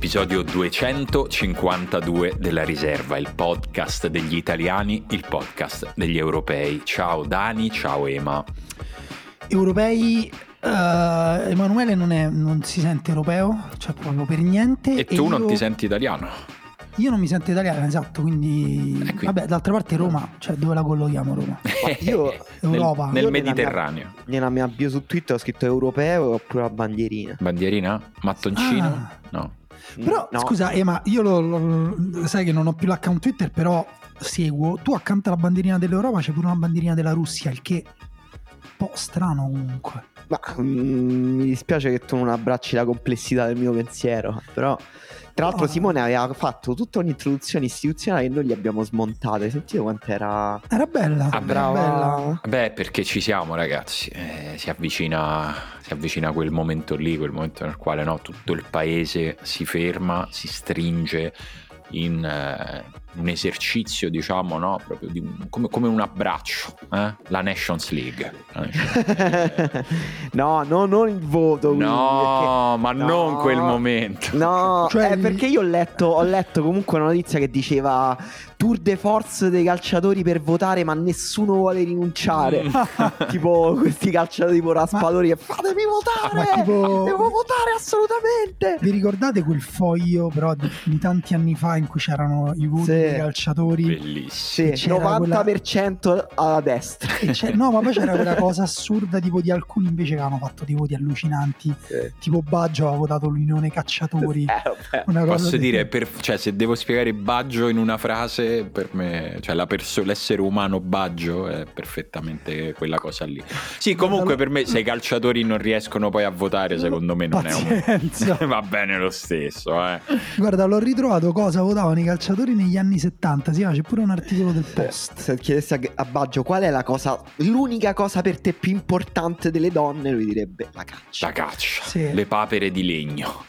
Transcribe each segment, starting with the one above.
Episodio 252 della Riserva, il podcast degli italiani, il podcast degli europei. Ciao Dani, ciao Ema. Europei, Emanuele non si sente europeo, cioè proprio per niente. E tu non ti senti italiano? Io non mi sento italiano, esatto, quindi vabbè, d'altra parte Roma, cioè dove la collochiamo Roma? Io Europa. Nel Mediterraneo. Nella mia bio su Twitter ho scritto europeo oppure la bandierina. Bandierina? Mattoncino? No. Però No. scusa Ema, io sai che non ho più l'account Twitter, però seguo. Tu accanto alla bandierina dell'Europa c'è pure una bandierina della Russia, il che è un po' strano comunque. Ma mi dispiace che tu non abbracci la complessità del mio pensiero, però tra l'altro Simone aveva fatto tutta un'introduzione istituzionale che noi gli abbiamo smontato. Hai sentito quant'era? Era bella, brava. bella. Beh, perché ci siamo ragazzi, si avvicina quel momento lì, quel momento nel quale tutto il paese si ferma, si stringe in un esercizio, diciamo, proprio come un abbraccio, la Nations League. No, non il voto. No, ma no, non quel momento. No, Cioè perché io ho letto comunque una notizia che diceva tour de force dei calciatori per votare, ma nessuno vuole rinunciare. Tipo questi calciatori tipo raspatori che fatemi votare, devo votare assolutamente. Vi ricordate quel foglio però di tanti anni fa in cui c'erano i voti dei calciatori? Bellissimo. Sì, 90% alla destra. No, ma poi c'era quella cosa assurda tipo di alcuni invece che avevano fatto dei voti allucinanti, tipo Baggio aveva votato l'Unione Cacciatori. Una cosa Posso dire, cioè, se devo spiegare Baggio in una frase, per me, cioè l'essere umano Baggio è perfettamente quella cosa lì. Sì, comunque per me se i calciatori non riescono poi a votare, secondo me non Pazienza. è va bene lo stesso. Guarda, l'ho ritrovato cosa votavano i calciatori negli anni 70. Sì, c'è pure un articolo del Post. Se chiedessi a Baggio qual è l'unica cosa per te più importante delle donne, lui direbbe la caccia. La caccia, sì. Le papere di legno.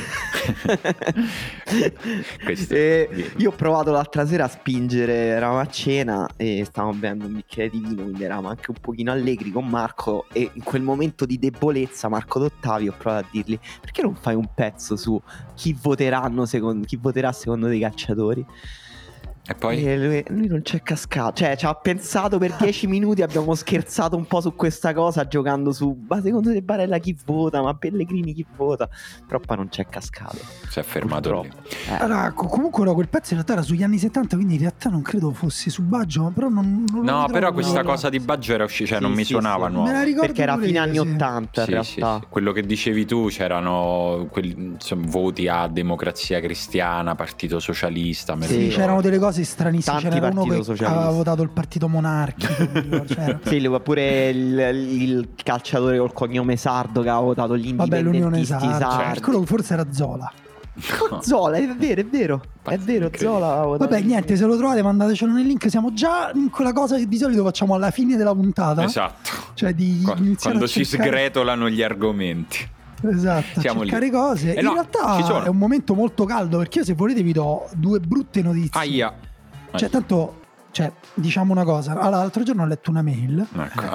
Io ho provato l'altra sera a spingere, eravamo a cena e stavamo bevendo un bicchiere di vino, quindi eravamo anche un pochino allegri con Marco, e in quel momento di debolezza Marco D'Ottavio ho provato a dirgli: perché non fai un pezzo su chi voterà secondo dei calciatori? E poi lui non c'è cascato, cioè ci ha pensato per 10 minuti, abbiamo scherzato un po' su questa cosa giocando su ma secondo te Barella chi vota, ma Pellegrini chi vota, però poi non c'è cascato, si è fermato lì. Allora, comunque quel pezzo in realtà era sugli anni 70, quindi in realtà non credo fosse su Baggio, però non no, però questa cosa di Baggio era uscita, cioè non mi suonava nuovo. Me la ricordo perché era fine anni 80 in realtà. Sì. Quello che dicevi tu, c'erano voti a Democrazia Cristiana, Partito Socialista. Sì, c'erano delle cose stranissime. Tanti c'era uno che socialista. aveva votato il partito monarchico. Sì, pure il calciatore col cognome sardo che aveva votato gli indipendentisti sardi. Quello forse era Zola. No. Zola, è vero, Zola. Vabbè, niente, se lo trovate mandatecelo nel link. Siamo già in quella cosa che di solito facciamo alla fine della puntata. Esatto. Cioè quando ci sgretolano gli argomenti. Esatto, siamo cercare lì. cose. In realtà è un momento molto caldo, perché io, se volete, vi do due brutte notizie. Cioè, tanto, diciamo una cosa. Allora, l'altro giorno ho letto una mail.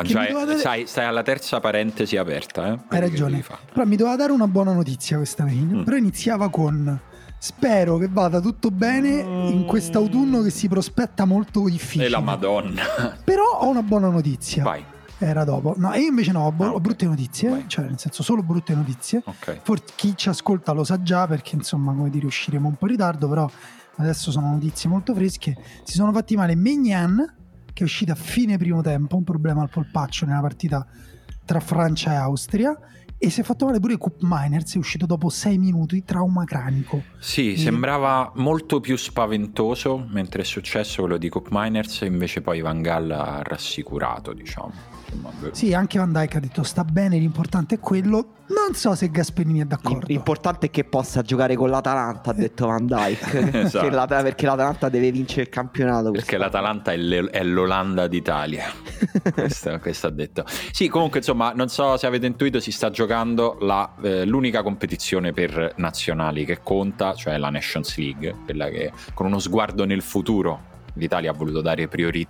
Stai alla terza parentesi aperta. Hai ragione. Però mi doveva dare una buona notizia questa mail. Però iniziava con: spero che vada tutto bene in quest'autunno che si prospetta molto difficile. E la Madonna. Però ho una buona notizia. Vai. Era dopo. No, io invece no, ho brutte notizie. Vai. Cioè, nel senso, solo brutte notizie. Okay. Forse chi ci ascolta lo sa già, perché insomma, come dire, usciremo un po' in ritardo, però adesso sono notizie molto fresche. Si sono fatti male Maignan, che è uscita a fine primo tempo, un problema al polpaccio nella partita tra Francia e Austria, e si è fatto male pure Koop Meiners, è uscito dopo 6 minuti, trauma cranico. Sì, sembrava molto più spaventoso mentre è successo quello di Koop Meiners, invece poi Van Gaal ha rassicurato, diciamo. Sì, anche Van Dijk ha detto sta bene, l'importante è quello. Non so se Gasperini è d'accordo. L'importante è che possa giocare con l'Atalanta, ha detto Van Dijk. Esatto. Perché l'Atalanta deve vincere il campionato. Perché l'Atalanta è l'Olanda d'Italia. questo ha detto. Sì, comunque insomma, non so se avete intuito, si sta giocando l'unica competizione per nazionali che conta, cioè la Nations League, quella che con uno sguardo nel futuro l'Italia ha voluto dare priorità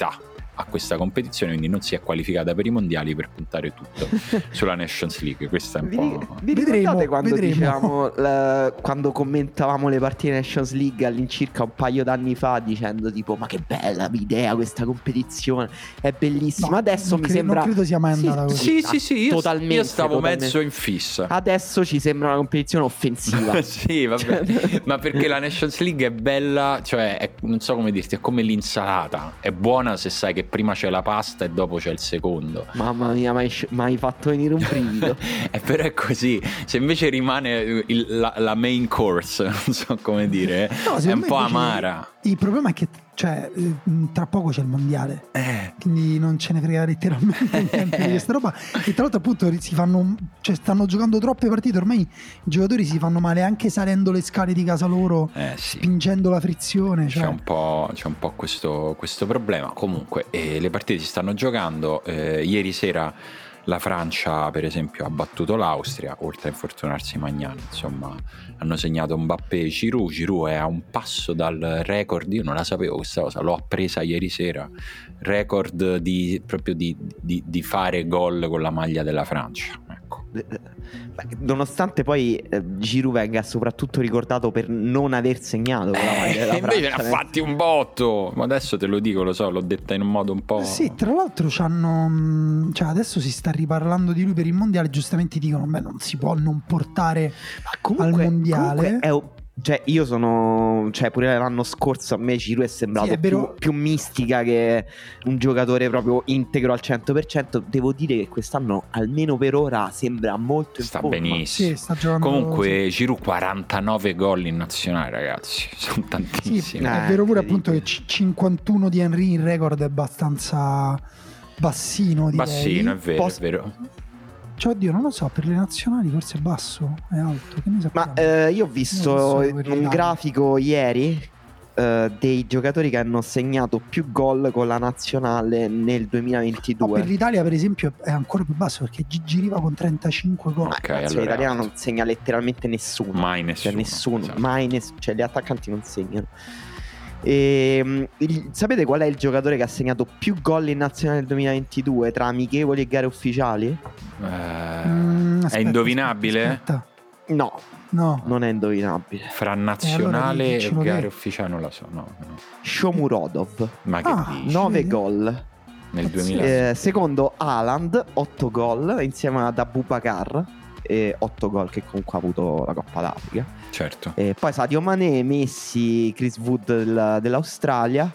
a questa competizione, quindi non si è qualificata per i mondiali per puntare tutto sulla Nations League. Questa è un po'... Vi ricordate quando dicevamo quando commentavamo le partite Nations League all'incirca un paio d'anni fa, dicendo tipo ma che bella idea questa competizione, è bellissima. Adesso mi sembra, non credo sia mai andata così. Sì, totalmente, io stavo mezzo in fissa. Adesso ci sembra una competizione offensiva. Sì, vabbè. Ma perché la Nations League è bella, cioè non so come dirti, è come l'insalata, è buona se sai che prima c'è la pasta e dopo c'è il secondo. Mamma mia, mi hai fatto venire un brivido. Però è così. Se invece rimane la main course, non so come dire, è un po' amara. Il problema è che tra poco c'è il mondiale, quindi non ce ne frega letteralmente niente di questa roba. E tra l'altro appunto stanno giocando troppe partite, ormai i giocatori si fanno male anche salendo le scale di casa loro, spingendo la frizione, c'è un po' questo problema. Comunque le partite si stanno giocando. Ieri sera la Francia per esempio ha battuto l'Austria, oltre a infortunarsi Maignan, insomma hanno segnato Mbappé e Giroud è a un passo dal record, io non la sapevo questa cosa, l'ho appresa ieri sera, record di fare gol con la maglia della Francia, ecco. Nonostante poi Giroud venga soprattutto ricordato per non aver segnato con la maglia della Francia, invece ne ha fatti un botto, ma adesso te lo dico, lo so, l'ho detta in un modo un po'... Sì, tra l'altro adesso si sta riparlando di lui per il mondiale, giustamente dicono non si può non portare al mondiale. Io sono, pure l'anno scorso a me Giroud è sembrato più mistica che un giocatore proprio integro al 100%. Devo dire che quest'anno almeno per ora sembra molto in sta forma. Benissimo. Sì, sta giocando. Comunque Giroud 49 gol in nazionale, ragazzi, sono tantissimi. Sì, è vero pure appunto che 51 di Henry in record è abbastanza bassino, direi. Bassino, è vero, è vero. Oddio, non lo so, per le nazionali forse è basso, è alto, che ne sappiamo? Ma io ho visto un grafico ieri dei giocatori che hanno segnato più gol con la nazionale nel 2022. Per l'Italia per esempio è ancora più basso, perché Gigi Riva con 35 gol. Allora, l'italiano non segna letteralmente nessuno. Mai nessuno. Esatto. Gli attaccanti non segnano. Sapete qual è il giocatore che ha segnato più gol in nazionale nel 2022 tra amichevoli e gare ufficiali? È indovinabile? Aspetta. No, non è indovinabile. Fra nazionale e gare ufficiali non la so. No. Shomurodov. Ma che dici? 9 gol nel 2000. Secondo Haaland 8 gol insieme ad Aboubakar, 8 gol, che comunque ha avuto la Coppa d'Africa. Certo. Poi Sadio Mané, Messi, Chris Wood dell'Australia,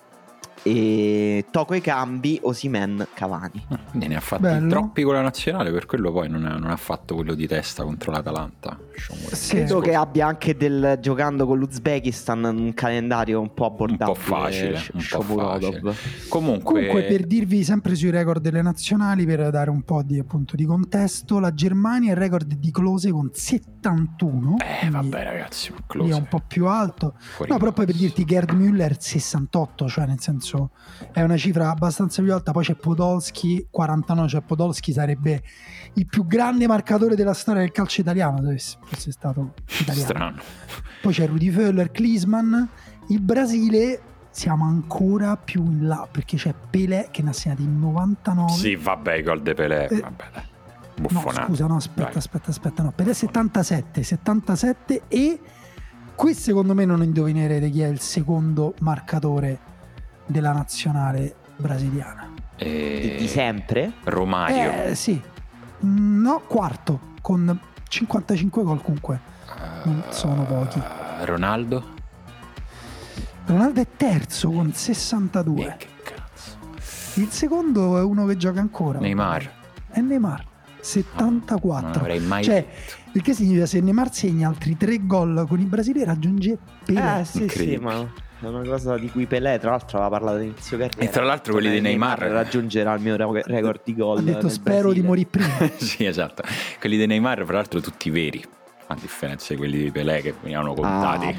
e Toko Ekambi, Osimhen, Cavani. Ne ha fatti troppi con la nazionale, per quello poi non ha fatto quello di testa contro l'Atalanta. Credo che abbia anche giocando con l'Uzbekistan un calendario un po' abbordabile, un po' facile. Comunque per dirvi sempre sui record delle nazionali, per dare un po' di contesto, la Germania è il record di Klose con 71. Vabbè ragazzi, Klose è un po' più alto. Però poi per dirti Gerd Müller 68, cioè nel senso è una cifra abbastanza più alta. Poi c'è Podolski 49, cioè Podolski sarebbe il più grande marcatore della storia del calcio italiano se fosse stato italiano. Strano. Poi c'è Rudi Völler, Klinsmann. Il Brasile siamo ancora più in là, perché c'è Pelé che ne ha segnati in 99. Sì, vabbè, i gol di Pelé, vabbè, buffonata. No, scusa, no, aspetta, no, Pelé 77 e qui secondo me non indovinerete chi è il secondo marcatore della nazionale brasiliana. Di sempre? Romario. Sì. No, quarto con 55 gol, comunque non sono pochi. Ronaldo è terzo con 62. Che cazzo. Il secondo è uno che gioca ancora. Neymar. È Neymar 74. Non avrei mai detto. Il che significa se Neymar segna altri 3 gol con il Brasile raggiunge Pelé. Sì, ma è una cosa di cui Pelé tra l'altro aveva parlato all'inizio carriera. E tra l'altro quelli di Neymar raggiungerà il mio record di gol. Ha detto spero Brasile. di morire prima. Sì, esatto. Quelli di Neymar tra l'altro tutti veri, a differenza di quelli di Pelé che venivano contati.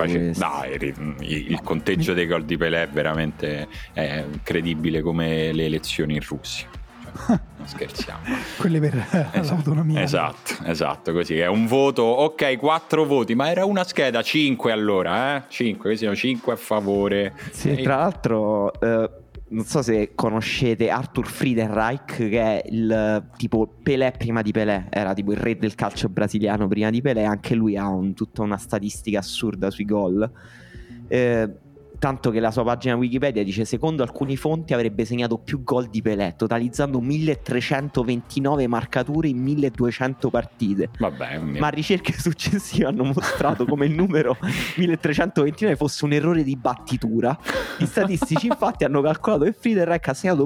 Il conteggio dei gol di Pelé è veramente incredibile, come le elezioni in Russia. Non scherziamo. Quelle per l'autonomia. Esatto, così è un voto, ok, 4 voti, ma era una scheda, 5 allora, 5, questi sono 5 a favore. Sì, tra l'altro non so se conoscete Arthur Friedenreich, che è il tipo Pelé prima di Pelé, era tipo il re del calcio brasiliano prima di Pelé. Anche lui ha tutta una statistica assurda sui gol, tanto che la sua pagina Wikipedia dice: secondo alcuni fonti avrebbe segnato più gol di Pelé, totalizzando 1329 marcature in 1200 partite. Vabbè, ma ricerche successive hanno mostrato come il numero 1329 fosse un errore di battitura. Gli statistici infatti hanno calcolato che Friedenreich ha segnato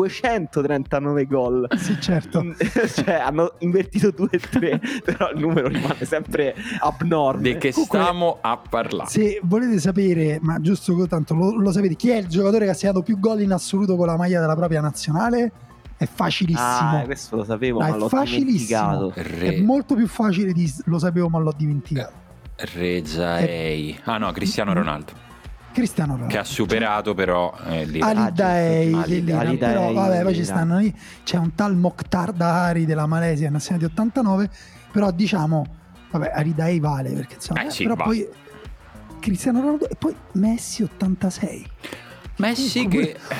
1239 gol. Sì, certo. Cioè hanno invertito 2 e 3, però il numero rimane sempre abnorme. Di che stiamo a parlare? Se volete sapere, ma giusto tanto lo sapete, chi è il giocatore che ha segnato più gol in assoluto con la maglia della propria nazionale? È facilissimo. Questo lo sapevo, ma è l'ho dimenticato. È molto più facile di lo sapevo ma l'ho dimenticato. Rezaei. No, Cristiano Ronaldo. Cristiano Ronaldo, che ha superato però Ali Daei, però vabbè, poi ci stanno lì, c'è un tal Mokhtar Dahari della Malesia, nazionale di 89, però diciamo vabbè, Ali Daei vale perché insomma, sì, però va. poi Cristiano Ronaldo e poi Messi 86. Messi comunque, che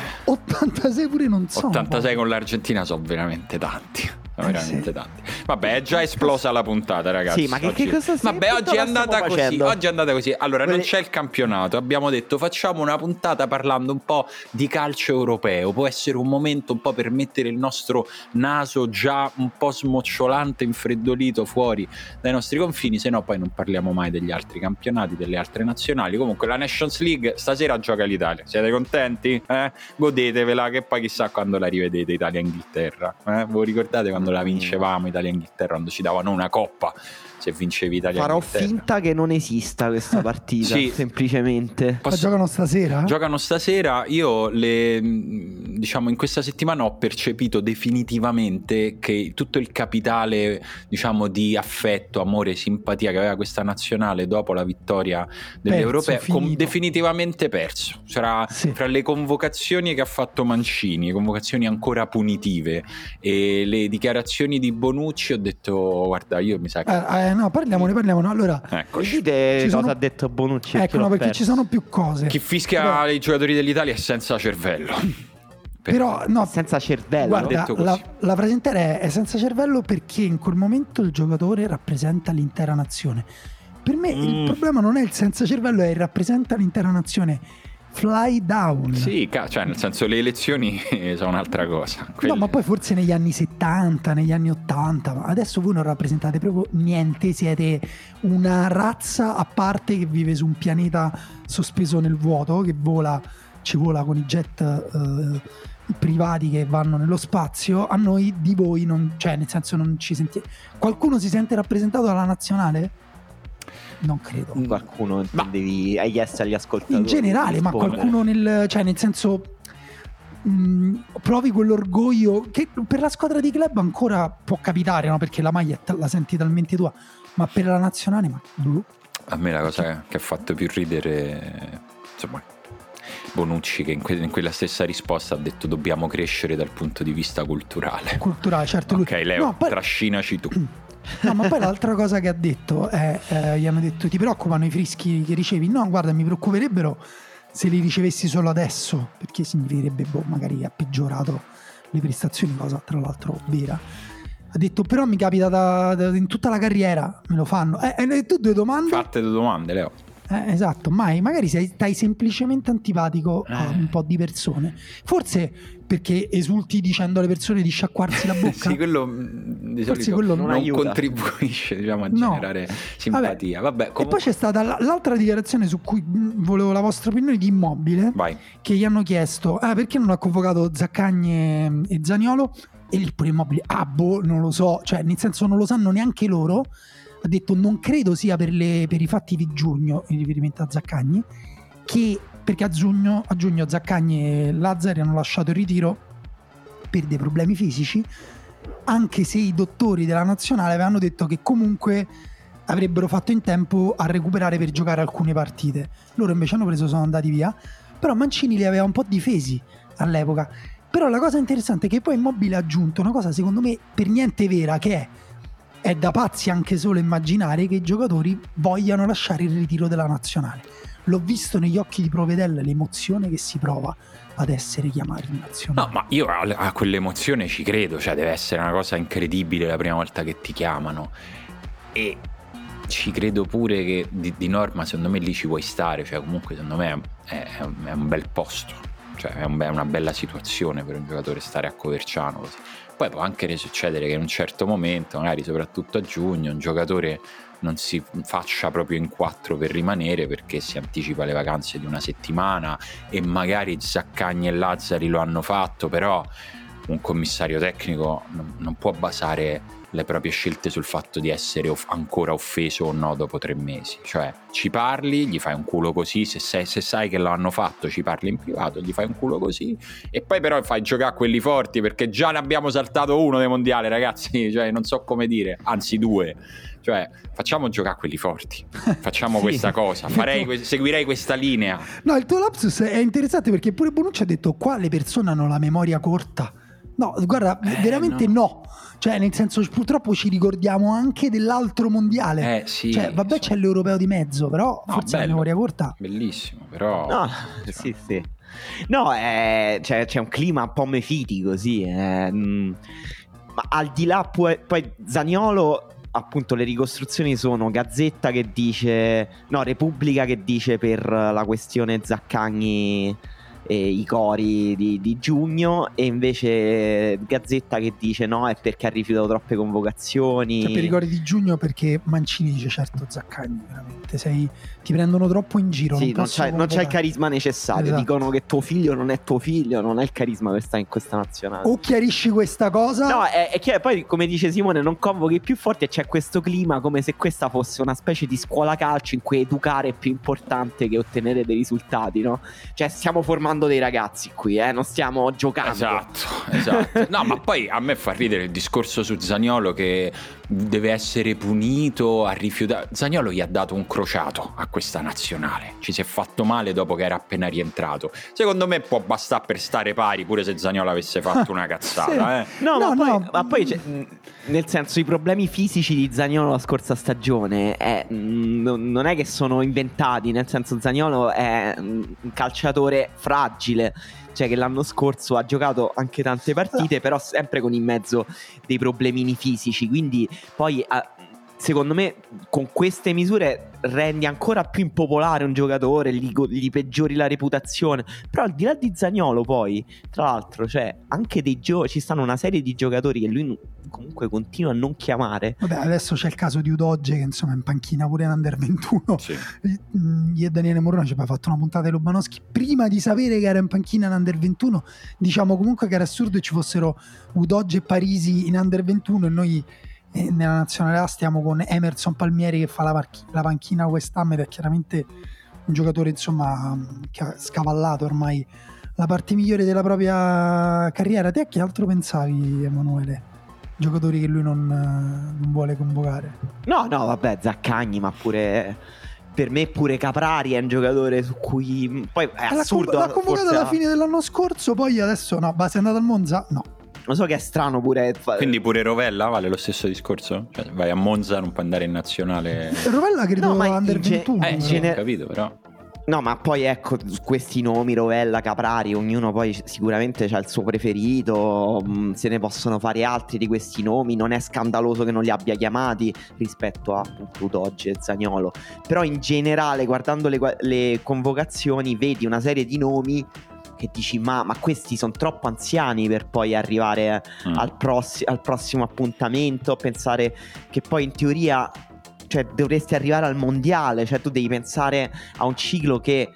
86 pure non so. 86 con l'Argentina sono veramente tanti. Veramente sì. tanti. Vabbè, è già esplosa la puntata, ragazzi. Sì, ma che oggi... cosa Vabbè, oggi è andata così. facendo? Oggi è andata così. Allora, non c'è il campionato. Abbiamo detto facciamo una puntata parlando un po' di calcio europeo. Può essere un momento un po' per mettere il nostro naso già un po' smocciolante, infreddolito fuori dai nostri confini, se no poi non parliamo mai degli altri campionati, delle altre nazionali. Comunque la Nations League stasera gioca l'Italia. Siete contenti? Godetevela, che poi chissà quando la rivedete Italia-Inghilterra. Ve lo ricordate quando la vincevamo Italia-Inghilterra, quando ci davano una coppa se vincevi Italia-Inghilterra? Farò finta che non esista questa partita, sì. semplicemente. Ma giocano stasera? Giocano stasera. Io diciamo in questa settimana ho percepito definitivamente che tutto il capitale, diciamo, di affetto, amore, simpatia che aveva questa nazionale dopo la vittoria dell'Europeo definitivamente perso. Sarà fra le convocazioni che ha fatto Mancini, convocazioni ancora punitive, e le dichiarazioni di Bonucci, ho detto guarda, io mi sa che no, parliamone. Allora, dite cosa ha detto Bonucci. Ecco, no, perché ci sono più cose. Chi fischia i giocatori dell'Italia è senza cervello. Però no, senza cervello. Guarda, la presenterei è senza cervello perché in quel momento il giocatore rappresenta l'intera nazione. Per me il problema non è il senza cervello, è il rappresenta l'intera nazione. Fly down. Sì, cioè nel senso le elezioni sono un'altra cosa. No, ma poi forse negli anni 70, negli anni 80, ma adesso voi non rappresentate proprio niente, siete una razza a parte che vive su un pianeta sospeso nel vuoto, che ci vola con i jet privati che vanno nello spazio. A noi di voi non, cioè nel senso non ci sentite. Qualcuno si sente rappresentato dalla nazionale? Non credo. Qualcuno intendevi hai chiesto agli ascoltatori? In generale, ma qualcuno cioè nel senso provi quell'orgoglio che per la squadra di club ancora può capitare, no? Perché la maglia la senti talmente tua, ma per la nazionale a me la cosa che ha fatto più ridere, insomma, Bonucci, che in quella stessa risposta ha detto dobbiamo crescere dal punto di vista culturale, certo. Ok, Leo, trascinaci tu. No, ma poi l'altra cosa che ha detto è gli hanno detto ti preoccupano i fischi che ricevi? No, guarda, mi preoccuperebbero se li ricevessi solo adesso, perché significherebbe magari ha peggiorato le prestazioni, cosa tra l'altro vera. Ha detto però mi capita in tutta la carriera me lo fanno. Tu due domande? Fatte due domande, Leo. Esatto, magari stai semplicemente antipatico a un po' di persone, forse perché esulti dicendo alle persone di sciacquarsi la bocca. Sì, quello di solito quello non contribuisce, diciamo, a generare simpatia. Vabbè, comunque... E poi c'è stata l'altra dichiarazione su cui volevo la vostra opinione di Immobile. Vai. Che gli hanno chiesto perché non ha convocato Zaccagni e Zaniolo, e lì pure Immobile non lo so, cioè nel senso non lo sanno neanche loro. Ha detto non credo sia per i fatti di giugno, in riferimento a Zaccagni, perché a giugno Zaccagni e Lazzari hanno lasciato il ritiro per dei problemi fisici, anche se i dottori della nazionale avevano detto che comunque avrebbero fatto in tempo a recuperare per giocare alcune partite. Loro invece sono andati via, però Mancini li aveva un po' difesi all'epoca. Però la cosa interessante è che poi Immobile ha aggiunto una cosa secondo me per niente vera, che è è da pazzi anche solo immaginare che i giocatori vogliano lasciare il ritiro della nazionale. L'ho visto negli occhi di Provedel, l'emozione che si prova ad essere chiamati in nazionale. No, ma io a quell'emozione ci credo, cioè deve essere una cosa incredibile la prima volta che ti chiamano, e ci credo pure che di norma secondo me lì ci puoi stare, cioè comunque secondo me è un bel posto, cioè è una bella situazione per un giocatore stare a Coverciano così. Poi può anche succedere che in un certo momento, magari soprattutto a giugno, un giocatore non si faccia proprio in 4 per rimanere perché si anticipa le vacanze di una settimana, e magari Zaccagni e Lazzari lo hanno fatto, però un commissario tecnico non può basare le proprie scelte sul fatto di essere ancora offeso o no dopo 3 mesi. Cioè ci parli, gli fai un culo così, se sai che lo hanno fatto ci parli in privato, gli fai un culo così, e poi però fai giocare quelli forti, perché già ne abbiamo saltato uno dei mondiali, ragazzi, cioè non so come dire, anzi 2. Cioè facciamo giocare quelli forti, facciamo sì, questa cosa, seguirei questa linea. No, il tuo lapsus è interessante perché pure Bonucci ha detto qua le persone hanno la memoria corta. No, guarda, veramente no. Cioè, nel senso, purtroppo ci ricordiamo anche dell'altro mondiale. Sì, cioè, vabbè, c'è l'europeo di mezzo, però no, forse bello, la memoria corta. Bellissimo, però. No, sì. No, c'è un clima un po' mefitico, sì. Ma al di là, poi Zaniolo, appunto, le ricostruzioni sono Gazzetta che dice, no, Repubblica che dice per la questione Zaccagni i cori di giugno, e invece Gazzetta che dice no, è perché ha rifiutato troppe convocazioni. Cioè per i cori di giugno, perché Mancini dice certo Zaccagni veramente ti prendono troppo in giro. Sì, non c'è il carisma necessario, esatto. Dicono che tuo figlio non è tuo figlio, non è il carisma per stare in questa nazionale. O chiarisci questa cosa. No, è che poi, come dice Simone, non convochi i più forti e c'è questo clima come se questa fosse una specie di scuola calcio in cui educare è più importante che ottenere dei risultati, no? Cioè stiamo formando dei ragazzi qui, non stiamo giocando. Esatto. No, ma poi a me fa ridere il discorso su Zaniolo che deve essere punito, a rifiutare. Zaniolo gli ha dato un crociato a questa nazionale, ci si è fatto male dopo che era appena rientrato. Secondo me può bastare per stare pari, pure se Zaniolo avesse fatto una cazzata. Sì. Ma poi nel senso, i problemi fisici di Zaniolo la scorsa stagione non è che sono inventati, nel senso Zaniolo è un calciatore fragile, cioè che l'anno scorso ha giocato anche tante partite, però sempre con in mezzo dei problemini fisici, quindi poi secondo me con queste misure rendi ancora più impopolare un giocatore, gli peggiori la reputazione. Però al di là di Zaniolo, poi tra l'altro, cioè anche ci stanno una serie di giocatori che lui comunque continua a non chiamare. Vabbè, adesso c'è il caso di Udoge che insomma è in panchina pure in Under 21. Sì. Io e Daniele Morrone ci abbiamo fatto una puntata di Lobanowski prima di sapere che era in panchina in Under 21. Diciamo comunque che era assurdo che ci fossero Udoge e Parisi in Under 21 e noi nella nazionale A stiamo con Emerson Palmieri che fa la panchina quest'anno, ed è chiaramente un giocatore insomma che ha scavallato ormai la parte migliore della propria carriera. Te a chi altro pensavi, Emanuele? Giocatori che lui non vuole convocare? No, vabbè, Zaccagni, ma pure per me pure Caprari è un giocatore su cui poi è assurdo. L'ha convocato alla fine dell'anno scorso, poi adesso no, sei andato al Monza? No. Lo so che è strano pure. Quindi pure Rovella vale lo stesso discorso? Cioè, vai a Monza, non puoi andare in nazionale. Rovella credo Under 21. Ho capito, però. No, ma poi ecco, questi nomi, Rovella, Caprari, ognuno poi sicuramente ha il suo preferito, se ne possono fare altri di questi nomi, non è scandaloso che non li abbia chiamati rispetto a Udoge e Zaniolo. Però in generale, guardando le convocazioni, vedi una serie di nomi che dici ma questi sono troppo anziani per poi arrivare al prossimo appuntamento, pensare che poi in teoria, cioè, dovresti arrivare al mondiale, cioè tu devi pensare a un ciclo che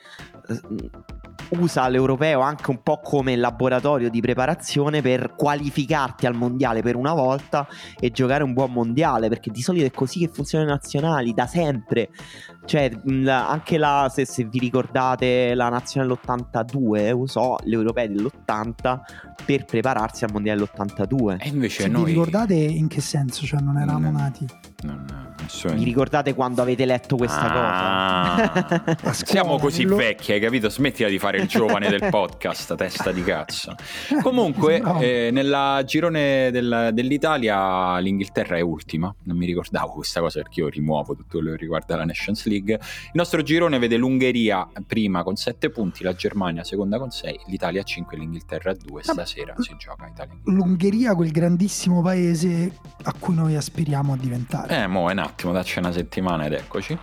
usa l'europeo anche un po' come laboratorio di preparazione per qualificarti al mondiale per una volta e giocare un buon mondiale, perché di solito è così che funzionano i nazionali da sempre. Cioè anche se vi ricordate la nazionale dell'82 usò l'europeo dell'80 per prepararsi al mondiale dell'82. E invece se noi vi ricordate in che senso? Cioè non eravamo nati? Vi ricordate quando avete letto questa cosa? Siamo così vecchi, hai capito? Smettila di fare il giovane del podcast, testa di cazzo. Comunque nella girone dell'Italia l'Inghilterra è ultima. Non mi ricordavo questa cosa perché io rimuovo tutto quello che riguarda la Nations League. Il nostro girone vede l'Ungheria prima con 7 punti, la Germania seconda con 6, l'Italia a 5 e l'Inghilterra a 2. Stasera si gioca Italia. L'Ungheria, quel grandissimo paese a cui noi aspiriamo a diventare. Mo' è un attimo, dacci una settimana ed eccoci.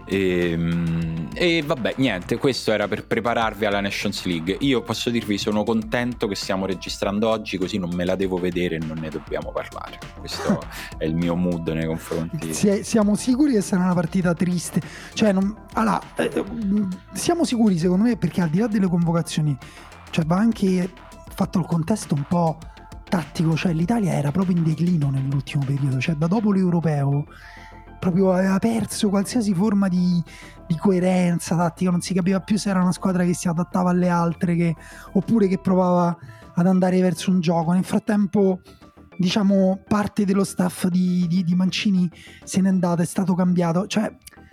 E vabbè, niente, questo era per prepararvi alla Nations League. Io posso dirvi, sono contento che stiamo registrando oggi, così non me la devo vedere e non ne dobbiamo parlare. Questo è il mio mood nei confronti. Siamo sicuri che sarà una partita triste? Cioè, siamo sicuri, secondo me, perché al di là delle convocazioni, cioè va anche fatto il contesto un po' tattico, cioè l'Italia era proprio in declino nell'ultimo periodo, cioè da dopo l'Europeo proprio aveva perso qualsiasi forma di coerenza tattica, non si capiva più se era una squadra che si adattava alle altre oppure che provava ad andare verso un gioco. Nel frattempo, diciamo, parte dello staff di Mancini se n'è andata, è stato cambiato, cioè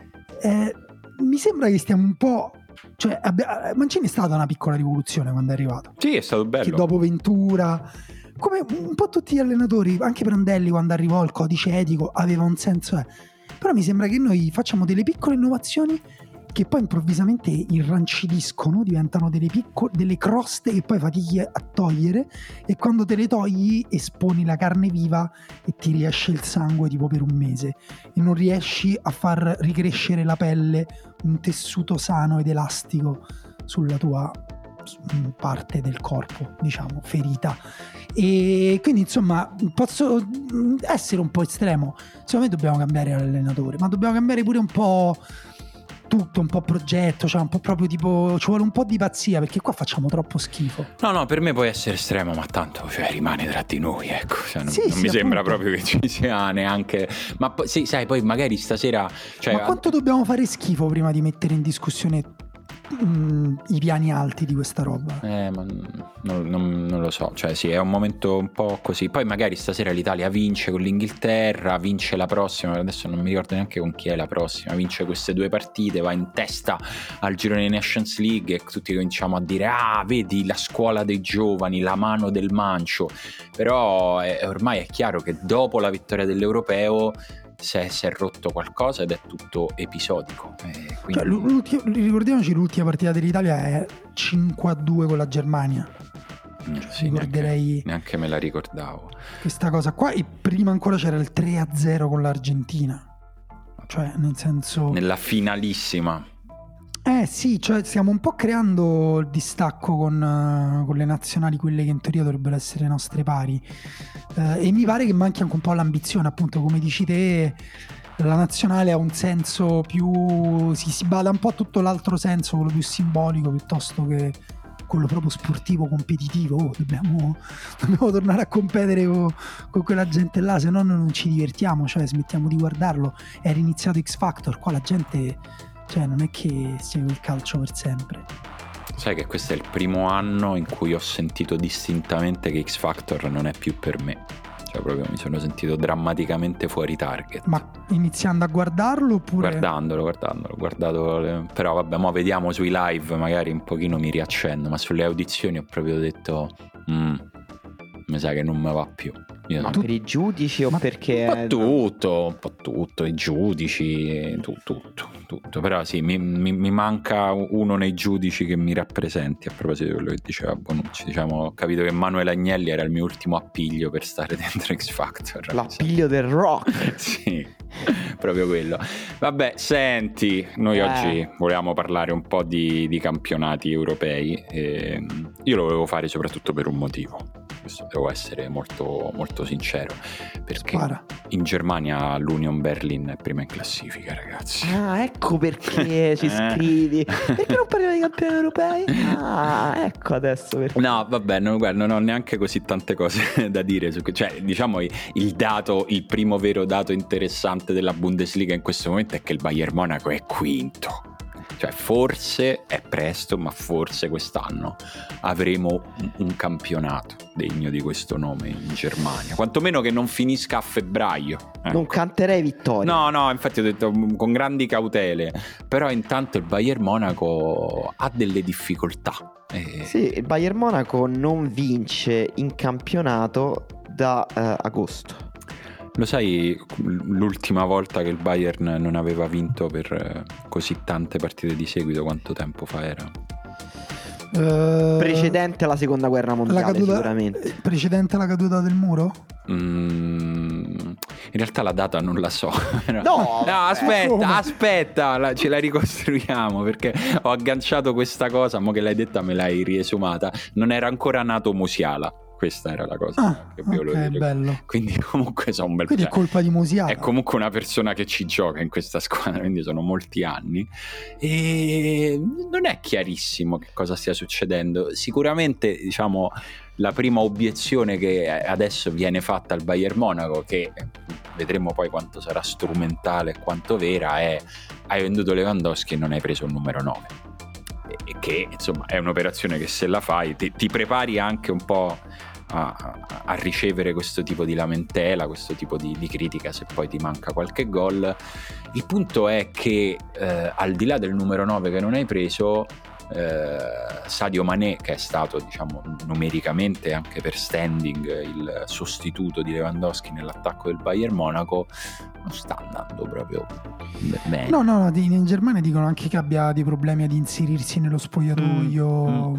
mi sembra che stiamo un po', cioè Mancini è stata una piccola rivoluzione quando è arrivato. Sì, è stato bello. Che dopo Ventura, come un po' tutti gli allenatori, anche Prandelli quando arrivò, il codice etico aveva un senso, però mi sembra che noi facciamo delle piccole innovazioni che poi improvvisamente irrancidiscono, diventano delle croste che poi fatichi a togliere, e quando te le togli esponi la carne viva e ti riesce il sangue tipo per un mese e non riesci a far ricrescere la pelle, un tessuto sano ed elastico sulla tua parte del corpo, diciamo, ferita. E quindi insomma posso essere un po' estremo, secondo me dobbiamo cambiare l'allenatore, ma dobbiamo cambiare pure un po' tutto, un po' progetto, cioè un po' proprio tipo ci vuole un po' di pazzia, perché qua facciamo troppo schifo. No, per me può essere estremo, ma tanto rimane tra di noi, ecco, cioè, non sì, mi sembra proprio che ci sia neanche, ma sì, sai, poi magari stasera, cioè, ma quanto dobbiamo fare schifo prima di mettere in discussione i piani alti di questa roba? Ma non lo so, cioè sì, è un momento un po' così. Poi magari stasera l'Italia vince con l'Inghilterra, vince la prossima, adesso non mi ricordo neanche con chi è la prossima, vince queste 2 partite, va in testa al girone di Nations League e tutti cominciamo a dire vedi la scuola dei giovani, la mano del Mancio. Però ormai è chiaro che dopo la vittoria dell'Europeo si è rotto qualcosa ed è tutto episodico, quindi... cioè, ricordiamoci, l'ultima partita dell'Italia è 5-2 con la Germania. Sì, neanche me la ricordavo questa cosa qua, e prima ancora c'era il 3-0 con l'Argentina, cioè nel senso, nella finalissima. Sì, cioè stiamo un po' creando il distacco con le nazionali, quelle che in teoria dovrebbero essere nostre pari, e mi pare che manchi anche un po' l'ambizione, appunto, come dici te. La nazionale ha un senso più, si bada un po' a tutto l'altro senso, quello più simbolico piuttosto che quello proprio sportivo, competitivo. Dobbiamo tornare a competere con quella gente là, se no non ci divertiamo, cioè smettiamo di guardarlo. Era iniziato X Factor, qua la gente, cioè non è che segue il calcio per sempre. Sai che questo è il primo anno in cui ho sentito distintamente che X Factor non è più per me. Cioè proprio mi sono sentito drammaticamente fuori target. Ma iniziando a guardarlo oppure? Guardandolo, guardato, però vabbè, mo vediamo sui live, magari un pochino mi riaccendo, ma sulle audizioni ho proprio detto mi sa che non mi va più. Ma per i giudici o perché? Un po' tutto, i giudici, tutto. Però sì, mi manca uno nei giudici che mi rappresenti, a proposito di quello che diceva Bonucci. Diciamo, ho capito che Manuel Agnelli era il mio ultimo appiglio per stare dentro X Factor. L'appiglio del rock. Sì, proprio quello. Vabbè, senti, noi oggi volevamo parlare un po' di campionati europei. Io lo volevo fare soprattutto per un motivo. Questo devo essere molto, molto sincero, perché in Germania l'Union Berlin è prima in classifica, ragazzi. Ecco perché ci scrivi. Perché non parliamo di campioni europei? Ecco adesso perché. No, vabbè, non ho neanche così tante cose da dire cioè, diciamo, il primo vero dato interessante della Bundesliga in questo momento è che il Bayern Monaco è quinto. Cioè forse è presto, ma forse quest'anno avremo un campionato degno di questo nome in Germania, quantomeno che non finisca a febbraio. Non canterei vittoria. No, infatti ho detto con grandi cautele, però intanto il Bayern Monaco ha delle difficoltà. Sì, il Bayern Monaco non vince in campionato da agosto. Lo sai l'ultima volta che il Bayern non aveva vinto per così tante partite di seguito, quanto tempo fa era? Precedente alla seconda guerra mondiale, sicuramente. Precedente alla caduta del muro? In realtà la data non la so. No, aspetta, ce la ricostruiamo, perché ho agganciato questa cosa, mo che l'hai detta me l'hai riesumata. Non era ancora nato Musiala. Questa era la cosa che volevo dire. Bello. Quindi comunque sono un bel... Quindi è colpa di Musiala. È comunque una persona che ci gioca in questa squadra, quindi sono molti anni e non è chiarissimo che cosa stia succedendo. Sicuramente, diciamo, la prima obiezione che adesso viene fatta al Bayern Monaco, che vedremo poi quanto sarà strumentale e quanto vera, è: hai venduto Lewandowski e non hai preso il numero 9. E che insomma è un'operazione che, se la fai, ti prepari anche un po' a ricevere questo tipo di lamentela, questo tipo di critica se poi ti manca qualche gol. Il punto è che al di là del numero 9 che non hai preso, Sadio Mané, che è stato, diciamo, numericamente anche per standing il sostituto di Lewandowski nell'attacco del Bayern Monaco, non sta andando proprio bene. No, in Germania dicono anche che abbia dei problemi ad inserirsi nello spogliatoio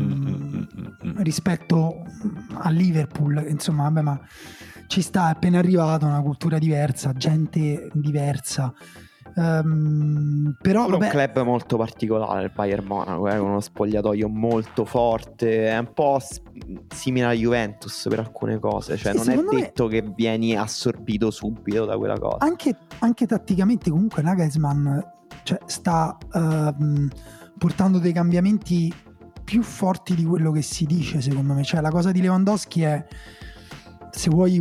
rispetto a Liverpool, insomma, vabbè, ma ci sta, è appena arrivato, una cultura diversa, gente diversa. Però è un club molto particolare il Bayern Monaco, con uno spogliatoio molto forte, è un po' simile alla Juventus per alcune cose, cioè non è detto che vieni assorbito subito da quella cosa. Anche tatticamente comunque Nagelsmann, cioè, sta portando dei cambiamenti più forti di quello che si dice, secondo me. Cioè, la cosa di Lewandowski è, se vuoi,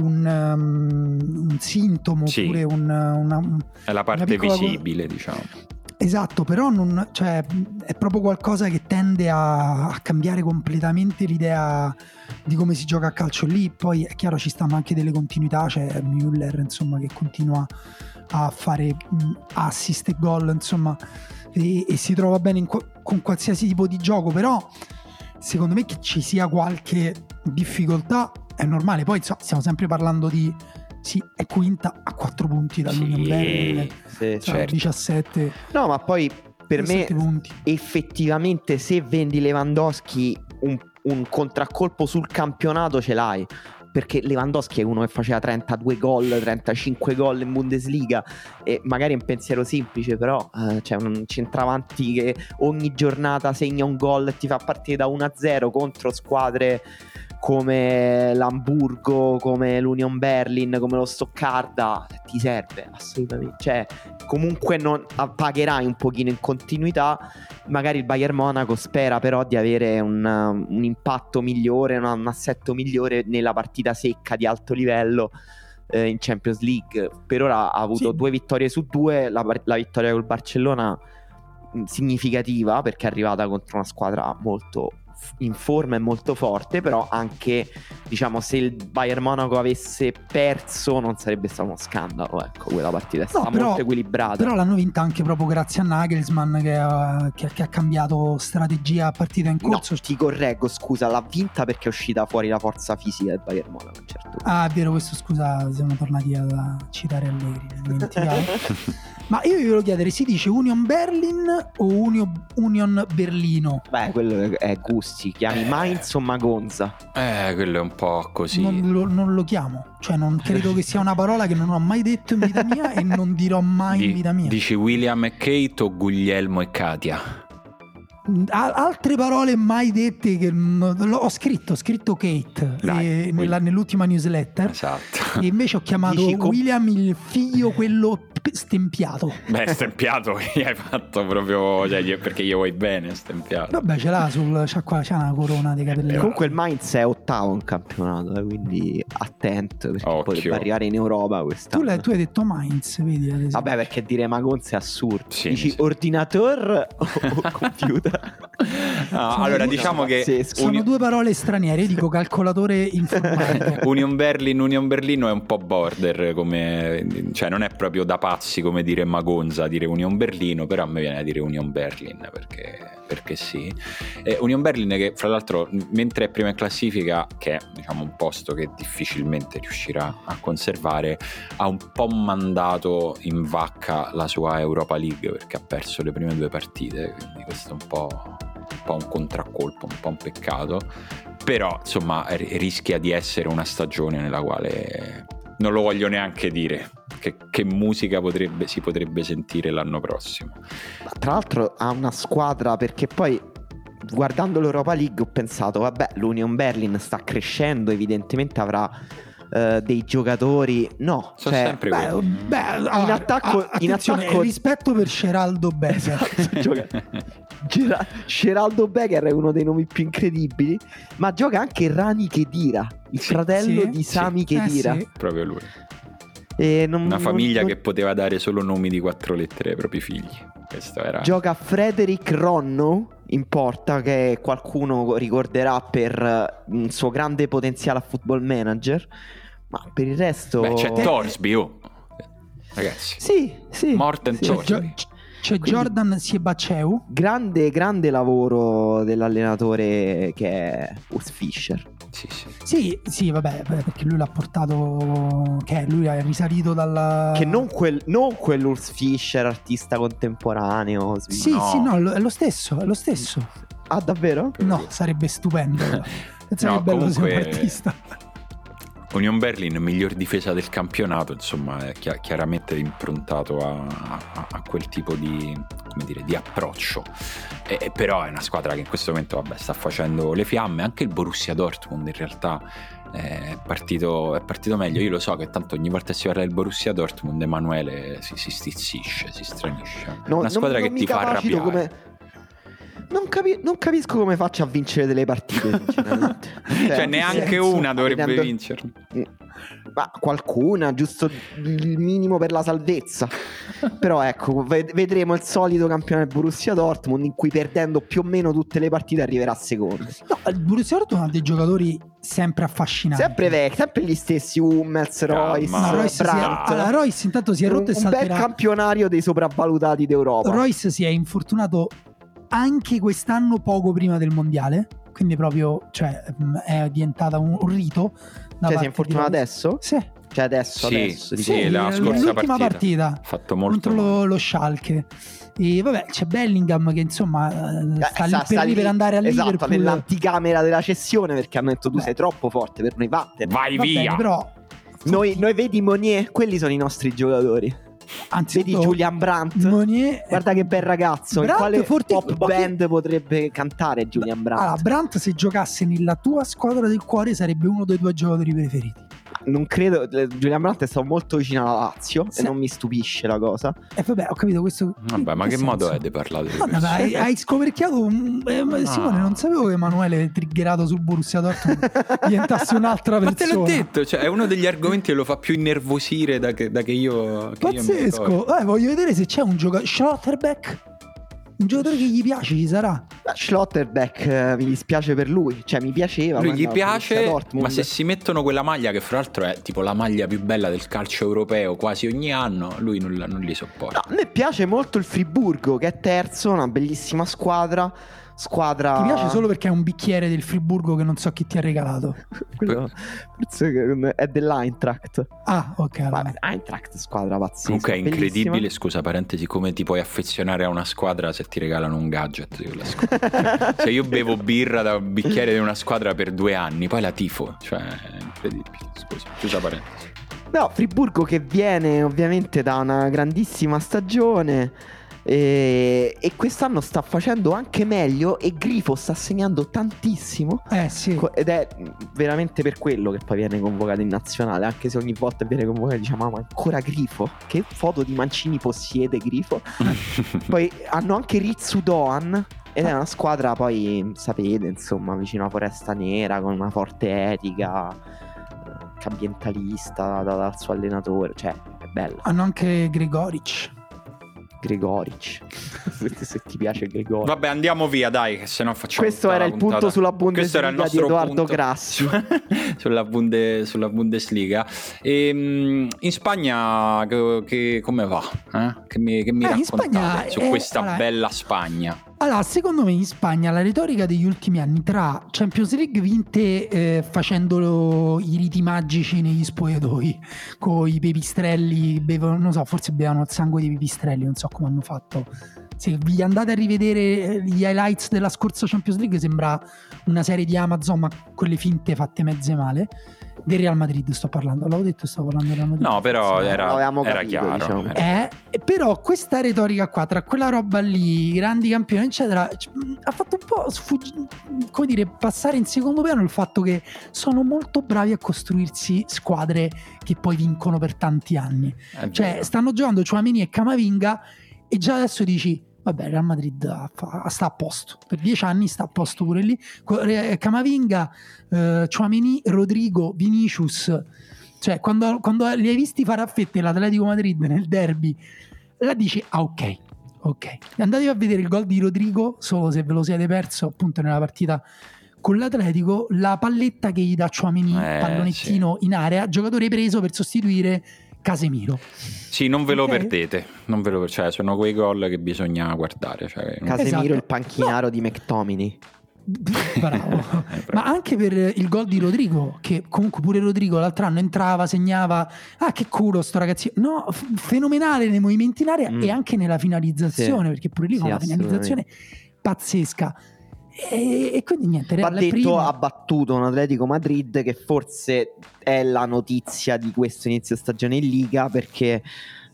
un sintomo, sì, oppure è la parte visibile, diciamo. Esatto, però cioè, è proprio qualcosa che tende a cambiare completamente l'idea di come si gioca a calcio lì. Poi è chiaro, ci stanno anche delle continuità, c'è Müller, insomma, che continua a fare assist e gol, insomma, e si trova bene con qualsiasi tipo di gioco. Però secondo me che ci sia qualche difficoltà è normale. Poi stiamo sempre parlando di, sì, è quinta a 4 punti dall'Union Berlin, certo. 17. No, ma poi per me punti. Effettivamente, se vendi Lewandowski, un contraccolpo sul campionato ce l'hai, perché Lewandowski è uno che faceva 32 gol, 35 gol in Bundesliga, e magari è un pensiero semplice, però c'è un centravanti che ogni giornata segna un gol e ti fa partire da 1-0 contro squadre come l'Hamburgo, come l'Union Berlin, come lo Stoccarda. Ti serve assolutamente, cioè comunque non pagherai un pochino in continuità. Magari il Bayern Monaco spera però di avere un impatto migliore, un assetto migliore nella partita secca di alto livello in Champions League. Per ora ha avuto 2 vittorie su 2, la vittoria col Barcellona significativa, perché è arrivata contro una squadra molto in forma e molto forte. Però anche, diciamo, se il Bayern Monaco avesse perso non sarebbe stato uno scandalo, ecco, quella partita è stata molto equilibrata. Però l'hanno vinta anche proprio grazie a Nagelsmann, che ha cambiato strategia a partita in corso. No, ti correggo, scusa, l'ha vinta perché è uscita fuori la forza fisica del Bayern Monaco, certo. Ah, è vero, questo, scusa, siamo tornati a citare Allegri, Ma io vi volevo chiedere, si dice Union Berlin o Union Berlino? Beh, quello è gusti, chiami Mainz o Magonza? Quello è un po' così. Non lo chiamo, cioè non credo che sia una parola che non ho mai detto in vita mia e non dirò mai in vita mia. Dici William e Kate o Guglielmo e Katia? Altre parole mai dette che ho scritto Kate nell'ultima newsletter. Esatto. E invece ho chiamato William il figlio, quello stempiato. Beh, stempiato gli hai fatto proprio, cioè, perché gli vuoi bene, stempiato. Vabbè, c'ha una corona di capelli. Comunque il Mainz è ottavo in campionato, quindi attento, perché Occhio. potrebbe arrivare in Europa quest'anno. Tu hai detto Mainz, vedi? ad esempio. Vabbè, perché dire Magonza è assurdo. Sì, Dici sì. ordinator o computer? No, allora diciamo che pazzesco. Sono due parole straniere, io dico calcolatore informatico. Union Berlino è un po' border, come, cioè non è proprio da pazzi come dire Magonza, dire Union Berlino, però a me viene a dire Union Berlin perché sì. Union Berlin che fra l'altro mentre è prima in classifica, che è diciamo un posto che difficilmente riuscirà a conservare, ha un po' mandato in vacca la sua Europa League perché ha perso le prime 2 partite, quindi questo è un po' un contraccolpo, un po' un peccato, però insomma rischia di essere una stagione nella quale non lo voglio neanche dire che musica si potrebbe sentire l'anno prossimo. Ma tra l'altro ha una squadra, perché poi guardando l'Europa League ho pensato vabbè, l'Union Berlin sta crescendo, evidentemente avrà dei giocatori, no, Sono cioè, sempre Beh, quelli. in attacco rispetto per Geraldo Becker. Geraldo Becker è uno dei nomi più incredibili, ma gioca anche Rani Khedira, il fratello di Sami Khedira. Sì. Proprio lui. E Una famiglia che poteva dare solo nomi di 4 lettere ai propri figli. Questo era. Gioca Frederick Ronno in porta, che qualcuno ricorderà per un suo grande potenziale a Football Manager, ma per il resto Beh, c'è Torsby, ragazzi. Sì. Morten sì. Torsby. C'è Jordan Siebaceu. Grande lavoro dell'allenatore che è Urs Fischer. Sì, vabbè, perché lui l'ha portato, che lui è risalito dalla... Che non quell'Urs Fischer artista contemporaneo. Sì, è lo stesso. Ah, davvero? No, sarebbe stupendo. Pensa No, che bello sia un comunque- artista. Union Berlin, miglior difesa del campionato, insomma, è chiaramente improntato a quel tipo di, come dire, di approccio. Però è una squadra che in questo momento vabbè, sta facendo le fiamme. Anche il Borussia Dortmund in realtà è partito meglio. Io lo so che tanto ogni volta che si parla del Borussia Dortmund Emanuele si stizzisce, si stranisce. Una squadra che ti fa arrabbiare. Non capisco come faccia a vincere delle partite, sinceramente. Cioè neanche una dovrebbe vincere. Ma qualcuna, giusto il minimo per la salvezza. Però ecco, vedremo il solito campione del Borussia Dortmund, in cui perdendo più o meno tutte le partite arriverà secondo. No, il Borussia Dortmund ha dei giocatori sempre affascinanti. Sempre vecchi, sempre gli stessi, Hummels, Royce, Ma Royce Brandt. Royce intanto si è rotto e un bel salterà. campionario dei sopravvalutati d'Europa. Royce si è infortunato anche quest'anno poco prima del mondiale, quindi proprio, cioè, è diventata un rito. Cioè si è infortunato adesso? Sì. Cioè adesso Sì, la scorsa l'ultima partita ha fatto molto contro lo Schalke. E vabbè, c'è Bellingham che insomma sta lì per andare a Liverpool. Esatto, nell'anticamera della cessione, perché hanno detto tu sei troppo forte per noi vattene. Vai Va via. bene, però Noi vedi Monier, quelli sono i nostri giocatori. Vedi Julian Brandt, Monier, guarda che bel ragazzo. Brandt, in quale forse- pop band potrebbe cantare Julian Brandt? Allora, Brandt, se giocasse nella tua squadra del cuore, sarebbe uno dei tuoi giocatori preferiti. Non credo. Julian Brandt è stato molto vicino alla Lazio Sì. e non mi stupisce la cosa. E vabbè, ho capito questo. Vabbè, ma che modo è di parlare di No, questo? hai scoperchiato Simone, non sapevo che Emanuele triggerato sul Borussia Dortmund diventasse un'altra Ma persona. te l'ho detto, cioè, è uno degli argomenti che lo fa più innervosire da che io mi Pazzesco. ricordo. Voglio vedere se c'è un giocatore. Schlotterbeck, un giocatore che gli piace, ci sarà. Schlotterbeck, mi dispiace per lui. Cioè mi piaceva. Lui ma gli no, piace, Borussia Dortmund. ma se si mettono quella maglia, che fra l'altro è tipo la maglia più bella del calcio europeo quasi ogni anno, lui non li sopporta. No, a me piace molto il Friburgo, che è terzo, una bellissima squadra. Ti piace solo perché è un bicchiere del Friburgo che non so chi ti ha regalato. Quello forse è dell'Eintracht. Ah, ok. Allora. Vabbè, Eintracht, squadra pazzesca. Comunque è incredibile, bellissima. scusa parentesi, come ti puoi affezionare a una squadra se ti regalano un gadget di quella squadra. Cioè io bevo birra da un bicchiere di una squadra per 2 anni, poi la tifo, cioè è incredibile, scusa, chiusa parentesi. No, Friburgo che viene ovviamente da una grandissima stagione. E quest'anno sta facendo anche meglio e Grifo sta segnando tantissimo. Sì. Ed è veramente per quello che poi viene convocato in nazionale, anche se ogni volta viene convocato diciamo ma ancora Grifo? Che foto di Mancini possiede Grifo? Poi hanno anche Ritsu Doan ed è una squadra, poi sapete, insomma, vicino a Foresta Nera, con una forte etica, anche ambientalista dal suo allenatore, cioè è bella. Hanno anche Gregoric, se ti piace Gregoric. Vabbè, andiamo via, dai, che se no facciamo. Questo era il punto sulla Bundesliga di Edoardo Grassi. sulla Bundesliga. E in Spagna che come va? Che mi raccontate in Spagna su questa bella Spagna? Allora, secondo me in Spagna la retorica degli ultimi anni tra Champions League vinte facendo i riti magici negli spogliatoi con i pipistrelli, non so, forse bevevano il sangue dei pipistrelli, non so come hanno fatto. Se vi andate a rivedere gli highlights della scorsa Champions League sembra una serie di Amazon, ma quelle finte fatte mezze male. Del Real Madrid sto parlando, l'avevo detto, stavo parlando del Real Madrid. No, però era capito, chiaro, diciamo. Però questa retorica qua, tra quella roba lì, grandi campioni eccetera, ha fatto un po' come dire, passare in secondo piano il fatto che sono molto bravi a costruirsi squadre che poi vincono per tanti anni. Cioè stanno giocando Tchouaméni e Camavinga e già adesso dici vabbè, Real Madrid sta a posto, per 10 anni sta a posto pure lì. Camavinga, Tchouaméni, Rodrigo, Vinicius, cioè quando li hai visti fare a fette l'Atletico Madrid nel derby, la dici ok, andatevi a vedere il gol di Rodrigo, solo se ve lo siete perso appunto nella partita con l'Atletico, la palletta che gli dà Tchouaméni, pallonettino in area, giocatore preso per sostituire Casemiro. Sì, non ve lo perdete, cioè sono quei gol che bisogna guardare, cioè, Casemiro, esatto. Il panchinaro di McTominay. Bravo. Ma anche per il gol di Rodrigo, che comunque pure Rodrigo l'altro anno entrava, segnava, che culo sto ragazzino, no, fenomenale nei movimenti in area e anche nella finalizzazione, perché pure lì con una finalizzazione pazzesca. E quindi niente, va detto, ha battuto un Atletico Madrid che forse è la notizia di questo inizio stagione in Liga, perché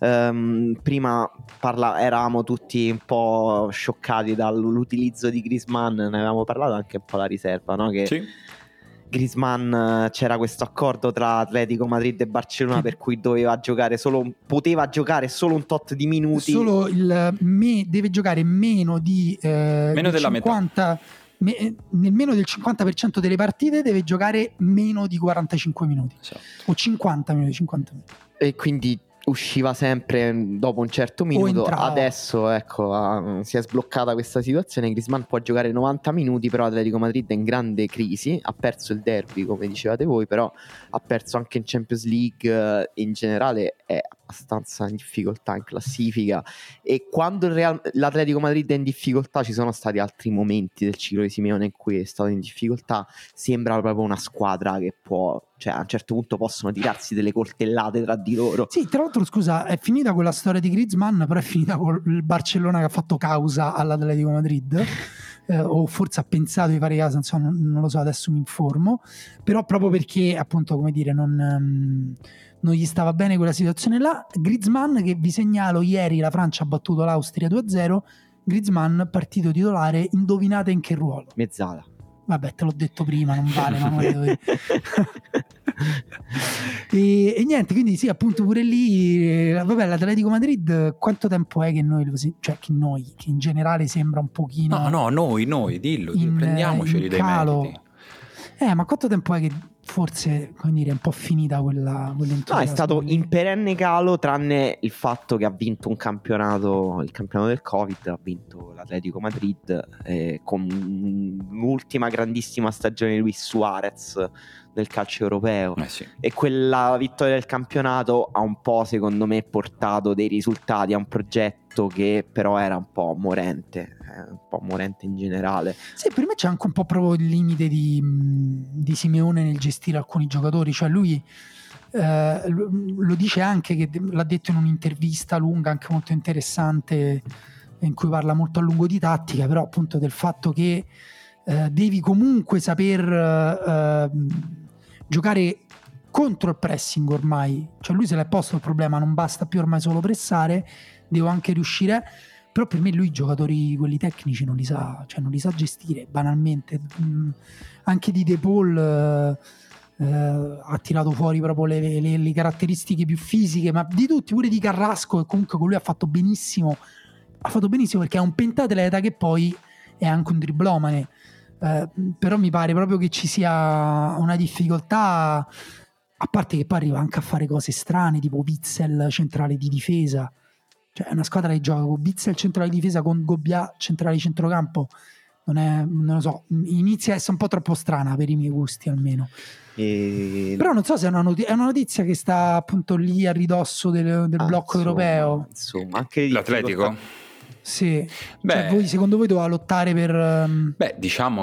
prima eravamo tutti un po' scioccati dall'utilizzo di Griezmann, ne avevamo parlato anche un po' alla riserva, no? Che sì. Griezmann, c'era questo accordo tra Atletico Madrid e Barcellona per cui poteva giocare solo un tot di minuti, solo deve giocare meno di meno della 50 nel meno del 50% delle partite deve giocare meno di 45 minuti, esatto. O 50 minuti. E quindi usciva sempre dopo un certo minuto. Adesso ecco si è sbloccata questa situazione. Griezmann può giocare 90 minuti, però Atletico Madrid è in grande crisi, ha perso il derby come dicevate voi, però ha perso anche in Champions League, in generale è abbastanza in difficoltà in classifica, e quando l'Atletico Madrid è in difficoltà ci sono stati altri momenti del ciclo di Simeone in cui è stato in difficoltà, sembra proprio una squadra che può, cioè a un certo punto possono tirarsi delle coltellate tra di loro. Sì, tra l'altro scusa, è finita quella storia di Griezmann, però è finita con il Barcellona che ha fatto causa all'Atletico Madrid o forse ha pensato di fare causa, insomma non lo so, adesso mi informo, però proprio perché appunto, come dire, non gli stava bene quella situazione là. Griezmann, che vi segnalo, ieri la Francia ha battuto l'Austria 2-0, Griezmann partito titolare, indovinate in che ruolo? Mezzala. Vabbè, te l'ho detto prima, non vale, Manuele. e niente, quindi sì, appunto pure lì, vabbè, l'Atletico Madrid, quanto tempo è che noi, che in generale sembra un pochino... No, noi, dillo, prendiamoceli dei meriti. Ma quanto tempo è che forse, come dire, è un po' finita quell'entusiasmo? No, è stato in perenne calo, tranne il fatto che ha vinto un campionato, il campionato del Covid, ha vinto l'Atletico Madrid con un'ultima grandissima stagione di Luis Suarez del calcio europeo, sì. E quella vittoria del campionato ha un po', secondo me, portato dei risultati a un progetto che però era un po' morente in generale. Sì, per me c'è anche un po' proprio il limite di Simeone nel gestire alcuni giocatori, cioè lui lo dice anche, che l'ha detto in un'intervista lunga, anche molto interessante, in cui parla molto a lungo di tattica, però appunto del fatto che devi comunque saper giocare contro il pressing ormai, cioè lui se l'è posto il problema, non basta più ormai solo pressare, devo anche riuscire. però per me lui i giocatori quelli tecnici non li sa, cioè non li sa gestire banalmente. Anche di De Paul ha tirato fuori proprio le caratteristiche più fisiche, ma di tutti, pure di Carrasco, che comunque con lui ha fatto benissimo perché è un pentatleta che poi è anche un driblomane. Però mi pare proprio che ci sia una difficoltà, a parte che poi arriva anche a fare cose strane, tipo Witsel centrale di difesa, cioè è una squadra che gioca con Witsel centrale di difesa, con Gobbia centrale di centrocampo, non lo so, inizia a essere un po' troppo strana per i miei gusti almeno. Però non so se è una notizia che sta appunto lì a ridosso del blocco europeo. Insomma, anche l'Atletico? Sì. Cioè, secondo voi doveva lottare per... diciamo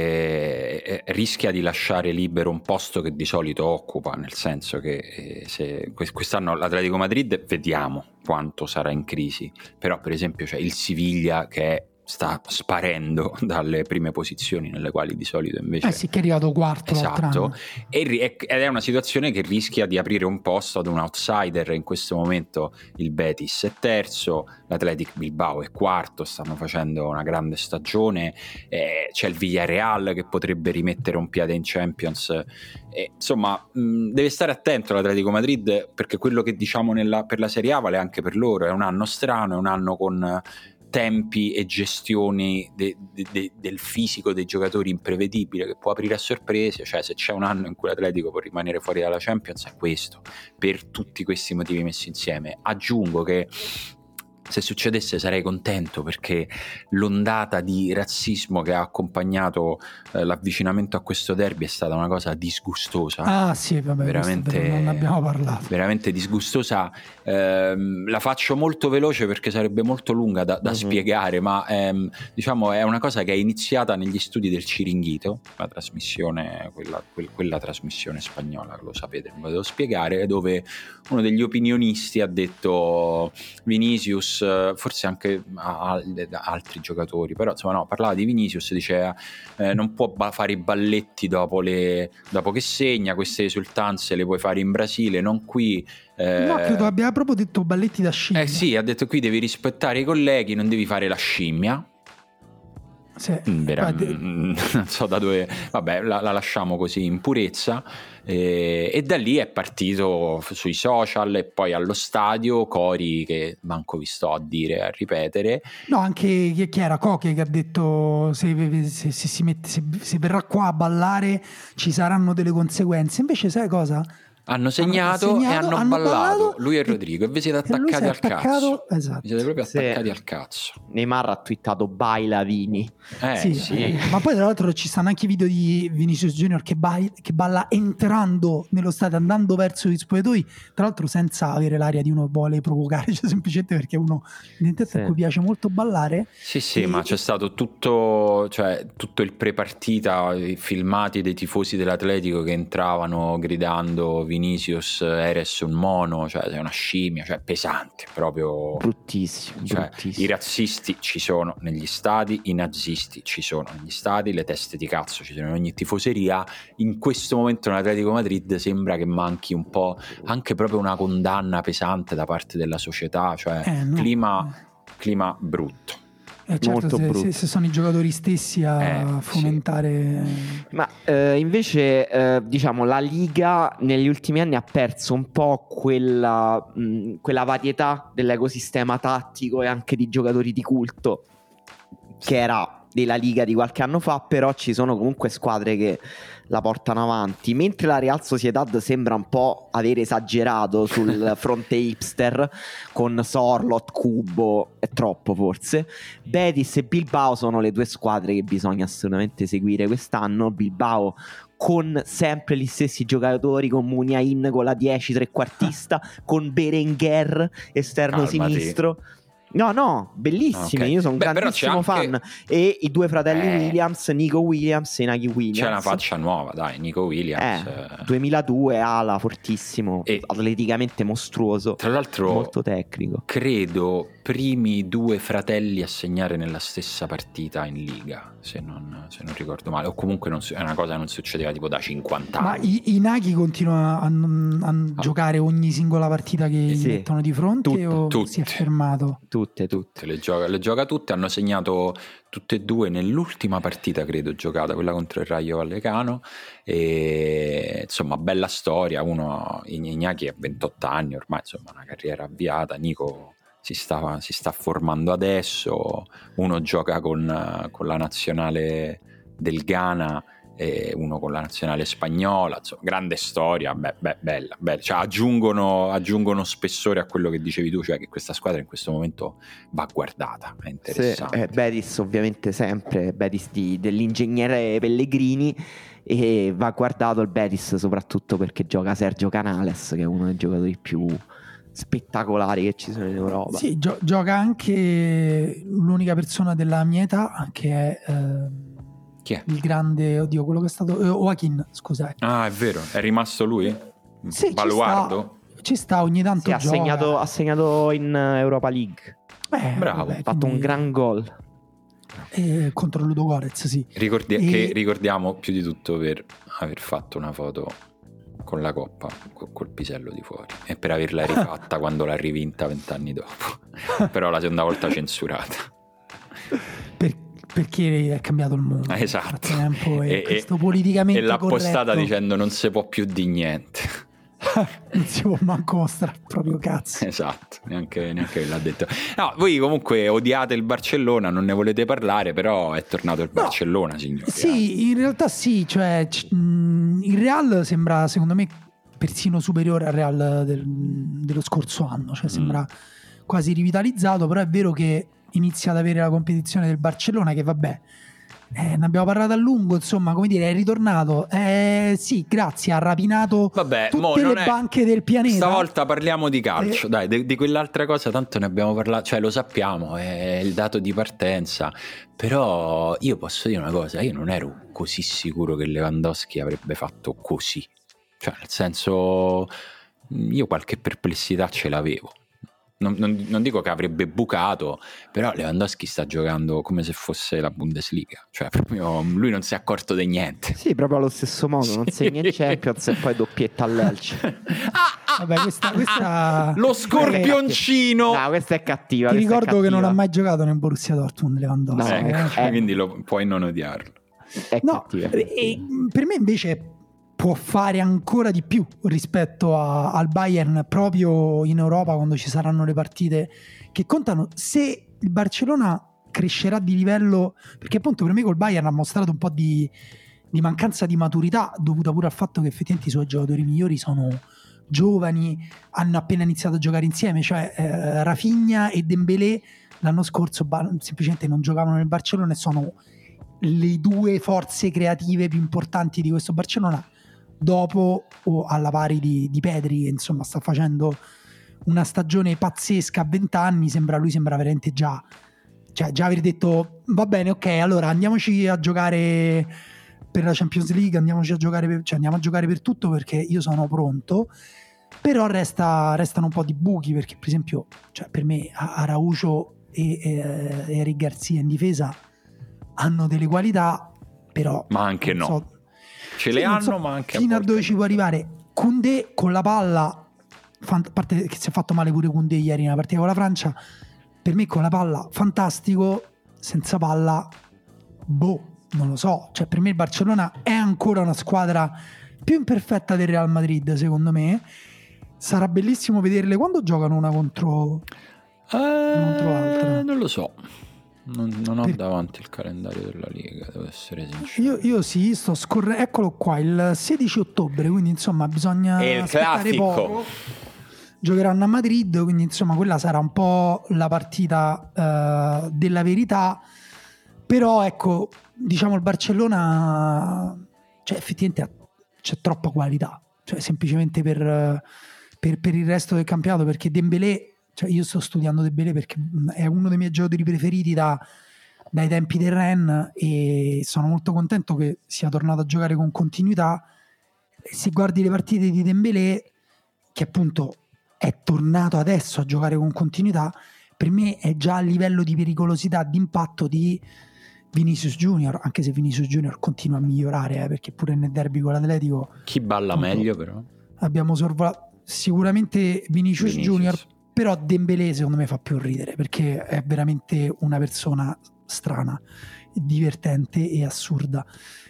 che rischia di lasciare libero un posto che di solito occupa, nel senso che se quest'anno l'Atletico Madrid vediamo quanto sarà in crisi, però per esempio c'è il Siviglia che sta sparendo dalle prime posizioni nelle quali di solito invece sì, che è arrivato quarto. Esatto, ed è una situazione che rischia di aprire un posto ad un outsider. In questo momento il Betis è terzo, l'Athletic Bilbao è quarto, stanno facendo una grande stagione, c'è il Villarreal che potrebbe rimettere un piede in Champions, insomma deve stare attento l'Atletico Madrid, perché quello che diciamo per la Serie A vale anche per loro. È un anno strano, è un anno con tempi e gestioni del fisico dei giocatori imprevedibile, che può aprire a sorprese. Cioè, se c'è un anno in cui l'Atletico può rimanere fuori dalla Champions è questo, per tutti questi motivi messi insieme. Aggiungo che se succedesse sarei contento, perché l'ondata di razzismo che ha accompagnato l'avvicinamento a questo derby è stata una cosa disgustosa. Sì, vabbè, veramente, non ne abbiamo parlato. Veramente disgustosa. La faccio molto veloce perché sarebbe molto lunga da spiegare, ma diciamo è una cosa che è iniziata negli studi del Ciringhito, la trasmissione, quella trasmissione spagnola, lo sapete, non ve lo devo spiegare, dove uno degli opinionisti ha detto Vinicius, forse anche altri giocatori, però insomma no, parlava di Vinicius, diceva non può fare i balletti dopo che segna, queste esultanze le puoi fare in Brasile, non qui. No, credo abbia proprio detto balletti da scimmia. Sì, ha detto qui devi rispettare i colleghi, non devi fare la scimmia. Sì. Non so da dove, vabbè, la lasciamo così in purezza, e da lì è partito sui social e poi allo stadio cori che manco vi sto a ripetere. No, anche chi era Coche che ha detto se verrà qua a ballare ci saranno delle conseguenze. Invece sai cosa? Hanno segnato e hanno ballato lui e Rodrigo, e vi siete attaccati al cazzo. Esatto. Vi siete proprio attaccati al cazzo. Neymar ha twittato baila Vini. Sì. Ma poi tra l'altro ci stanno anche i video di Vinicius Junior che balla entrando nello stadio, andando verso gli spogliatoi, tra l'altro senza avere l'aria di uno che vuole provocare, cioè semplicemente perché uno a cui piace molto ballare. Sì, ma c'è stato tutto il prepartita, i filmati dei tifosi dell'Atletico che entravano gridando Vinicius eres un mono, cioè sei una scimmia, cioè pesante, proprio bruttissimo, cioè, bruttissimo. I razzisti ci sono negli stadi, i nazisti ci sono negli stadi, le teste di cazzo ci sono in ogni tifoseria. In questo momento nell'Atletico Madrid sembra che manchi un po' anche proprio una condanna pesante da parte della società, cioè clima brutto. Certo, se sono i giocatori stessi a fomentare. Ma invece diciamo la Liga negli ultimi anni ha perso un po' quella varietà dell'ecosistema tattico e anche di giocatori di culto che era della Liga di qualche anno fa, però ci sono comunque squadre che la portano avanti, mentre la Real Sociedad sembra un po' aver esagerato sul fronte hipster con Sorlot, Kubo, è troppo forse. Betis e Bilbao sono le due squadre che bisogna assolutamente seguire quest'anno. Bilbao con sempre gli stessi giocatori, con Muniain con la 10 trequartista, con Berenguer esterno sinistro. No, bellissimi, okay. Io sono un grandissimo fan. E i due fratelli Williams, Nico Williams e Inaki Williams. C'è una faccia nuova, dai, Nico Williams 2002, ala, fortissimo, atleticamente mostruoso. Tra l'altro molto tecnico. Credo primi due fratelli a segnare nella stessa partita in Liga, se non ricordo male, o comunque è una cosa che non succedeva tipo da 50 anni. Ma Inaki continua a giocare ogni singola partita che gli mettono di fronte, o si è fermato? Tutte. Le gioca tutte, hanno segnato tutte e due nell'ultima partita, credo, giocata, quella contro il Rayo Vallecano, e insomma bella storia. Uno, Iñaki, ha 28 anni ormai, insomma una carriera avviata. Nico si sta formando adesso, uno gioca con la nazionale del Ghana e uno con la nazionale spagnola, insomma, grande storia, bella. Cioè, aggiungono spessore a quello che dicevi tu, cioè che questa squadra in questo momento va guardata, è interessante. Betis ovviamente sempre, Betis dell'ingegnere Pellegrini, e va guardato il Betis soprattutto perché gioca Sergio Canales, che è uno dei giocatori più spettacolari che ci sono in Europa. Sì, gioca anche l'unica persona della mia età, che è Chi è? il grande, oddio, quello che è stato Joaquin, scusa. Ah, è vero, è rimasto lui? Sì, Baluardo? ci sta ogni tanto, sì, ha segnato in Europa League. Bravo, vabbè, ha fatto un gran gol contro Ludogorets, sì. Che ricordiamo più di tutto per aver fatto una foto con la coppa col pisello di fuori e per averla rifatta quando l'ha rivinta 20 anni dopo, però la seconda volta censurata perché è cambiato il mondo, esatto, tempo, e questo politicamente e l'ha corretto, postata dicendo non si può più di niente. non si può manco mostrare il proprio cazzo. Esatto, neanche l'ha detto. No, voi comunque odiate il Barcellona, non ne volete parlare, però è tornato il Barcellona, signori. Sì, in realtà sì, cioè il Real sembra secondo me persino superiore al Real dello scorso anno, cioè sembra quasi rivitalizzato, però è vero che inizia ad avere la competizione del Barcellona, che vabbè, ne abbiamo parlato a lungo, insomma, come dire, è ritornato, sì, grazie, ha rapinato tutte le banche del pianeta. Stavolta parliamo di calcio, dai, di quell'altra cosa tanto ne abbiamo parlato, cioè lo sappiamo, è il dato di partenza, però io posso dire una cosa, io non ero così sicuro che Lewandowski avrebbe fatto così, cioè nel senso, io qualche perplessità ce l'avevo. Non dico che avrebbe bucato, però Lewandowski sta giocando come se fosse la Bundesliga, cioè proprio lui non si è accorto di niente. Sì, proprio allo stesso modo, non segna in Champions e poi doppietta all'Elche. Vabbè, questa lo scorpioncino. No, questa è cattiva. Ti ricordo che non ha mai giocato nel Borussia Dortmund Lewandowski, quindi puoi non odiarlo. È cattiva. E per me invece può fare ancora di più rispetto al Bayern proprio in Europa, quando ci saranno le partite che contano, se il Barcellona crescerà di livello, perché appunto per me col Bayern ha mostrato un po' di mancanza di maturità, dovuta pure al fatto che effettivamente i suoi giocatori migliori sono giovani, hanno appena iniziato a giocare insieme, cioè Rafinha e Dembélé l'anno scorso semplicemente non giocavano nel Barcellona e sono le due forze creative più importanti di questo Barcellona, dopo o alla pari di Pedri, che insomma sta facendo una stagione pazzesca a 20 anni, lui sembra veramente già aver detto va bene, ok, allora andiamoci a giocare per la Champions League, andiamo a giocare per tutto, perché io sono pronto. Però restano un po' di buchi, perché per esempio, cioè, per me Araujo e Eric Garcia in difesa hanno delle qualità, però ma anche no. Le hanno, ma anche fino a dove ci può arrivare. Koundé con la palla, a parte che si è fatto male pure Koundé ieri nella partita con la Francia, per me con la palla fantastico, senza palla non lo so, cioè per me il Barcellona è ancora una squadra più imperfetta del Real Madrid, secondo me. Sarà bellissimo vederle quando giocano una contro l'altra, non lo so. Non ho davanti il calendario della Liga, devo essere sincero. Io sì, sto scorrendo, eccolo qua, il 16 ottobre, quindi insomma bisogna aspettare poco. Giocheranno a Madrid, quindi insomma quella sarà un po' la partita della verità. Però ecco, diciamo il Barcellona, cioè effettivamente c'è troppa qualità, cioè semplicemente per il resto del campionato, perché Dembélé, cioè io sto studiando Dembélé perché è uno dei miei giocatori preferiti dai tempi del Rennes, e sono molto contento che sia tornato a giocare con continuità. E se guardi le partite di Dembélé, che appunto è tornato adesso a giocare con continuità, per me è già a livello di pericolosità, di impatto di Vinicius Junior, anche se Vinicius Junior continua a migliorare, perché pure nel derby con l'Atletico chi balla meglio, però abbiamo sorvolato sicuramente Vinicius Junior, Però Dembélé secondo me fa più ridere, perché è veramente una persona strana, divertente e assurda,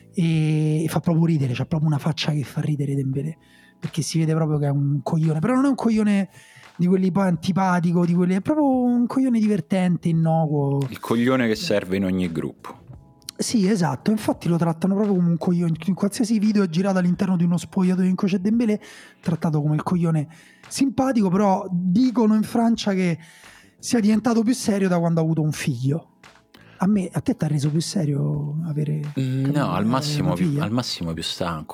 e fa proprio ridere, c'ha proprio una faccia che fa ridere Dembélé, perché si vede proprio che è un coglione, però non è un coglione di quelli poi antipatico, di quelli, è proprio un coglione divertente, innocuo. Il coglione che serve in ogni gruppo. Sì, esatto, infatti lo trattano proprio come un coglione. In qualsiasi video girato all'interno di uno spogliatoio in cui c'è Dembélé, trattato come il coglione simpatico, però dicono in Francia che sia diventato più serio da quando ha avuto un figlio. A te ti ha reso più serio avere No, al massimo una più stanco.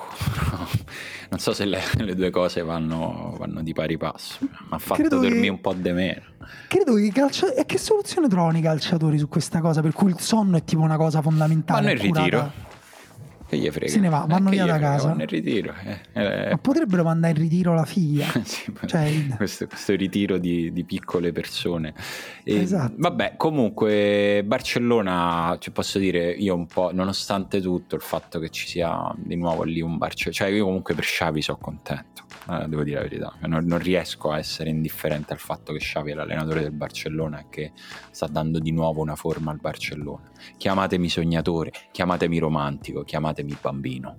Non so se le due cose vanno di pari passo. Mi ha fatto dormire un po' di meno. Credo che e che soluzione trovano i calciatori su questa cosa, per cui il sonno è tipo una cosa fondamentale? Vanno in ritiro. Che gli frega? Se ne va, vanno via da casa. Vanno in ritiro. Ma potrebbero mandare in ritiro la figlia. Sì, cioè, questo ritiro di piccole persone. Esatto. Vabbè, comunque Barcellona, ci posso dire, io un po', nonostante tutto il fatto che ci sia di nuovo lì un Barcellona, cioè io comunque per Xavi sono contento, devo dire la verità, non riesco a essere indifferente al fatto che Xavi è l'allenatore del Barcellona e che sta dando di nuovo una forma al Barcellona. Chiamatemi sognatore, chiamatemi romantico, chiamatemi bambino.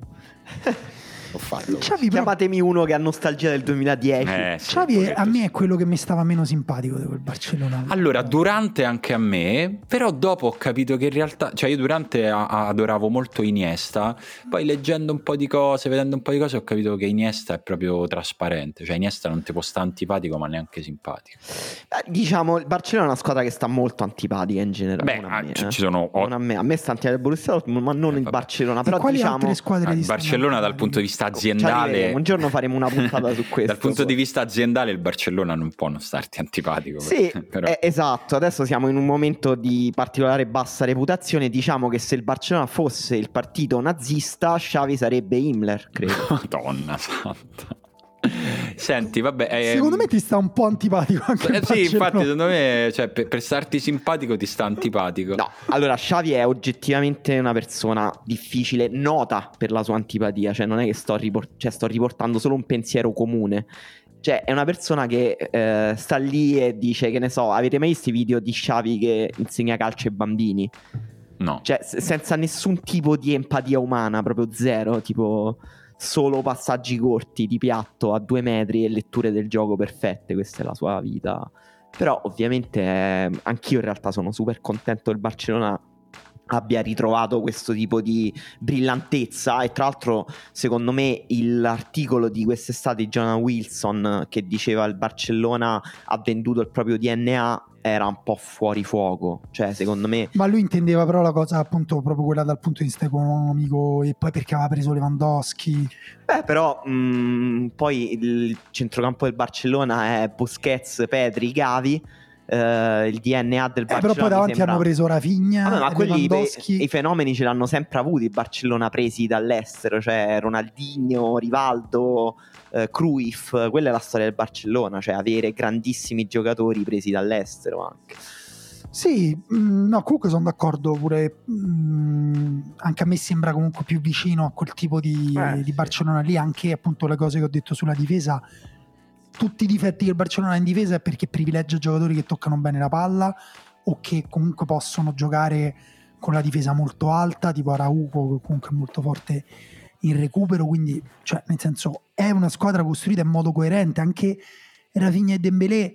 Ho fatto. Chiamatemi uno che ha nostalgia del 2010. Sì, Xavi a me è quello che mi stava meno simpatico di quel Barcellona. Allora, Durante anche a me, però dopo ho capito che in realtà, cioè io Durante adoravo molto Iniesta, poi leggendo un po' di cose, vedendo un po' di cose, ho capito che Iniesta è proprio trasparente, cioè Iniesta non ti può stare antipatico ma neanche simpatico. Diciamo, il Barcellona è una squadra che sta molto antipatica in generale. Beh, ci sono non a me sta antipatica il Borussia Dortmund, ma non il Barcellona. Però quali diciamo altre squadre il Barcellona dal punto di vista aziendale, un giorno faremo una puntata su questo. Dal punto di vista aziendale il Barcellona non può non starti antipatico. Sì, però. Esatto, adesso siamo in un momento di particolare bassa reputazione. Diciamo che se il Barcellona fosse il partito nazista, Xavi sarebbe Himmler, credo. Madonna santa. Senti, vabbè, secondo me ti sta un po' antipatico anche sì, infatti secondo me, cioè, per starti simpatico ti sta antipatico. No, allora Xavi è oggettivamente una persona difficile, nota per la sua antipatia. Cioè non è che sto riportando solo un pensiero comune. Cioè è una persona che sta lì e dice, che ne so, avete mai visto i video di Xavi che insegna calcio ai bambini? No. Cioè senza nessun tipo di empatia umana, proprio zero, tipo solo passaggi corti di piatto a 2 metri e letture del gioco perfette. Questa è la sua vita. Però ovviamente anch'io in realtà sono super contento del Barcellona abbia ritrovato questo tipo di brillantezza. E tra l'altro secondo me l'articolo di quest'estate di Jonah Wilson che diceva il Barcellona ha venduto il proprio DNA era un po' fuori fuoco, cioè secondo me. Ma lui intendeva però la cosa appunto proprio quella dal punto di vista economico, e poi perché aveva preso Lewandowski. Però poi il centrocampo del Barcellona è Busquets, Pedri, Gavi. Il DNA del Barcellona, però poi davanti hanno preso Rafinha, ma quelli Lewandowski. I fenomeni ce l'hanno sempre avuti il Barcellona, presi dall'estero, cioè Ronaldinho, Rivaldo, Cruyff. Quella è la storia del Barcellona, cioè avere grandissimi giocatori presi dall'estero anche. Sì, no, comunque sono d'accordo pure. Anche a me sembra comunque più vicino a quel tipo di Barcellona lì. Anche appunto le cose che ho detto sulla difesa, tutti i difetti che il Barcellona ha in difesa è perché privilegia giocatori che toccano bene la palla o che comunque possono giocare con la difesa molto alta, tipo Araujo, che comunque è molto forte in recupero. Quindi, cioè, nel senso, è una squadra costruita in modo coerente. Anche Rafinha e Dembélé,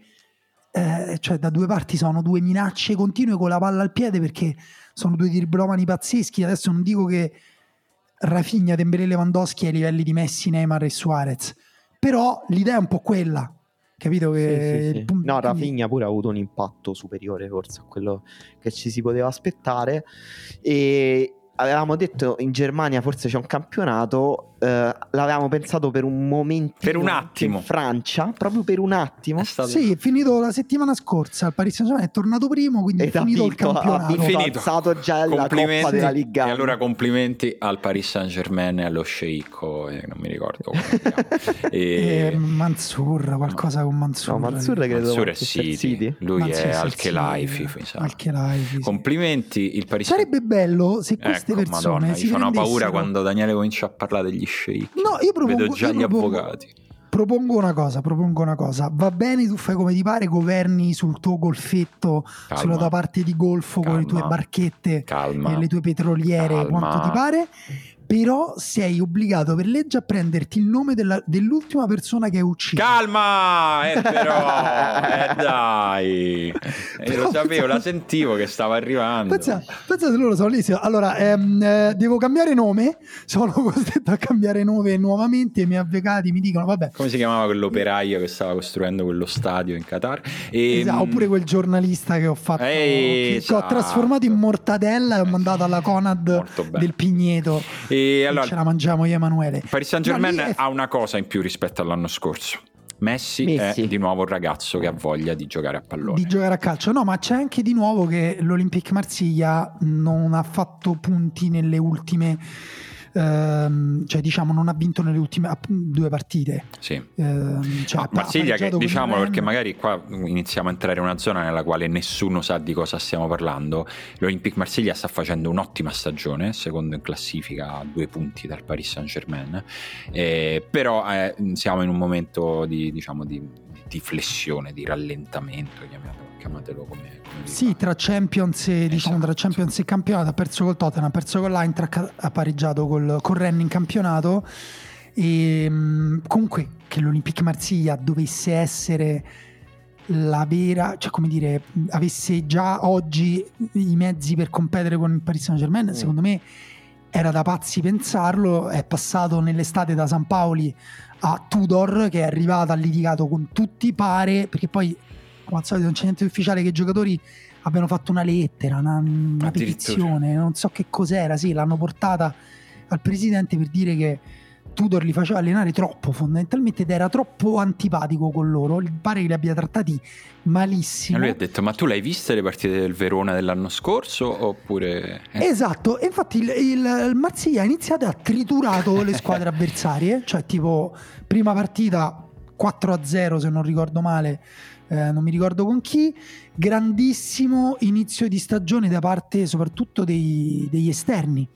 cioè da due parti sono due minacce continue con la palla al piede, perché sono due driblomani pazzeschi. Adesso non dico che Rafinha, Dembélé, Lewandowski ai livelli di Messi, Neymar e Suarez, però l'idea è un po' quella, capito? Che sì. No, Rafinha pure ha avuto un impatto superiore forse a quello che ci si poteva aspettare. E avevamo detto in Germania forse c'è un campionato, l'avevamo pensato per un momento, per un attimo, in Francia, proprio per un attimo. Sì, è finito la settimana scorsa, il Paris Saint-Germain è tornato primo, quindi è finito il campionato. Ha alzato già la Coppa della Liga. E allora complimenti al Paris Saint-Germain e allo sceicco, non mi ricordo come Mansur, qualcosa con Mansur. No, Mansur credo Mansur è City. Lui Manchester è Al-Khelaifi, Al-Khelaifi, complimenti. Il Paris sarebbe bello se queste persone Madonna, io ho una paura quando Daniele comincia a parlare degli sceicchi. No, io propongo, vedo già gli avvocati. Propongo una cosa, va bene, tu fai come ti pare, governi sul tuo golfetto, sulla tua parte di golfo, con le tue barchette e le tue petroliere, quanto ti pare, però sei obbligato per legge a prenderti il nome dell'ultima persona che hai ucciso. Calma, però, dai, lo sapevo, la sentivo che stava arrivando. Pensate, loro sono lì. Allora, devo cambiare nome, sono costretto a cambiare nome nuovamente, i miei avvocati mi dicono, vabbè. Come si chiamava quell'operaio che stava costruendo quello stadio in Qatar? Esatto, oppure quel giornalista che ho fatto, che ho trasformato in mortadella e ho mandato alla Conad del Pigneto. E allora, ce la mangiamo io e Emanuele. Paris Saint-Germain ha una cosa in più rispetto all'anno scorso. Messi è di nuovo un ragazzo che ha voglia di giocare a pallone, di giocare a calcio. No, ma c'è anche di nuovo che l'Olympique Marsiglia non ha fatto punti nelle ultime, cioè diciamo non ha vinto nelle ultime 2 partite. Sì. Marsiglia, che diciamolo perché magari qua iniziamo a entrare in una zona nella quale nessuno sa di cosa stiamo parlando. L'Olympique Marsiglia sta facendo un'ottima stagione, secondo in classifica a 2 punti dal Paris Saint-Germain, però siamo in un momento di flessione, di rallentamento, chiamatelo come sì, tra Champions e tra Champions e campionato. Ha perso col Tottenham, ha perso con l'Eintracht, ha pareggiato col Rennes in campionato. E comunque che l'Olympique Marsiglia dovesse essere la vera, cioè come dire, avesse già oggi i mezzi per competere con il Paris Saint-Germain, secondo me era da pazzi pensarlo. È passato nell'estate da San Paoli a Tudor, che è arrivato, ha litigato con tutti, pare, perché poi come al solito non c'è niente di ufficiale, che i giocatori abbiano fatto una lettera, una petizione, non so che cos'era, sì, l'hanno portata al presidente per dire che Tudor li faceva allenare troppo, fondamentalmente, ed era troppo antipatico con loro, pare che li abbia trattati malissimo. E lui ha detto: ma tu l'hai viste le partite del Verona dell'anno scorso oppure... Esatto, e infatti il Marsiglia ha iniziato, ha triturato le squadre avversarie, cioè tipo prima partita 4-0 se non ricordo male, non mi ricordo con chi, grandissimo inizio di stagione da parte soprattutto degli esterni,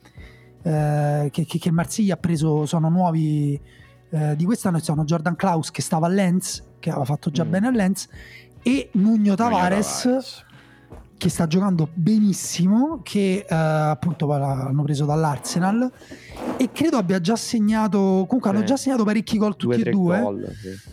che il Marsiglia ha preso, sono nuovi di quest'anno, sono Jordan Klaus che stava a Lens, che aveva fatto già bene a Lens, e Nuno Tavares che sta giocando benissimo, che appunto l'hanno preso dall'Arsenal e credo abbia già segnato, comunque hanno già segnato parecchi gol tutti e due. Gol, sì.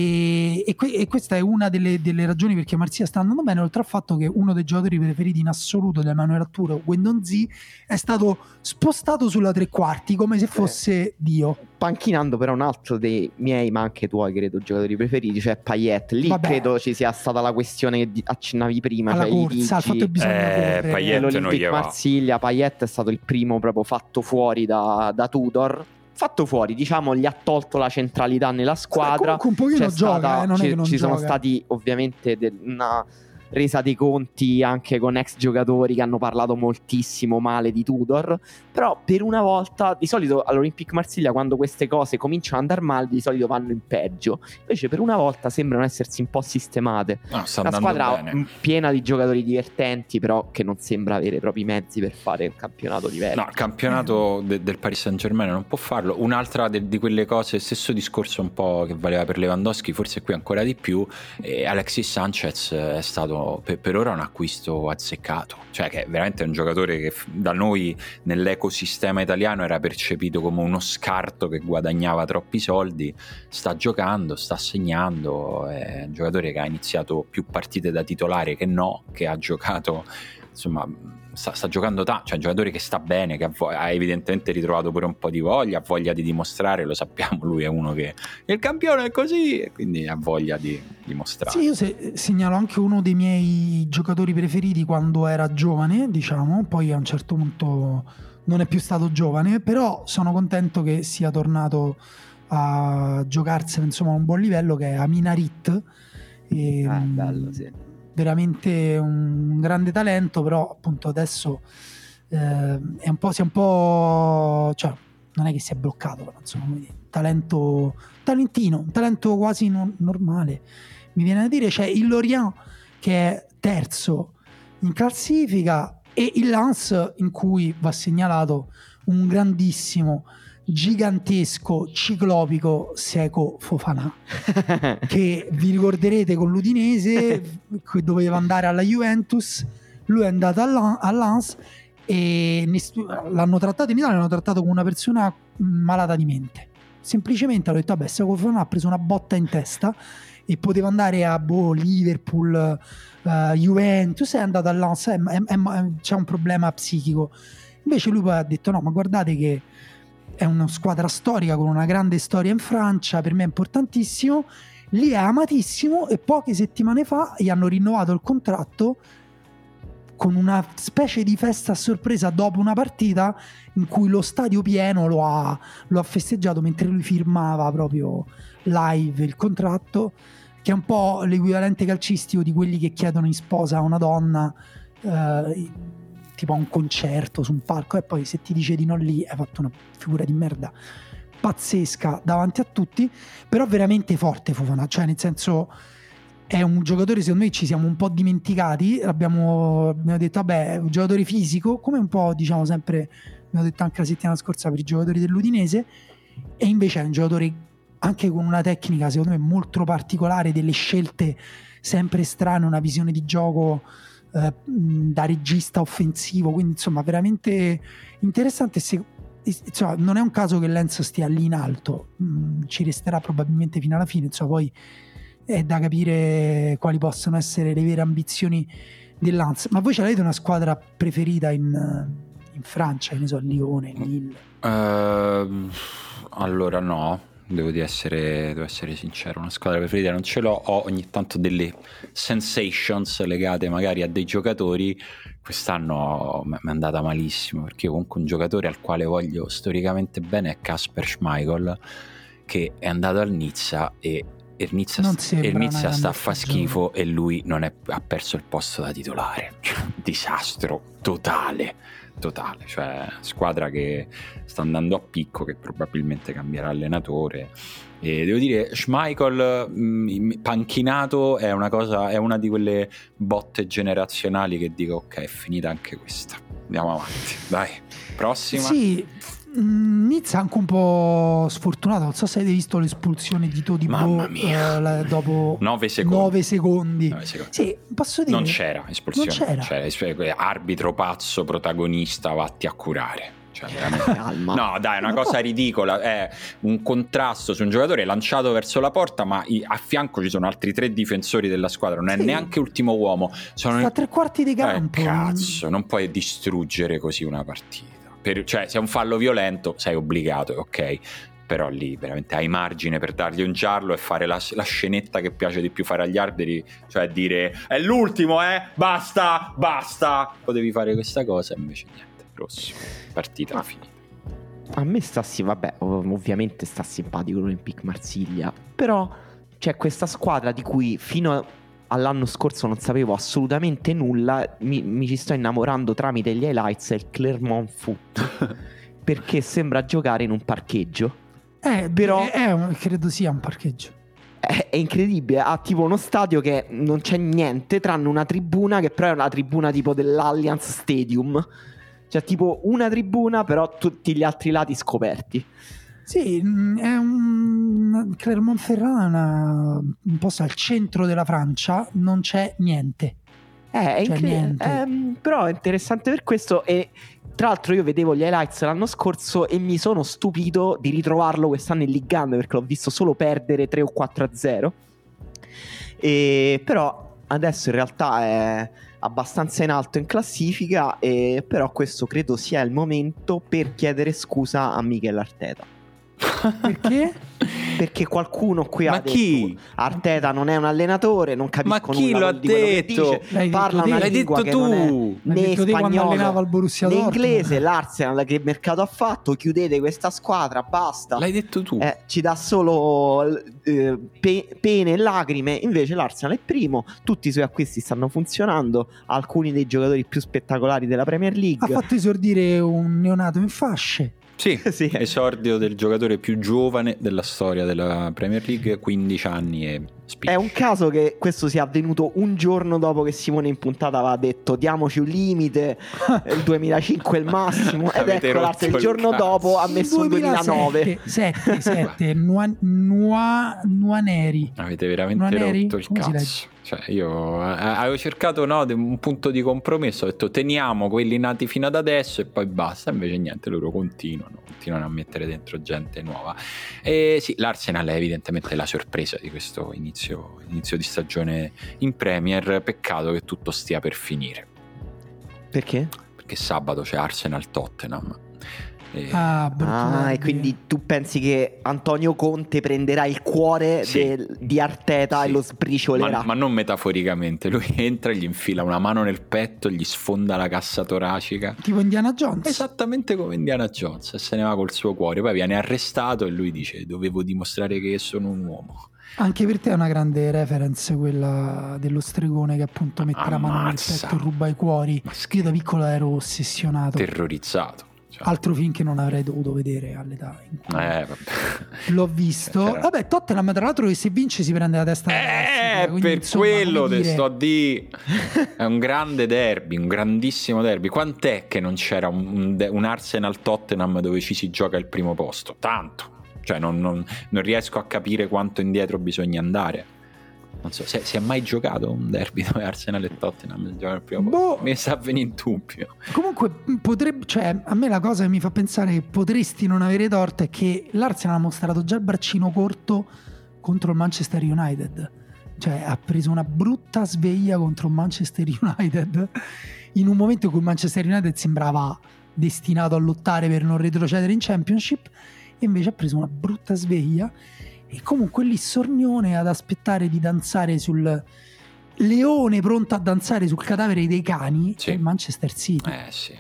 E questa è una delle ragioni perché Marsiglia sta andando bene, oltre al fatto che uno dei giocatori preferiti in assoluto di Emanuele Arturo, Guendouzi, è stato spostato sulla tre quarti come se fosse Dio, panchinando però un altro dei miei, ma anche tuoi credo, giocatori preferiti, cioè Payet. Lì credo ci sia stata la questione che accennavi prima, alla cioè corsa, al fatto che bisogna correre. L'Olympique Marsiglia, Payet è stato il primo proprio fatto fuori da Tudor. Fatto fuori, diciamo, gli ha tolto la centralità nella squadra. Comunque un pochino gioca, non è che non ci gioca. Sono stati ovviamente una resa dei conti anche con ex giocatori che hanno parlato moltissimo male di Tudor, però per una volta, di solito all'Olympique Marsiglia quando queste cose cominciano ad andare male di solito vanno in peggio, invece per una volta sembrano essersi un po' sistemate. La squadra piena di giocatori divertenti, però che non sembra avere proprio i mezzi per fare un campionato diverso. No, il campionato del Paris Saint-Germain non può farlo. Un'altra di quelle cose, stesso discorso un po' che valeva per Lewandowski, forse qui ancora di più, Alexis Sanchez è stato per ora un acquisto azzeccato, cioè che è veramente un giocatore che da noi nell'ecosistema italiano era percepito come uno scarto che guadagnava troppi soldi. Sta giocando, sta segnando, è un giocatore che ha iniziato più partite da titolare che no, che ha giocato, insomma sta giocando tanto, cioè un giocatore che sta bene, che ha evidentemente ritrovato pure un po' di voglia, ha voglia di dimostrare, lo sappiamo, lui è uno che il campione è così e quindi ha voglia di dimostrare. Sì, io segnalo anche uno dei miei giocatori preferiti quando era giovane, diciamo, poi a un certo punto non è più stato giovane, però sono contento che sia tornato a giocarsene insomma a un buon livello, che è Amin Harit. Bello, sì. Veramente un grande talento, però appunto adesso è un po', cioè non è che si è bloccato, però insomma talentino, un talento quasi normale, mi viene da dire. C'è il Lorient che è terzo in classifica e il Lens, in cui va segnalato un grandissimo gigantesco, ciclopico Seko Fofana, che vi ricorderete con l'Udinese che doveva andare alla Juventus, lui è andato all'Ans e l'hanno trattato in Italia, l'hanno trattato come una persona malata di mente. Semplicemente hanno detto vabbè, Seko Fofana ha preso una botta in testa e poteva andare a Liverpool, Juventus, è andato all'Ans, c'è un problema psichico. Invece lui poi ha detto no, ma guardate che è una squadra storica con una grande storia in Francia, per me è importantissimo, lì è amatissimo, e poche settimane fa gli hanno rinnovato il contratto con una specie di festa a sorpresa dopo una partita in cui lo stadio pieno lo ha festeggiato mentre lui firmava proprio live il contratto, che è un po' l'equivalente calcistico di quelli che chiedono in sposa a una donna tipo a un concerto su un palco, e poi se ti dice di no lì hai fatto una figura di merda pazzesca davanti a tutti. Però veramente forte Fofana, cioè nel senso è un giocatore, secondo me ci siamo un po' dimenticati, abbiamo detto vabbè è un giocatore fisico, come un po' diciamo sempre, abbiamo detto anche la settimana scorsa per i giocatori dell'Udinese, e invece è un giocatore anche con una tecnica secondo me molto particolare, delle scelte sempre strane, una visione di gioco da regista offensivo, quindi insomma veramente interessante. Insomma, non è un caso che Lens stia lì in alto, ci resterà probabilmente fino alla fine, insomma poi è da capire quali possono essere le vere ambizioni dell'Lens. Ma voi ce l'avete una squadra preferita in Francia, che ne so, Lione, Lille? Allora no, devo essere sincero, una squadra preferita non ce l'ho, ho ogni tanto delle sensations legate magari a dei giocatori. Quest'anno mi è andata malissimo, perché comunque un giocatore al quale voglio storicamente bene è Kasper Schmeichel, che è andato al Nizza e il Nizza sta a fa schifo e lui ha perso il posto da titolare. Disastro totale, cioè squadra che sta andando a picco, che probabilmente cambierà allenatore. E devo dire, Schmeichel panchinato è una di quelle botte generazionali che dico ok, è finita anche questa, andiamo avanti, dai, prossima. Sì, Nizza anche un po' sfortunato, non so se avete visto l'espulsione di Todibo dopo 9 secondi. Sì, posso dire, non c'era espulsione, c'era arbitro pazzo, protagonista, vatti a curare. Cioè, veramente. No dai, è una cosa ridicola, è un contrasto su un giocatore lanciato verso la porta, ma a fianco ci sono altri 3 difensori della squadra, non è neanche ultimo uomo, sono a 3/4 di campo. Cazzo, non puoi distruggere così una partita. Cioè, se è un fallo violento sei obbligato, ok, però lì veramente hai margine per dargli un giallo e fare la scenetta che piace di più fare agli arbitri, cioè dire è l'ultimo, basta, potevi fare questa cosa, invece niente, rosso, partita finita. A me ovviamente sta simpatico l'Olympique Marsiglia, però c'è questa squadra di cui fino all'anno scorso non sapevo assolutamente nulla, mi ci sto innamorando tramite gli highlights, è il Clermont Foot, perché sembra giocare in un parcheggio. Però credo sia un parcheggio. È incredibile, ha tipo uno stadio che non c'è niente tranne una tribuna, che però è una tribuna tipo dell'Allianz Stadium, cioè tipo una tribuna però tutti gli altri lati scoperti. Sì, è un Clermont-Ferrand, un posto al centro della Francia, non c'è niente. Niente. Però è interessante per questo. E tra l'altro io vedevo gli highlights l'anno scorso e mi sono stupito di ritrovarlo quest'anno in Ligue 1, perché l'ho visto solo perdere 3 o 4-0. Però adesso in realtà è abbastanza in alto in classifica, però questo credo sia il momento per chiedere scusa a Mikel Arteta. Perché? Perché qualcuno qui ha detto Arteta non è un allenatore, non capisco nulla l'ha di quello che dice, parla una lingua che non è né spagnolo né inglese, l'Arsenal che mercato ha fatto, chiudete questa squadra, basta. L'hai detto tu. Ci dà solo pene e lacrime, invece l'Arsenal è primo, tutti i suoi acquisti stanno funzionando, alcuni dei giocatori più spettacolari della Premier League. Ha fatto esordire un neonato in fasce. Sì, esordio del giocatore più giovane della storia della Premier League, 15 anni e È un caso che questo sia avvenuto un giorno dopo che Simone in puntata aveva detto diamoci un limite, il 2005 è il massimo, ed Avete ecco l'altro il giorno dopo ha messo un 2009. 7 Nuaneri. Avete veramente Nuaneri? rotto il Come si cazzo. Cioè, io avevo cercato un punto di compromesso, ho detto teniamo quelli nati fino ad adesso e poi basta, invece niente, loro continuano a mettere dentro gente nuova. E sì, l'Arsenal è evidentemente la sorpresa di questo inizio di stagione in Premier. Peccato che tutto stia per finire. Perché? Perché sabato c'è Arsenal-Tottenham. E quindi tu pensi che Antonio Conte prenderà il cuore di Arteta e lo sbriciolerà? Ma non metaforicamente, lui entra, gli infila una mano nel petto, gli sfonda la cassa toracica, tipo Indiana Jones, esattamente come Indiana Jones, e se ne va col suo cuore. Poi viene arrestato e lui dice dovevo dimostrare che sono un uomo. Anche per te è una grande reference quella dello stregone che appunto mette la mano nel petto e ruba i cuori. Io da piccolo ero ossessionato, terrorizzato. Altro film che non avrei dovuto vedere all'età in cui vabbè. l'ho visto. Vabbè, Tottenham tra l'altro che se vince si prende la testa quindi, per insomma, quello te sto a dire è un grande derby, un grandissimo derby. Quant'è che non c'era un Arsenal Tottenham dove ci si gioca il primo posto? Tanto, cioè non riesco a capire quanto indietro bisogna andare. Non so, si è mai giocato un derby dove Arsenal e Tottenham giocano al primo posto? Mi sta venendo in dubbio. Comunque potrebbe, cioè a me la cosa che mi fa pensare che potresti non avere torto è che l'Arsenal ha mostrato già il braccino corto contro il Manchester United. Cioè ha preso una brutta sveglia contro il Manchester United in un momento in cui il Manchester United sembrava destinato a lottare per non retrocedere in Championship, e invece ha preso una brutta sveglia. E comunque lì Sornione ad aspettare di danzare sul leone pronto a danzare sul cadavere dei cani, sì. Il Manchester City. Sì.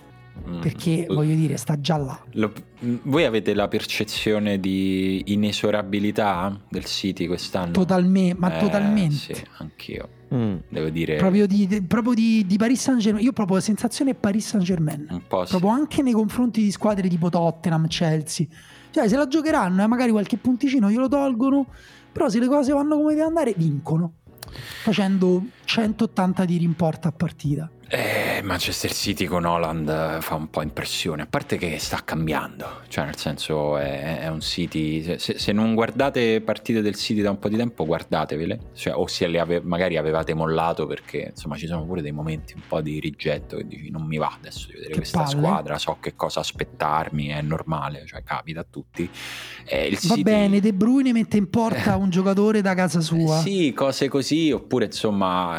Perché voglio dire, sta già là. Voi avete la percezione di inesorabilità del City quest'anno? Totalmente. Sì, anch'io. Devo dire proprio di Paris Saint-Germain. Io proprio sensazione Paris Saint-Germain. Un po' proprio anche nei confronti di squadre tipo Tottenham, Chelsea. Cioè se la giocheranno e magari qualche punticino glielo tolgono, però se le cose vanno come deve andare vincono, facendo 180 tiri in porta a partita. Manchester City con Haaland fa un po' impressione, a parte che sta cambiando, cioè nel senso è un City, se non guardate partite del City da un po' di tempo guardatevele, cioè, o se magari avevate mollato, perché insomma ci sono pure dei momenti un po' di rigetto che dici non mi va adesso di vedere questa squadra, so che cosa aspettarmi, è normale, cioè capita a tutti. Il Va City... bene, De Bruyne mette in porta un giocatore da casa sua. Sì, cose così, oppure insomma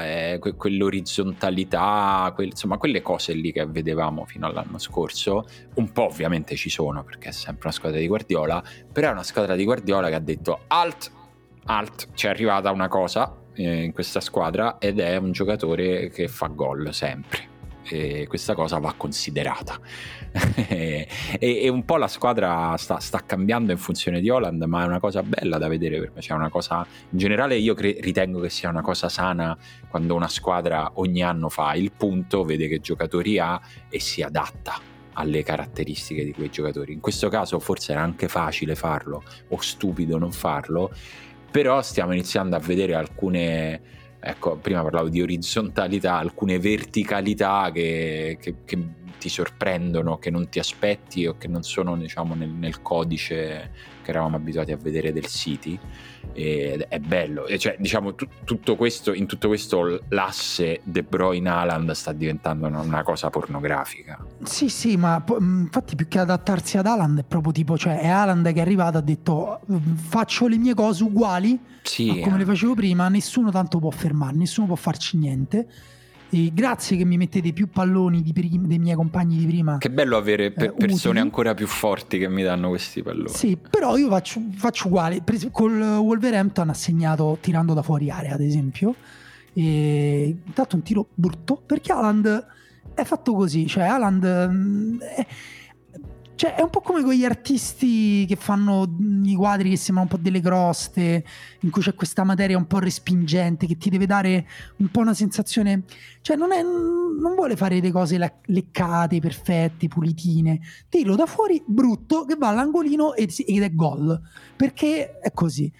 quell'orizzontalità, insomma quelle cose lì che vedevamo fino all'anno scorso, un po' ovviamente ci sono perché è sempre una squadra di Guardiola, però è una squadra di Guardiola che ha detto alt, c'è arrivata una cosa in questa squadra ed è un giocatore che fa gol sempre. E questa cosa va considerata e un po' la squadra sta cambiando in funzione di Haaland, ma è una cosa bella da vedere, perché c'è una cosa in generale, io ritengo che sia una cosa sana quando una squadra ogni anno fa il punto, vede che giocatori ha e si adatta alle caratteristiche di quei giocatori. In questo caso forse era anche facile farlo o stupido non farlo, però stiamo iniziando a vedere alcune, ecco, prima parlavo di orizzontalità, alcune verticalità che ti sorprendono, che non ti aspetti o che non sono, diciamo, nel codice che eravamo abituati a vedere del City, ed è bello. E cioè, diciamo, tutto questo, in tutto questo l'asse De Bruyne-Haaland sta diventando una cosa pornografica. Sì, ma infatti più che adattarsi ad Haaland è proprio tipo, cioè è Haaland che è arrivato, ha detto faccio le mie cose uguali a come le facevo prima, nessuno tanto può fermarmi, nessuno può farci niente. E grazie che mi mettete più palloni dei miei compagni di prima. Che bello avere persone ancora più forti che mi danno questi palloni. Sì, però io faccio uguale. Col Wolverhampton ha segnato tirando da fuori area, ad esempio, e intanto un tiro brutto, perché Haaland è fatto così. Cioè Haaland è un po' come quegli artisti che fanno i quadri che sembrano un po' delle croste, in cui c'è questa materia un po' respingente che ti deve dare un po' una sensazione, cioè non vuole fare le cose leccate, perfette, pulitine, tiro da fuori brutto che va all'angolino ed è gol, perché è così.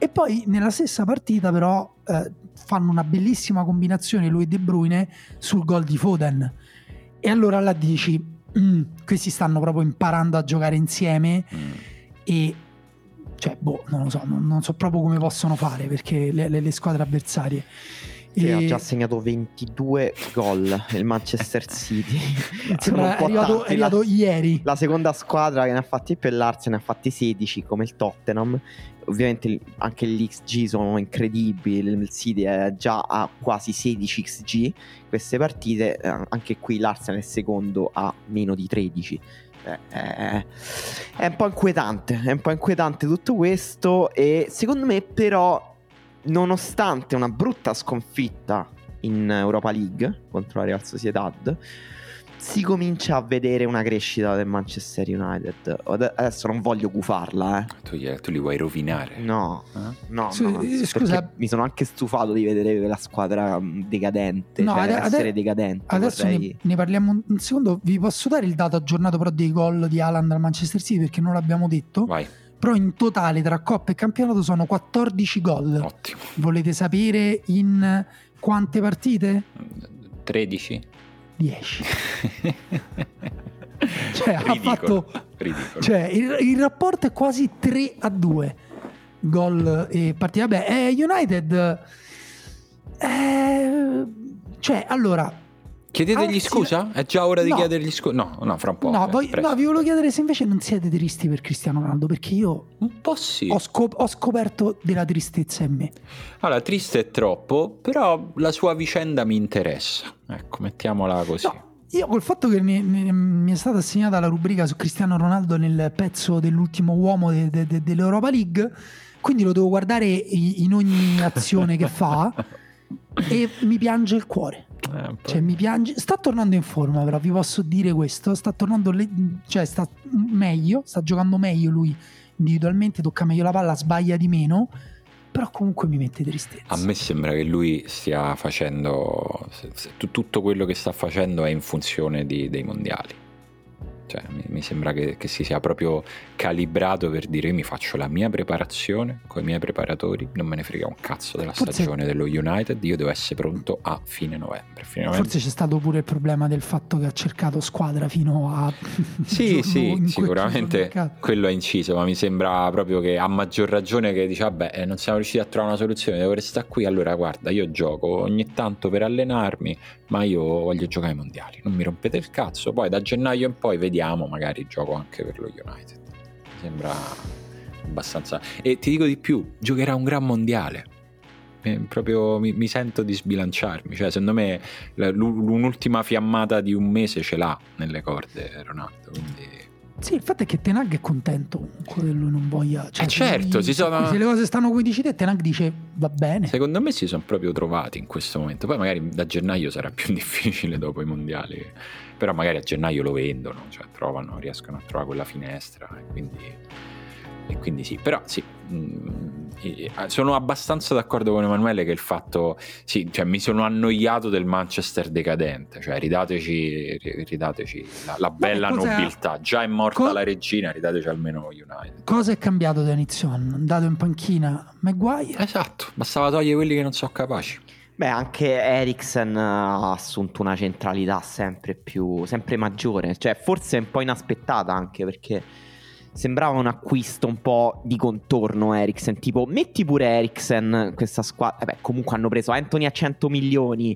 E poi nella stessa partita però fanno una bellissima combinazione lui e De Bruyne sul gol di Foden, e allora là dici questi stanno proprio imparando a giocare insieme e cioè non lo so, non so proprio come possono fare, perché le squadre avversarie ha già segnato 22 gol il Manchester City. Sembra è arrivato ieri. La seconda squadra che ne ha fatti più è l'Arsenal, ne ha fatti 16 come il Tottenham. Ovviamente anche gli XG sono incredibili, il City è già a quasi 16 XG queste partite, anche qui l'Arsenal è secondo a meno di 13. È un po' inquietante tutto questo, e secondo me però, nonostante una brutta sconfitta in Europa League contro la Real Sociedad, si comincia a vedere una crescita del Manchester United. Adesso non voglio gufarla, Tu li vuoi rovinare? No, scusa, mi sono anche stufato di vedere la squadra decadente, essere decadente. Adesso ne parliamo un secondo. Vi posso dare il dato aggiornato però dei gol di Haaland al Manchester City, perché non l'abbiamo detto. Vai. Però in totale tra Coppa e campionato sono 14 gol. Ottimo. Volete sapere in quante partite? 13? 10. Cioè Ridicolo, ha fatto ridicolo. Cioè il rapporto è quasi 3-2 gol e partita. Vabbè, United cioè allora chiedetegli scusa? È già ora di chiedergli scusa? No, fra un po'. No, vi volevo chiedere se invece non siete tristi per Cristiano Ronaldo, perché io un po' sì. Ho scoperto della tristezza in me. Allora, triste è troppo, però la sua vicenda mi interessa. Ecco, mettiamola così. No, io col fatto che mi è stata assegnata la rubrica su Cristiano Ronaldo nel pezzo dell'ultimo uomo dell'Europa League, quindi lo devo guardare in ogni azione che fa e mi piange il cuore. Cioè mi piange. Sta tornando in forma, però vi posso dire questo. Sta tornando sta meglio, sta giocando meglio lui individualmente, tocca meglio la palla, sbaglia di meno, però comunque mi mette tristezza. A me sembra che lui stia facendo tutto quello che sta facendo è in funzione dei mondiali. Cioè, mi sembra che si sia proprio calibrato per dire: io mi faccio la mia preparazione con i miei preparatori, non me ne frega un cazzo della stagione dello United, io devo essere pronto a fine novembre. Forse c'è stato pure il problema del fatto che ha cercato squadra fino a sì, sicuramente quello ha inciso, ma mi sembra proprio che a maggior ragione che dice: vabbè, non siamo riusciti a trovare una soluzione, devo restare qui, allora guarda, io gioco ogni tanto per allenarmi, ma io voglio giocare ai mondiali, non mi rompete il cazzo, poi da gennaio in poi vediamo, magari gioco anche per lo United. Mi sembra abbastanza, e ti dico di più, giocherà un gran mondiale. Proprio mi sento di sbilanciarmi, cioè secondo me un'ultima fiammata di un mese ce l'ha nelle corde Ronaldo, quindi sì, il fatto è che Ten Hag è contento comunque che lui non voglia, cioè, certo, se le cose stanno come dici te, Ten Hag dice va bene. Secondo me si sono proprio trovati in questo momento, poi magari da gennaio sarà più difficile dopo i mondiali, però magari a gennaio lo vendono, cioè riescono a trovare quella finestra, e quindi sì, però sì, sono abbastanza d'accordo con Emanuele che il fatto, sì, cioè mi sono annoiato del Manchester decadente, cioè ridateci la bella nobiltà, già è morta la regina, ridateci almeno United. Cosa è cambiato da inizio anno? Andato in panchina Maguire? Esatto, bastava togliere quelli che non sono capaci. Beh, anche Eriksen ha assunto una centralità sempre maggiore, cioè forse un po' inaspettata, anche perché sembrava un acquisto un po' di contorno Eriksen, tipo metti pure Eriksen questa squadra, comunque hanno preso Anthony a 100 milioni,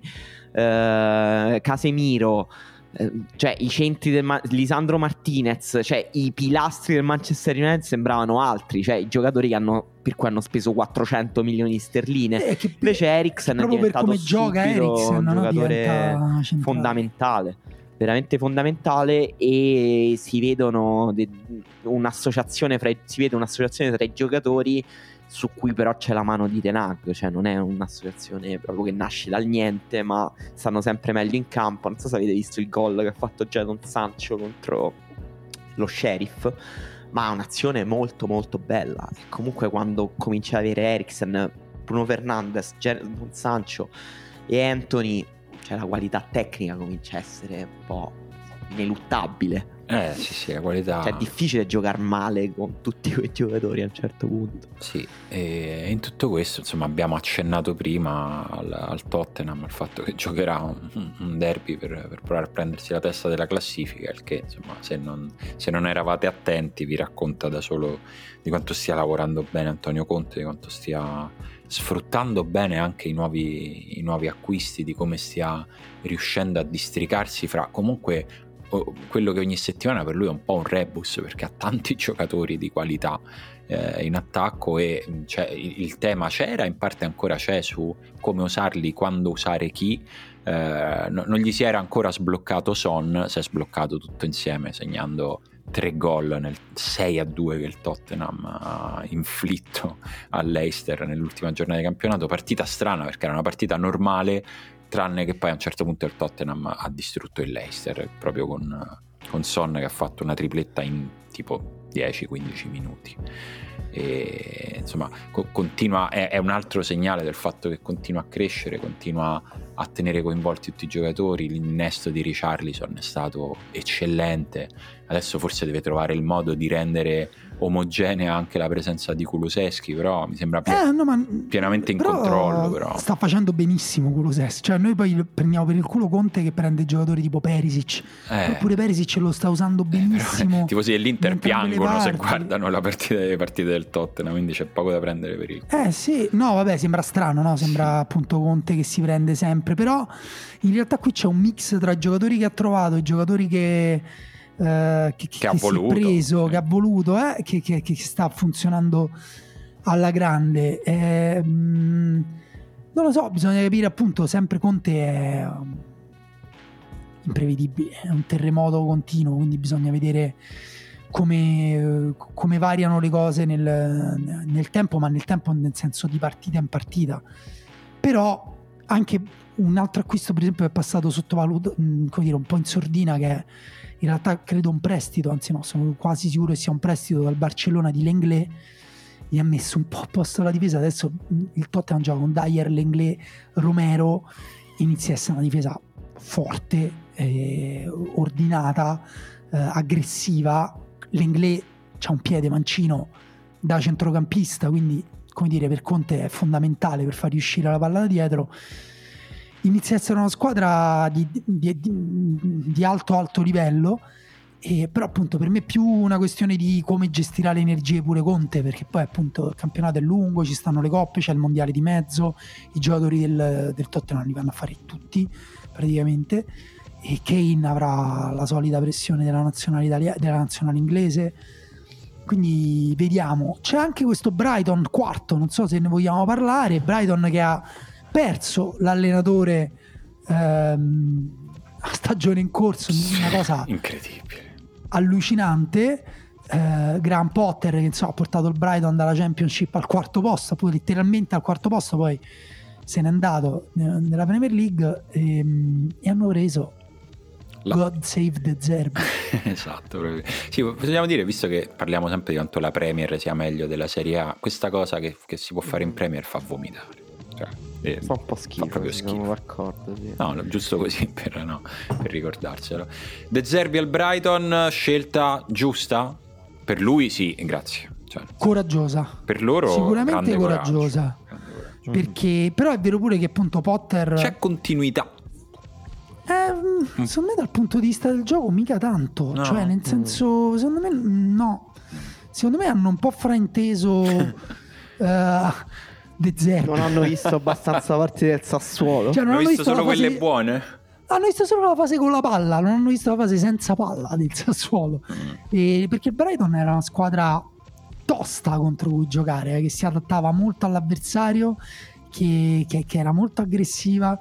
Casemiro, cioè i centri Lisandro Martinez, cioè i pilastri del Manchester United sembravano altri, cioè i giocatori per cui hanno speso 400 milioni di sterline, invece Eriksen è diventato un giocatore fondamentale, veramente fondamentale, e si vedono un'associazione tra i giocatori su cui però c'è la mano di Ten Hag, cioè non è un'associazione proprio che nasce dal niente, ma stanno sempre meglio in campo. Non so se avete visto il gol che ha fatto Jadon Sancho contro lo Sheriff, ma è un'azione molto molto bella, e comunque quando cominci ad avere Eriksen, Bruno Fernandes, Jadon Sancho e Anthony, cioè la qualità tecnica comincia a essere un po' ineluttabile. Sì, la qualità. Cioè è difficile giocare male con tutti quei giocatori a un certo punto. Sì, e in tutto questo, insomma, abbiamo accennato prima al Tottenham, al fatto che giocherà un derby per provare a prendersi la testa della classifica, il che, insomma, se non eravate attenti, vi racconta da solo di quanto stia lavorando bene Antonio Conte, di quanto stia sfruttando bene anche i nuovi acquisti, di come stia riuscendo a districarsi fra comunque quello che ogni settimana per lui è un po' un rebus, perché ha tanti giocatori di qualità in attacco, e cioè, il tema c'era, in parte ancora c'è, su come usarli, quando usare chi. Non gli si era ancora sbloccato Son, si è sbloccato tutto insieme segnando 3 gol nel 6-2 che il Tottenham ha inflitto all'Leicester nell'ultima giornata di campionato. Partita strana, perché era una partita normale, tranne che poi a un certo punto il Tottenham ha distrutto il Leicester proprio con Son che ha fatto una tripletta in tipo 10-15 minuti. E insomma continua, è un altro segnale del fatto che continua a crescere, continua a tenere coinvolti tutti i giocatori. L'innesto di Richarlison è stato eccellente, adesso forse deve trovare il modo di rendere omogenea anche la presenza di Kulusevski, però mi sembra pienamente in controllo. Però sta facendo benissimo Kulusevski, cioè noi poi prendiamo per il culo Conte che prende giocatori tipo Perisic, oppure Perisic lo sta usando benissimo. I tifosi dell'Inter piangono se guardano le partite del Tottenham, quindi c'è poco da prendere per il culo. Sì, no vabbè, sembra strano, no? Sembra appunto Conte che si prende sempre, però in realtà qui c'è un mix tra i giocatori che ha trovato, i giocatori che ha voluto, si è preso, che ha voluto, che sta funzionando alla grande. Non lo so, bisogna capire, appunto, sempre Conte è imprevedibile, è un terremoto continuo, quindi bisogna vedere come variano le cose nel tempo, ma nel tempo nel senso di partita in partita. Però anche un altro acquisto, per esempio, è passato sottovalutato, come dire, un po' in sordina, che è in realtà credo un prestito, anzi no, sono quasi sicuro che sia un prestito dal Barcellona di Lenglet. Gli ha messo un po' a posto la difesa. Adesso il Tottenham gioca con Dyer, Lenglet, Romero, inizia a essere una difesa forte, ordinata, aggressiva. Lenglet c'ha un piede mancino da centrocampista, quindi, come dire, per Conte è fondamentale per far riuscire la palla da dietro. Inizia a essere una squadra di alto livello, però appunto per me è più una questione di come gestirà le energie pure Conte, perché poi appunto il campionato è lungo, ci stanno le coppe, c'è il mondiale di mezzo, i giocatori del Tottenham li vanno a fare tutti praticamente, e Kane avrà la solita pressione della nazionale inglese, quindi vediamo. C'è anche questo Brighton quarto, non so se ne vogliamo parlare. Brighton che ha perso l'allenatore a stagione in corso, una cosa incredibile, allucinante. Graham Potter che insomma ha portato il Brighton dalla Championship al quarto posto, poi letteralmente al quarto posto, poi se n'è andato nella Premier League, e hanno preso God Save the Zerbi. Esatto, proprio. Sì, possiamo dire, visto che parliamo sempre di quanto la Premier sia meglio della Serie A, questa cosa che si può fare in Premier fa vomitare. Cioè, fa un po' schifo, fa proprio schifo. Sono d'accordo, sì. No, giusto così per ricordarselo. De Zerbi al Brighton, scelta giusta? Per lui sì, grazie. Cioè, coraggiosa. Per loro sicuramente coraggiosa. Perché però è vero pure che appunto Potter... C'è continuità. Secondo me dal punto di vista del gioco mica tanto, no. Cioè nel senso, secondo me no. Secondo me hanno un po' frainteso De Zerbi. Non hanno visto abbastanza partite del Sassuolo. Cioè, non hanno visto solo quelle buone. Hanno visto solo la fase con la palla, non hanno visto la fase senza palla del Sassuolo. Perché il Brighton era una squadra tosta contro cui giocare, che si adattava molto all'avversario, che era molto aggressiva.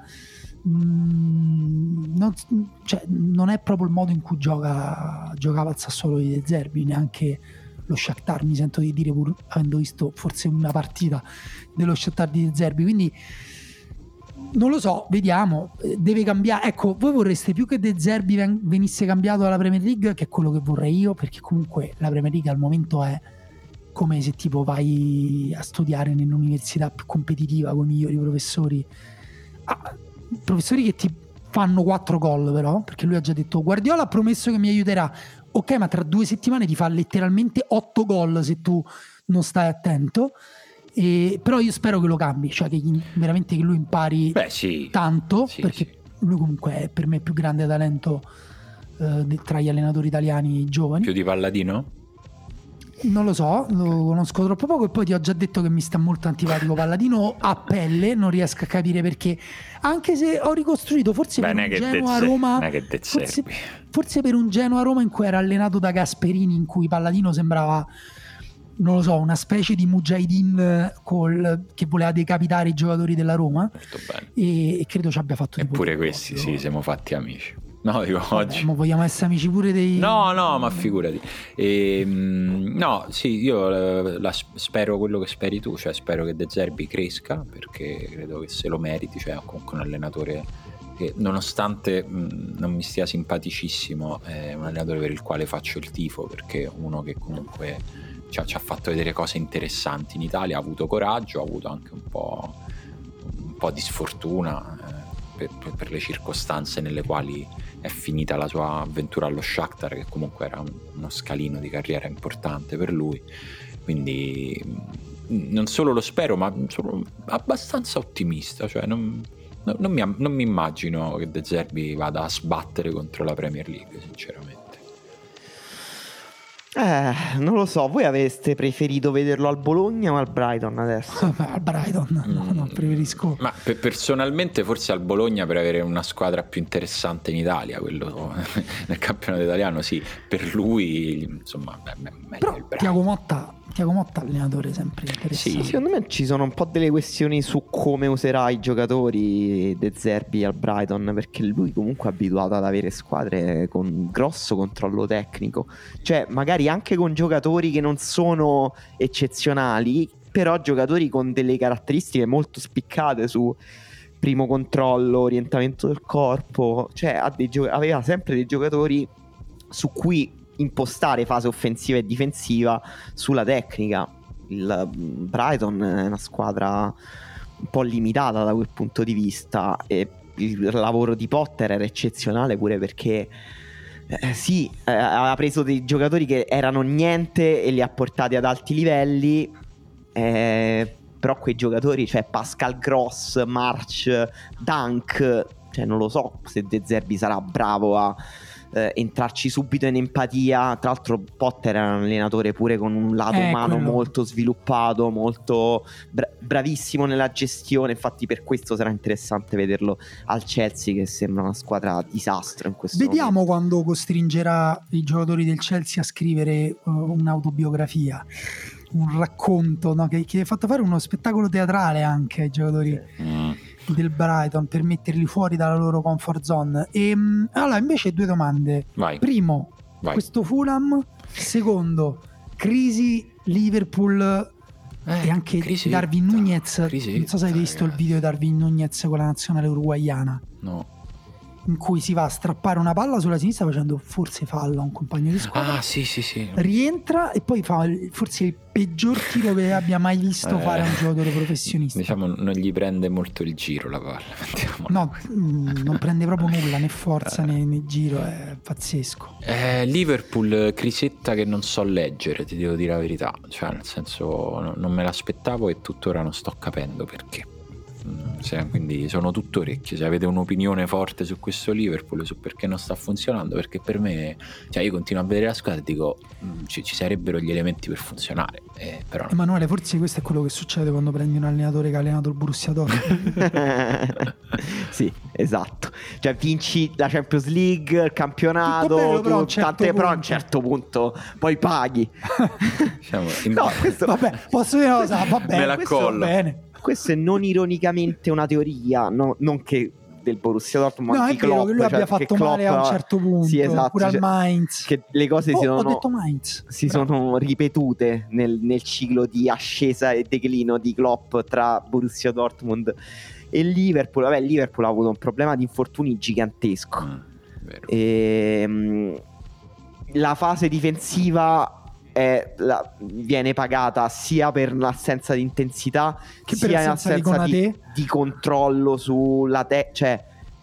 Non è proprio il modo in cui giocava il Sassuolo di De Zerbi, neanche lo Shakhtar, mi sento di dire, pur avendo visto forse una partita dello Shakhtar di De Zerbi, quindi non lo so, vediamo, deve cambiare. Ecco, voi vorreste più che De Zerbi venisse cambiato dalla Premier League, che è quello che vorrei io, perché comunque la Premier League al momento è come se tipo vai a studiare nell'università più competitiva con i migliori professori, professori che ti fanno 4 gol, però, perché lui ha già detto: Guardiola ha promesso che mi aiuterà, ok, ma tra 2 settimane ti fa letteralmente 8 gol se tu non stai attento. Però io spero che lo cambi, cioè che veramente che lui impari tanto, perché lui comunque è per me il più grande talento tra gli allenatori italiani giovani. Più di Palladino? Non lo so, lo conosco troppo poco, e poi ti ho già detto che mi sta molto antipatico Palladino a pelle, non riesco a capire perché, anche se ho ricostruito forse per un Genoa-Roma, forse per un Genoa-Roma in cui era allenato da Gasperini, in cui Palladino sembrava, non lo so, una specie di Mujahideen che voleva decapitare i giocatori della Roma, e credo ci abbia fatto eppure questi siamo fatti amici. No, dico, oggi. Ma vogliamo essere amici pure dei... No, ma figurati. No, sì, io spero quello che speri tu, cioè spero che De Zerbi cresca, perché credo che se lo meriti, cioè comunque un allenatore che, nonostante non mi stia simpaticissimo, è un allenatore per il quale faccio il tifo, perché è uno che comunque ci ha fatto vedere cose interessanti in Italia, ha avuto coraggio, ha avuto anche un po' di sfortuna per le circostanze nelle quali è finita la sua avventura allo Shakhtar, che comunque era uno scalino di carriera importante per lui. Quindi non solo lo spero, ma sono abbastanza ottimista, cioè non mi immagino che De Zerbi vada a sbattere contro la Premier League, sinceramente. Non lo so, voi avreste preferito vederlo al Bologna o al Brighton adesso? Al Brighton, no, preferisco. Ma personalmente forse al Bologna, per avere una squadra più interessante in Italia, quello nel campionato italiano, sì, per lui insomma meglio però il Brighton. Thiago Motta allenatore sempre interessante. Sì, secondo me ci sono un po' delle questioni su come userà i giocatori De Zerbi al Brighton, perché lui comunque è abituato ad avere squadre con grosso controllo tecnico, cioè magari anche con giocatori che non sono eccezionali, però giocatori con delle caratteristiche molto spiccate su primo controllo, orientamento del corpo, cioè aveva sempre dei giocatori su cui impostare fase offensiva e difensiva sulla tecnica. Il Brighton è una squadra un po' limitata da quel punto di vista, e il lavoro di Potter era eccezionale pure perché aveva preso dei giocatori che erano niente e li ha portati ad alti livelli, però quei giocatori, cioè Pascal Gross, March, Dunk, cioè non lo so se De Zerbi sarà bravo a entrarci subito in empatia. Tra l'altro Potter era un allenatore pure con un lato umano molto sviluppato, molto bravissimo nella gestione, infatti per questo sarà interessante vederlo al Chelsea, che sembra una squadra disastro in questo Vediamo momento. quando costringerà i giocatori del Chelsea a scrivere un'autobiografia, un racconto, no? che ha fatto fare uno spettacolo teatrale anche ai giocatori del Brighton per metterli fuori dalla loro comfort zone. E allora invece 2 domande. Vai. Primo, questo Fulham. Secondo, crisi Liverpool e anche Darwin Nunez. Non so se hai visto il video di Darwin Nunez con la nazionale uruguaiana. No. In cui si va a strappare una palla sulla sinistra facendo forse fallo a un compagno di squadra. Sì. Rientra e poi fa forse il peggior tiro che abbia mai visto fare un giocatore professionista. Diciamo non gli prende molto il giro la palla. No, non prende proprio nulla, né forza né giro, è pazzesco. Liverpool, crisetta che non so leggere, ti devo dire la verità, cioè nel senso non me l'aspettavo e tuttora non sto capendo perché. Quindi sono tutto orecchio. Se avete un'opinione forte su questo Liverpool, su perché non sta funzionando, perché per me, cioè io continuo a vedere la squadra e dico ci sarebbero gli elementi per funzionare, però no. Emanuele, forse questo è quello che succede quando prendi un allenatore che ha allenato il Borussia Dortmund. Sì, esatto, cioè vinci la Champions League, il campionato, bello, però però a un certo punto poi paghi. No, questo vabbè, posso dire una cosa, va bene, me la collo. Bene. Questo è non ironicamente una teoria, non che del Borussia Dortmund, ma di Klopp, che lui abbia fatto male a un certo punto, sì, esatto, pure al Mainz, che le cose si sono ripetute nel ciclo di ascesa e declino di Klopp tra Borussia Dortmund e Liverpool. Vabbè, Liverpool ha avuto un problema di infortuni gigantesco, la fase difensiva viene pagata sia per l'assenza di intensità che sia per l'assenza di controllo sulla cioè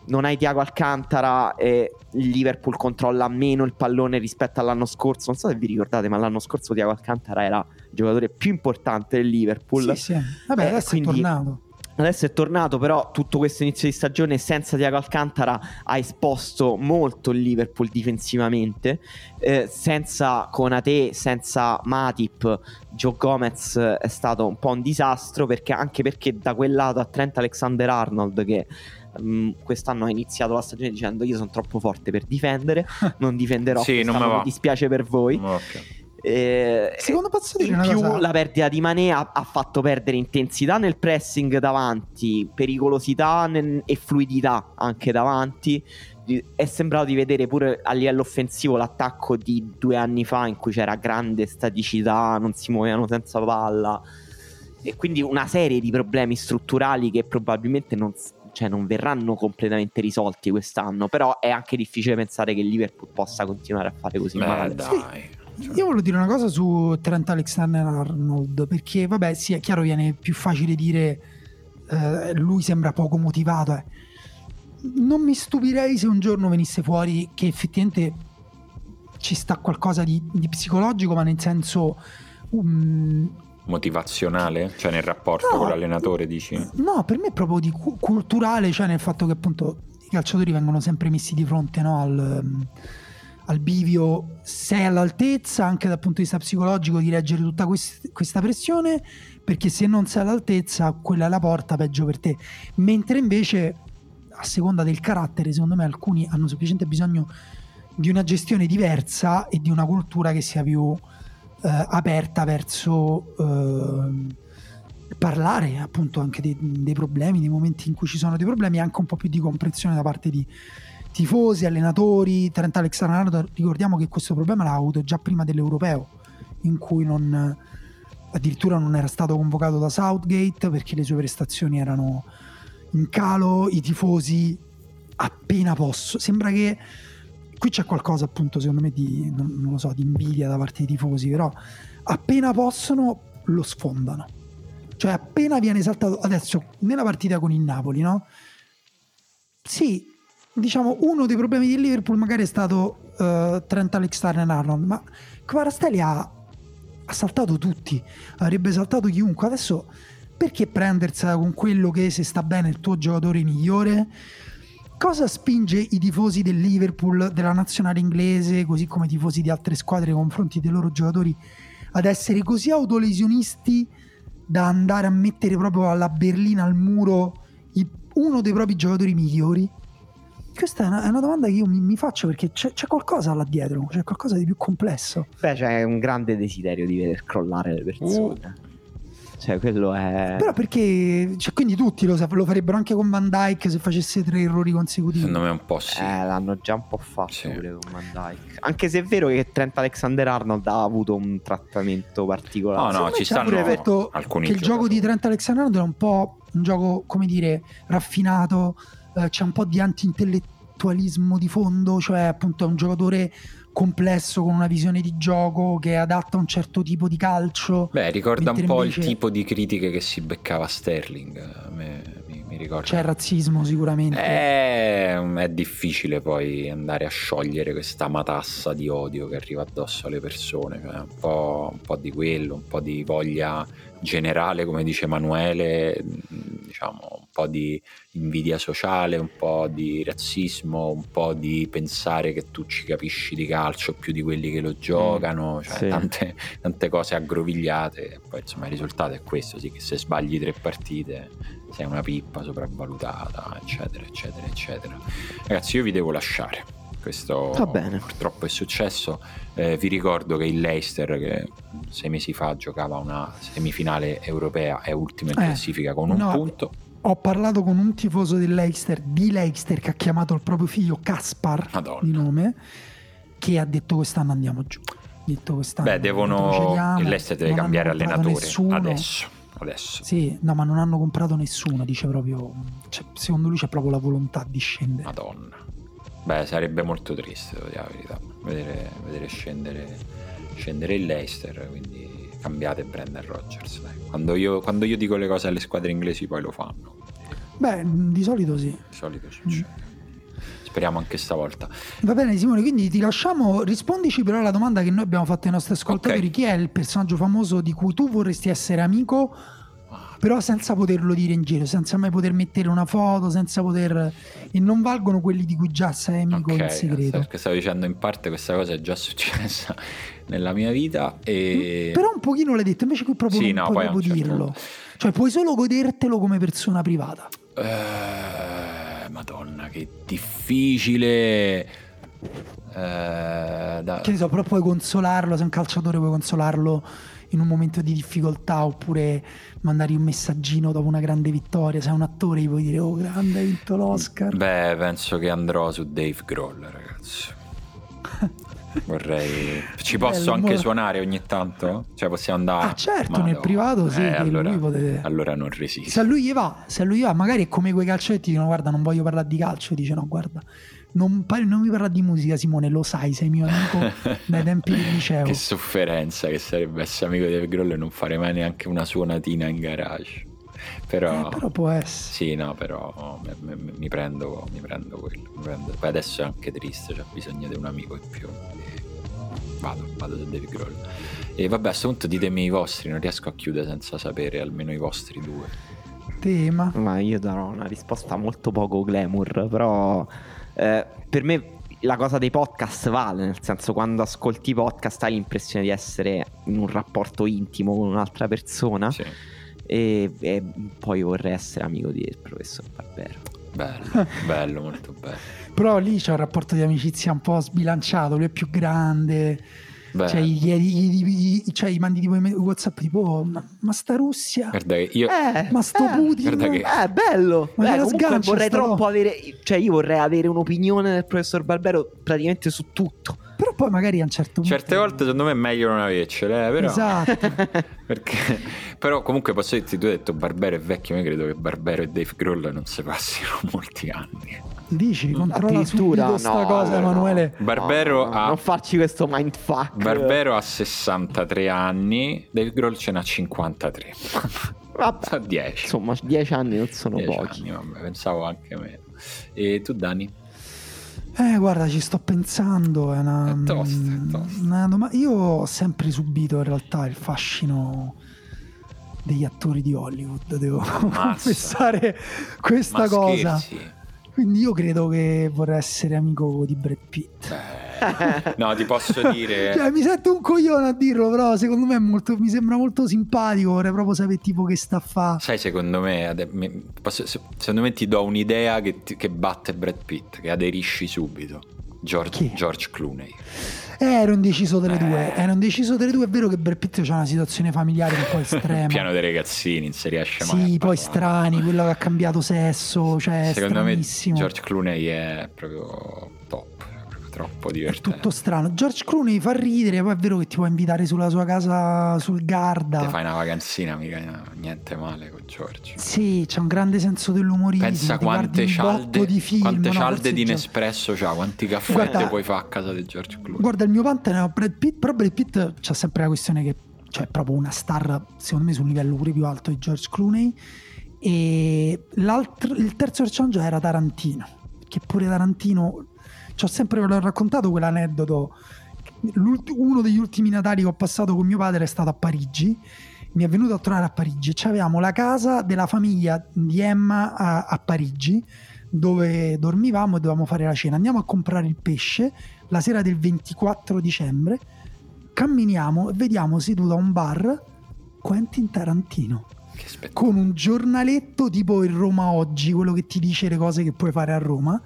non hai Thiago Alcantara e il Liverpool controlla meno il pallone rispetto all'anno scorso. Non so se vi ricordate, ma l'anno scorso Thiago Alcantara era il giocatore più importante del Liverpool. Sì. Vabbè, adesso quindi è tornato. Adesso è tornato, però tutto questo inizio di stagione senza Thiago Alcantara ha esposto molto il Liverpool difensivamente. Senza Konate, senza Matip, Joe Gomez è stato un po' un disastro, anche perché da quel lato a Trent Alexander-Arnold, che quest'anno ha iniziato la stagione dicendo io sono troppo forte per difendere, non difenderò, sì, non mi dispiace per voi. Secondo posso dire in una più cosa? La perdita di Mané ha fatto perdere intensità nel pressing davanti, pericolosità e fluidità anche davanti. È sembrato di vedere pure a livello offensivo l'attacco di 2 anni fa, in cui c'era grande staticità, non si muovevano senza palla, e quindi una serie di problemi strutturali che probabilmente non verranno completamente risolti quest'anno. Però è anche difficile pensare che il Liverpool possa continuare a fare così male. Dai. Io volevo dire una cosa su Trent Alexander-Arnold, perché vabbè, sì, è chiaro, viene più facile dire lui sembra poco motivato. Non mi stupirei se un giorno venisse fuori che effettivamente ci sta qualcosa di psicologico, ma nel senso motivazionale, cioè nel rapporto con l'allenatore, dici? No, per me è proprio di culturale, cioè nel fatto che appunto i calciatori vengono sempre messi di fronte, no, al bivio: sei all'altezza anche dal punto di vista psicologico di reggere tutta questa pressione, perché se non sei all'altezza quella è la porta, peggio per te. Mentre invece, a seconda del carattere, secondo me alcuni hanno semplicemente bisogno di una gestione diversa e di una cultura che sia più aperta verso parlare appunto anche dei problemi, dei momenti in cui ci sono dei problemi, anche un po' più di comprensione da parte di tifosi, allenatori. Trent Alexander-Arnold, ricordiamo che questo problema l'ha avuto già prima dell'Europeo, in cui addirittura non era stato convocato da Southgate perché le sue prestazioni erano in calo. I tifosi appena sembra che qui c'è qualcosa appunto secondo me di non lo so, di invidia da parte dei tifosi, però appena possono lo sfondano, cioè appena viene saltato. Adesso nella partita con il Napoli, no? Sì, diciamo uno dei problemi del Liverpool magari è stato Trent Alexander-Arnold, ma Kvaratskhelia ha saltato tutti, avrebbe saltato chiunque. Adesso perché prendersela con quello che, se sta bene, è il tuo giocatore migliore? Cosa spinge i tifosi del Liverpool, della nazionale inglese, così come i tifosi di altre squadre nei confronti dei loro giocatori, ad essere così autolesionisti da andare a mettere proprio alla berlina al muro uno dei propri giocatori migliori? Questa è una domanda che io mi faccio, perché c'è qualcosa là dietro, c'è qualcosa di più complesso. Beh, c'è un grande desiderio di veder crollare le persone. Cioè, quello è... Però perché, cioè, quindi tutti lo farebbero anche con Van Dijk se facesse 3 errori consecutivi? Secondo me un po' sì. L'hanno già un po' fatto pure con Van Dijk. Anche se è vero che Trent Alexander-Arnold ha avuto un trattamento particolare. No, ci stanno alcuni che il gioco di Trent Alexander-Arnold è un po' un gioco, come dire, raffinato, c'è un po' di anti-intellettualismo di fondo, cioè appunto è un giocatore complesso con una visione di gioco che è adatta a un certo tipo di calcio. Beh, ricorda un po' invece il tipo di critiche che si beccava Sterling. Mi ricorda. C'è razzismo sicuramente. È difficile poi andare a sciogliere questa matassa di odio che arriva addosso alle persone, cioè un po' di quello, un po' di voglia generale, come dice Emanuele, diciamo un po' di invidia sociale, un po' di razzismo, un po' di pensare che tu ci capisci di calcio più di quelli che lo giocano, cioè sì. tante cose aggrovigliate. E poi insomma il risultato è questo, sì, che se sbagli 3 partite sei una pippa sopravvalutata, eccetera eccetera eccetera. Ragazzi, io vi devo lasciare, questo purtroppo è successo. Vi ricordo che il Leicester, che 6 mesi fa giocava una semifinale europea, è ultimo in classifica con un punto. Ho parlato con un tifoso del Leicester, che ha chiamato il proprio figlio Kaspar, Madonna, di nome, che ha detto quest'anno andiamo giù. Il Leicester deve cambiare allenatore adesso. Sì, no, ma non hanno comprato nessuno, dice proprio, cioè, secondo lui c'è proprio la volontà di scendere. Madonna. Beh, sarebbe molto triste, devo dire la verità, vedere scendere il Leicester, quindi cambiate Brendan Rodgers, dai. Quando io dico le cose alle squadre inglesi poi lo fanno. Beh, di solito sì. Di solito succede. speriamo anche stavolta. Va bene Simone, quindi ti lasciamo, rispondici però alla domanda che noi abbiamo fatto ai nostri ascoltatori. Okay. Chi è il personaggio famoso di cui tu vorresti essere amico, però senza poterlo dire in giro, senza mai poter mettere una foto, senza poter... E non valgono quelli di cui già sei amico in segreto. Perché stavo dicendo, in parte questa cosa è già successa nella mia vita e... Però un pochino l'hai detto, invece qui proprio Sì, non no, poi a potevo un certo dirlo. punto. Cioè puoi solo godertelo come persona privata. Madonna, che difficile. Che ne so, però puoi consolarlo, se è un calciatore puoi consolarlo in un momento di difficoltà, oppure mandargli un messaggino dopo una grande vittoria. Se è un attore gli puoi dire: oh grande, hai vinto l'Oscar. Beh, penso che andrò su Dave Grohl, ragazzi. Vorrei... Ci posso anche suonare ogni tanto? Cioè possiamo andare... Ah certo, nel privato sì, che allora, lui potete... allora non resisto. Se a lui gli va, magari è come quei calcioletti, dicono guarda non voglio parlare di calcio, dice no guarda non mi parla di musica Simone, lo sai, sei mio amico dai tempi del liceo. Che sofferenza che sarebbe essere amico di Dave Grohl e non fare mai neanche una suonatina in garage. Però può essere. Sì, no, però mi prendo quello. Poi adesso è anche triste, c'è bisogno di un amico in più. Vado su Dave Grohl. E vabbè, a questo punto ditemi i vostri, non riesco a chiudere senza sapere almeno i vostri due. Tema. Ma io darò una risposta molto poco glamour, però per me la cosa dei podcast vale, nel senso, quando ascolti i podcast hai l'impressione di essere in un rapporto intimo con un'altra persona. Sì. E poi vorrei essere amico del professor Barbero. Bello, molto bello. Però lì c'è un rapporto di amicizia un po' sbilanciato, lui è più grande. Cioè, gli mandi tipo i WhatsApp tipo ma sta Russia, guarda che io ma sto Putin, guarda che... bello. Comunque vorrei troppo avere, cioè io vorrei avere un'opinione del professor Barbero praticamente su tutto. Però poi magari a un certo punto certe volte secondo me è meglio non avercele, però... Esatto. Perché però comunque posso dirti, tu hai detto Barbero è vecchio, io credo che Barbero e Dave Grohl non si passino molti anni. Dici, controlla subito sta cosa, Emanuele. Barbero ha... non farci questo mindfuck. Barbero ha 63 anni, Dave Grohl ce n'ha 53. Vabbè, 10. Insomma, 10 anni non sono 10 pochi. anni, vabbè, pensavo anche meno. E tu, Dani? Guarda, ci sto pensando. È tosta. Io ho sempre subito in realtà il fascino degli attori di Hollywood, devo confessare questa cosa. Scherzi? Quindi io credo che vorrei essere amico di Brad Pitt. No, ti posso dire... Cioè, mi sento un coglione a dirlo, però secondo me mi sembra molto simpatico. Vorrei proprio sapere tipo che sta a fa. Sai, secondo me secondo me ti do un'idea che batte Brad Pitt, che aderisci subito. George Clooney. Ero indeciso delle due. È vero che Brad Pitt c'ha una situazione familiare un po' estrema. Piano dei ragazzini, non si riesce mai. Sì, poi strani, quello che ha cambiato sesso, cioè secondo stranissimo. me George Clooney è proprio top. Troppo divertente. È tutto strano. George Clooney fa ridere, poi è vero che ti può invitare sulla sua casa sul Garda. Te fai una vacanzina, mica niente male con George. Sì, c'ha un grande senso dell'umorismo. Pensa quante cialde di Nespresso c'ha, quanti caffè te puoi fare a casa di George Clooney. Guarda, il mio partner è Brad Pitt, però Brad Pitt c'ha sempre la questione che c'è proprio una star, secondo me, sul livello pure più alto di George Clooney. E il terzo personaggio era Tarantino, che pure Tarantino... Ci ho sempre raccontato quell'aneddoto. Uno degli ultimi Natali che ho passato con mio padre è stato a Parigi. Mi è venuto a trovare a Parigi e avevamo la casa della famiglia di Emma a Parigi, dove dormivamo e dovevamo fare la cena. Andiamo a comprare il pesce la sera del 24 dicembre. Camminiamo e vediamo seduto a un bar Quentin Tarantino con un giornaletto tipo il Roma Oggi, quello che ti dice le cose che puoi fare a Roma.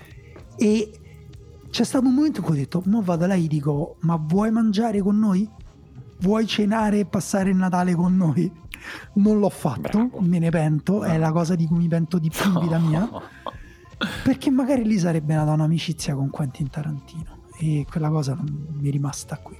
E c'è stato un momento in cui ho detto: mo vado là e gli dico, ma vuoi mangiare con noi? Vuoi cenare e passare il Natale con noi? Non l'ho fatto. Bravo. Me ne pento. È la cosa di cui mi pento di più in vita mia, perché magari lì sarebbe nata un'amicizia con Quentin Tarantino e quella cosa mi è rimasta qui.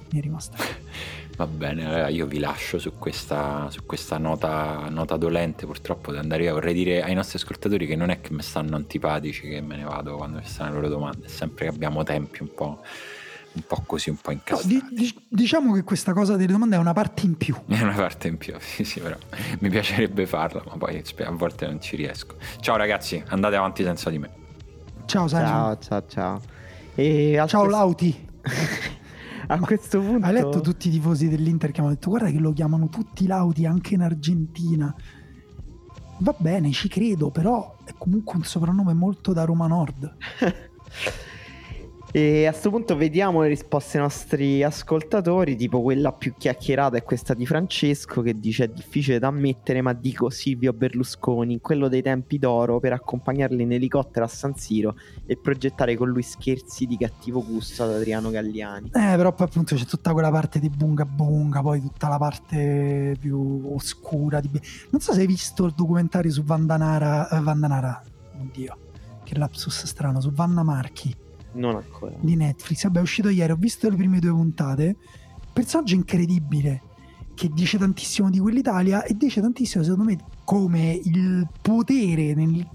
Va bene, allora io vi lascio su questa nota dolente. Purtroppo devo andare via. Vorrei dire ai nostri ascoltatori che non è che mi stanno antipatici che me ne vado quando ci stanno le loro domande, è sempre che abbiamo tempi un po' così, un po' incastrati. No, diciamo che questa cosa delle domande è una parte in più. È una parte in più, sì, però mi piacerebbe farla, ma poi a volte non ci riesco. Ciao ragazzi, andate avanti senza di me. Ciao Simon. Ciao. E Ciao Lauti. A questo punto... Hai letto tutti i tifosi dell'Inter che hanno detto guarda che lo chiamano tutti Lauti anche in Argentina. Va bene, ci credo, però è comunque un soprannome molto da Roma Nord. E a questo punto vediamo le risposte ai nostri ascoltatori, tipo quella più chiacchierata è questa di Francesco che dice: è difficile da ammettere ma dico Silvio Berlusconi, quello dei tempi d'oro, per accompagnarli in elicottero a San Siro e progettare con lui scherzi di cattivo gusto ad Adriano Galliani. Però poi appunto c'è tutta quella parte di Bunga Bunga, poi tutta la parte più oscura non so se hai visto il documentario su Vandanara, oddio che lapsus strano, su Vanna Marchi. Non ancora. Di Netflix, vabbè, è uscito ieri, ho visto le prime 2 puntate. Personaggio incredibile che dice tantissimo di quell'Italia e dice tantissimo secondo me come il potere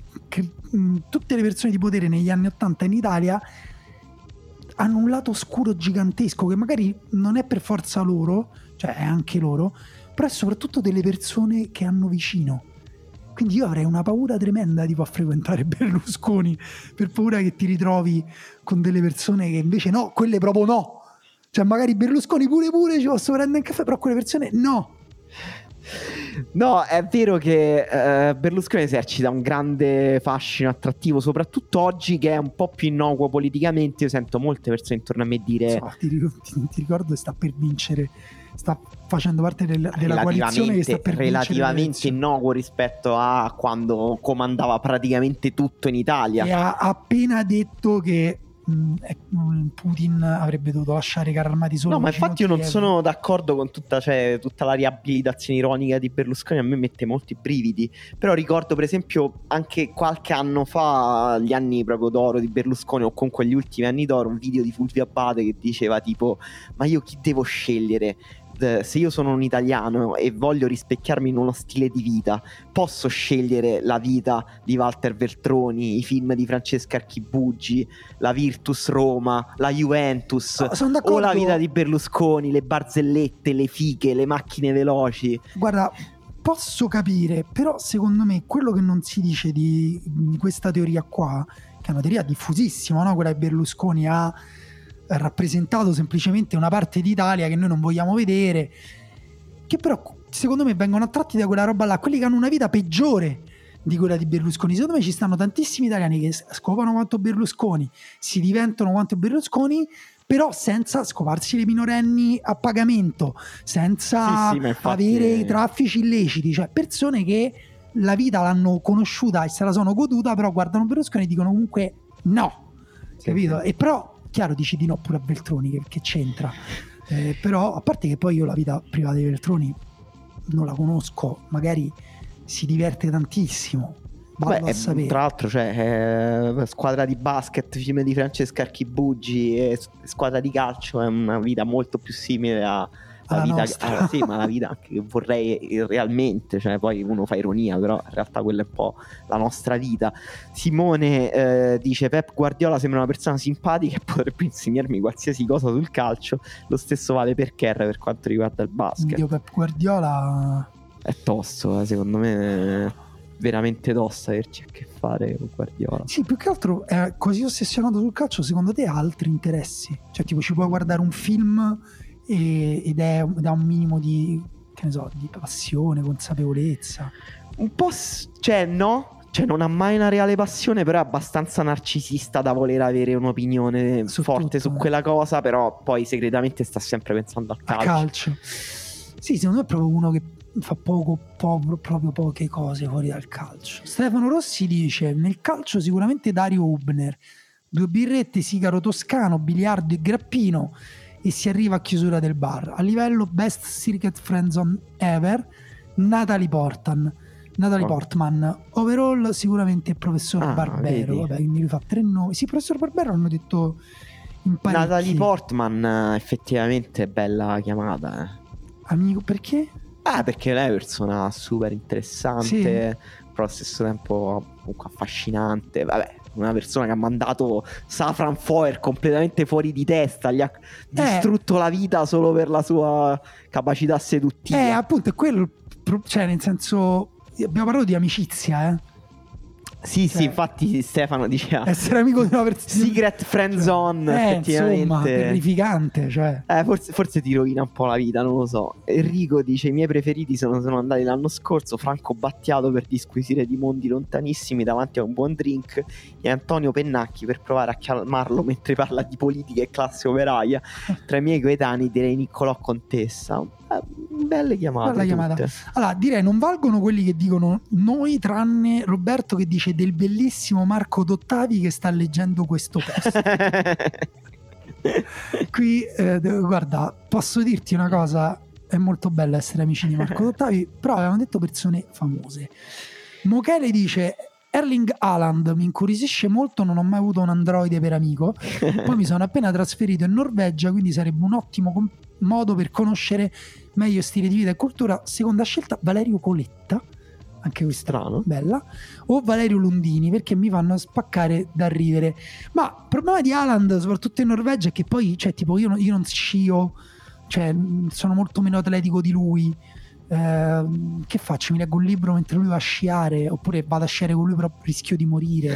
tutte le persone di potere negli anni 80 in Italia hanno un lato oscuro gigantesco che magari non è per forza loro, cioè è anche loro, però è soprattutto delle persone che hanno vicino. Quindi io avrei una paura tremenda tipo a frequentare Berlusconi, per paura che ti ritrovi con delle persone che invece no, quelle proprio no. Cioè magari Berlusconi pure ci posso prendere un caffè, però quelle persone no. No, è vero che Berlusconi esercita un grande fascino attrattivo, soprattutto oggi che è un po' più innocuo politicamente. Io sento molte persone intorno a me dire ti ricordo che sta per vincere, sta facendo parte della coalizione che sta per relativamente innocuo rispetto a quando comandava praticamente tutto in Italia. E ha appena detto che Putin avrebbe dovuto lasciare i carri armati solo. No, ma infatti io non sono d'accordo con tutta la riabilitazione ironica di Berlusconi. A me mette molti brividi. Però ricordo per esempio anche qualche anno fa, gli anni proprio d'oro di Berlusconi, o comunque gli ultimi anni d'oro, un video di Fulvio Abbate che diceva tipo: ma io chi devo scegliere? Se io sono un italiano e voglio rispecchiarmi in uno stile di vita, posso scegliere la vita di Walter Veltroni, i film di Francesca Archibugi, la Virtus Roma, la Juventus, o la vita di Berlusconi, le barzellette, le fighe, le macchine veloci? Guarda, posso capire, però secondo me quello che non si dice di questa teoria qua, che è una teoria diffusissima, no? Quella che Berlusconi ha rappresentato semplicemente una parte d'Italia che noi non vogliamo vedere, che però secondo me vengono attratti da quella roba là, quelli che hanno una vita peggiore di quella di Berlusconi. Secondo me ci stanno tantissimi italiani che scopano quanto Berlusconi, si diventano quanto Berlusconi, però senza scoparsi le minorenni a pagamento, senza avere i traffici illeciti, cioè persone che la vita l'hanno conosciuta e se la sono goduta, però guardano Berlusconi e dicono comunque no, capito? E però chiaro dici di no pure a Veltroni, che c'entra, però a parte che poi io la vita privata di Veltroni non la conosco, magari si diverte tantissimo, vado a sapere. Tra l'altro squadra di basket, film di Francesca Archibugi e squadra di calcio è una vita molto più simile a la vita sì, ma la vita che vorrei realmente, cioè poi uno fa ironia, però in realtà quella è un po' la nostra vita. Simone dice: Pep Guardiola sembra una persona simpatica e potrebbe insegnarmi qualsiasi cosa sul calcio. Lo stesso vale per Kerr per quanto riguarda il basket. Dio, Pep Guardiola è tosto, secondo me è veramente tosto averci a che fare con Guardiola. Sì, più che altro è così ossessionato sul calcio, secondo te ha altri interessi? Cioè tipo ci puoi guardare un film ed è da un minimo di, che ne so, di passione, consapevolezza. Un po' cioè no, cioè non ha mai una reale passione, però è abbastanza narcisista da voler avere un'opinione forte su quella cosa, però poi segretamente sta sempre pensando al calcio. Sì, secondo me è proprio uno che fa proprio poche cose fuori dal calcio. Stefano Rossi dice: nel calcio sicuramente Dario Hubner, 2 birrette, sigaro toscano, biliardo e grappino e si arriva a chiusura del bar. A livello best circuit friendzone ever, Natalie Portman. Overall sicuramente il professor Barbero. Vabbè, quindi lui fa 3 nomi. Sì, professor Barbero hanno detto in parecchi. Natalie Portman effettivamente è bella chiamata. Amico, perché? Perché lei è una persona super interessante, sì, però allo stesso tempo comunque affascinante. Vabbè, una persona che ha mandato Safran Foer completamente fuori di testa, gli ha distrutto la vita solo per la sua capacità seduttiva. Appunto è quello, cioè nel senso, abbiamo parlato di amicizia, Sì, infatti Stefano diceva essere amico di una persona secret friend zone, effettivamente. Insomma, terrificante, cioè. Forse ti rovina un po' la vita, non lo so. Enrico dice: i miei preferiti sono andati l'anno scorso, Franco Battiato per disquisire di mondi lontanissimi davanti a un buon drink, e Antonio Pennacchi per provare a calmarlo mentre parla di politica e classe operaia. Tra i miei coetanei direi Niccolò Contessa. Belle chiamate. Bella chiamata. Allora, direi non valgono quelli che dicono noi, tranne Roberto che dice del bellissimo Marco Dottavi che sta leggendo questo testo. Qui guarda, posso dirti una cosa, è molto bello essere amici di Marco Dottavi, però avevamo detto persone famose. Mochele dice: Erling Haaland mi incuriosisce molto, non ho mai avuto un androide per amico, poi mi sono appena trasferito in Norvegia, quindi sarebbe un ottimo modo per conoscere meglio stile di vita e cultura. Seconda scelta, Valerio Coletta, anche questa strano, bella, o Valerio Lundini, perché mi fanno spaccare da ridere. Ma il problema di Haaland, soprattutto in Norvegia, è che poi, cioè, tipo, io non scio, cioè, sono molto meno atletico di lui. Che faccio? Mi leggo un libro mentre lui va a sciare, oppure vado a sciare con lui però rischio di morire.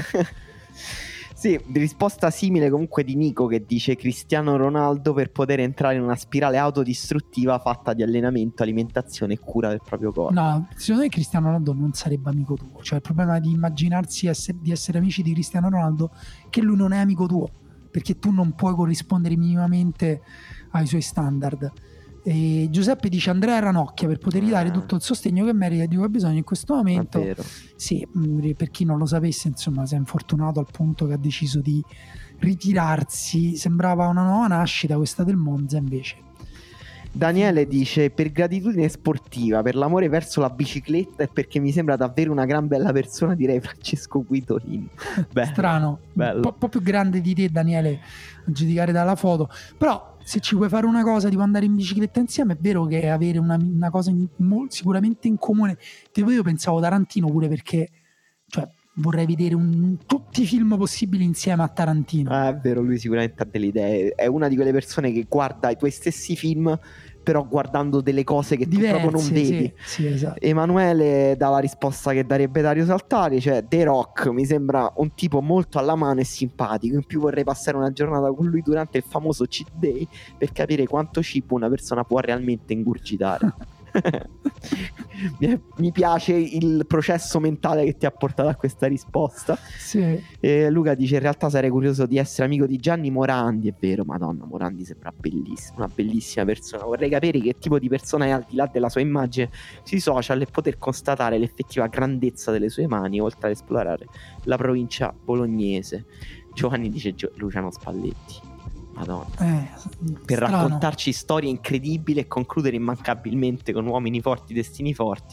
Sì, risposta simile comunque di Nico che dice Cristiano Ronaldo per poter entrare in una spirale autodistruttiva fatta di allenamento, alimentazione e cura del proprio corpo. No, secondo me Cristiano Ronaldo non sarebbe amico tuo. Cioè il problema di immaginarsi di essere amici di Cristiano Ronaldo è che lui non è amico tuo, perché tu non puoi corrispondere minimamente ai suoi standard. E Giuseppe dice Andrea Ranocchia per potergli dare tutto il sostegno che merita e di cui ha bisogno in questo momento. Sì, per chi non lo sapesse, insomma, si è infortunato al punto che ha deciso di ritirarsi. Sembrava una nuova nascita questa del Monza, invece. Daniele dice per gratitudine sportiva, per l'amore verso la bicicletta e perché mi sembra davvero una gran bella persona, direi Francesco Guidolin. Strano, bello. Un po' più grande di te, Daniele, a giudicare dalla foto, però se ci vuoi fare una cosa tipo andare in bicicletta insieme, è vero che avere una cosa sicuramente in comune. Tipo, io pensavo Tarantino pure perché, cioè, vorrei vedere tutti i film possibili insieme a Tarantino. È vero, lui sicuramente ha delle idee. È una di quelle persone che guarda i tuoi stessi film, però guardando delle cose che diverse, tu proprio non vedi. Sì, esatto. Emanuele dà la risposta che darebbe Dario Saltari, cioè The Rock mi sembra un tipo molto alla mano e simpatico, in più vorrei passare una giornata con lui durante il famoso cheat day per capire quanto cibo una persona può realmente ingurgitare. Mi piace il processo mentale che ti ha portato a questa risposta. Sì. Luca dice in realtà sarei curioso di essere amico di Gianni Morandi. È vero, madonna, Morandi sembra bellissimo, una bellissima persona. Vorrei capire che tipo di persona è al di là della sua immagine sui social e poter constatare l'effettiva grandezza delle sue mani, oltre ad esplorare la provincia bolognese. Giovanni dice Luciano Spalletti. Madonna, per raccontarci storie incredibili e concludere immancabilmente con uomini forti, destini forti.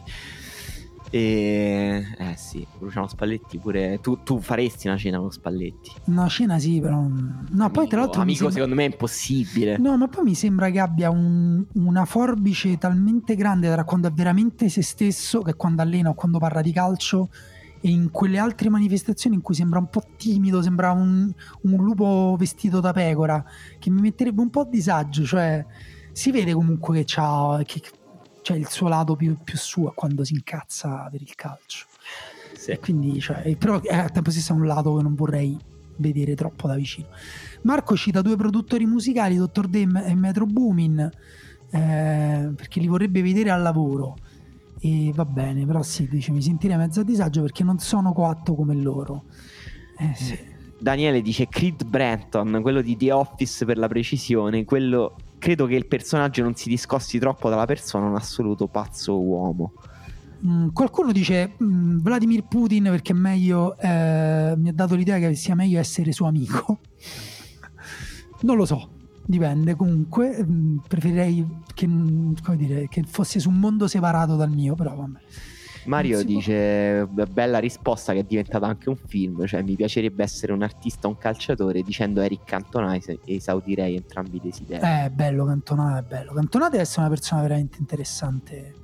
Sì, Luciano Spalletti pure. Tu faresti una cena con Spalletti? Una cena sì, però no, poi tra l'altro amico secondo me è impossibile. No, ma poi mi sembra che abbia una forbice talmente grande tra quando è veramente se stesso, che quando allena o quando parla di calcio, e in quelle altre manifestazioni in cui sembra un po' timido, sembra un lupo vestito da pecora, che mi metterebbe un po' a disagio. Cioè si vede comunque che c'è il suo lato più suo quando si incazza per il calcio. Sì. E quindi, però al tempo stesso è un lato che non vorrei vedere troppo da vicino. Marco cita 2 produttori musicali, Dr. Dre e Metro Boomin, perché li vorrebbe vedere al lavoro. E va bene, però sì, dice mi sentirei mezzo a disagio perché non sono coatto come loro. Sì. Daniele dice Creed Bratton, quello di The Office per la precisione, quello credo che il personaggio non si discosti troppo dalla persona, un assoluto pazzo uomo. Qualcuno dice Vladimir Putin perché è meglio, mi ha dato l'idea che sia meglio essere suo amico. Non lo so, dipende. Comunque preferirei che fosse su un mondo separato dal mio, però vabbè. Mario dice bella risposta che è diventata anche un film, cioè mi piacerebbe essere un artista o un calciatore, dicendo Eric Cantona esaudirei entrambi i desideri. Bello Cantona, è bello. Cantona deve essere una persona veramente interessante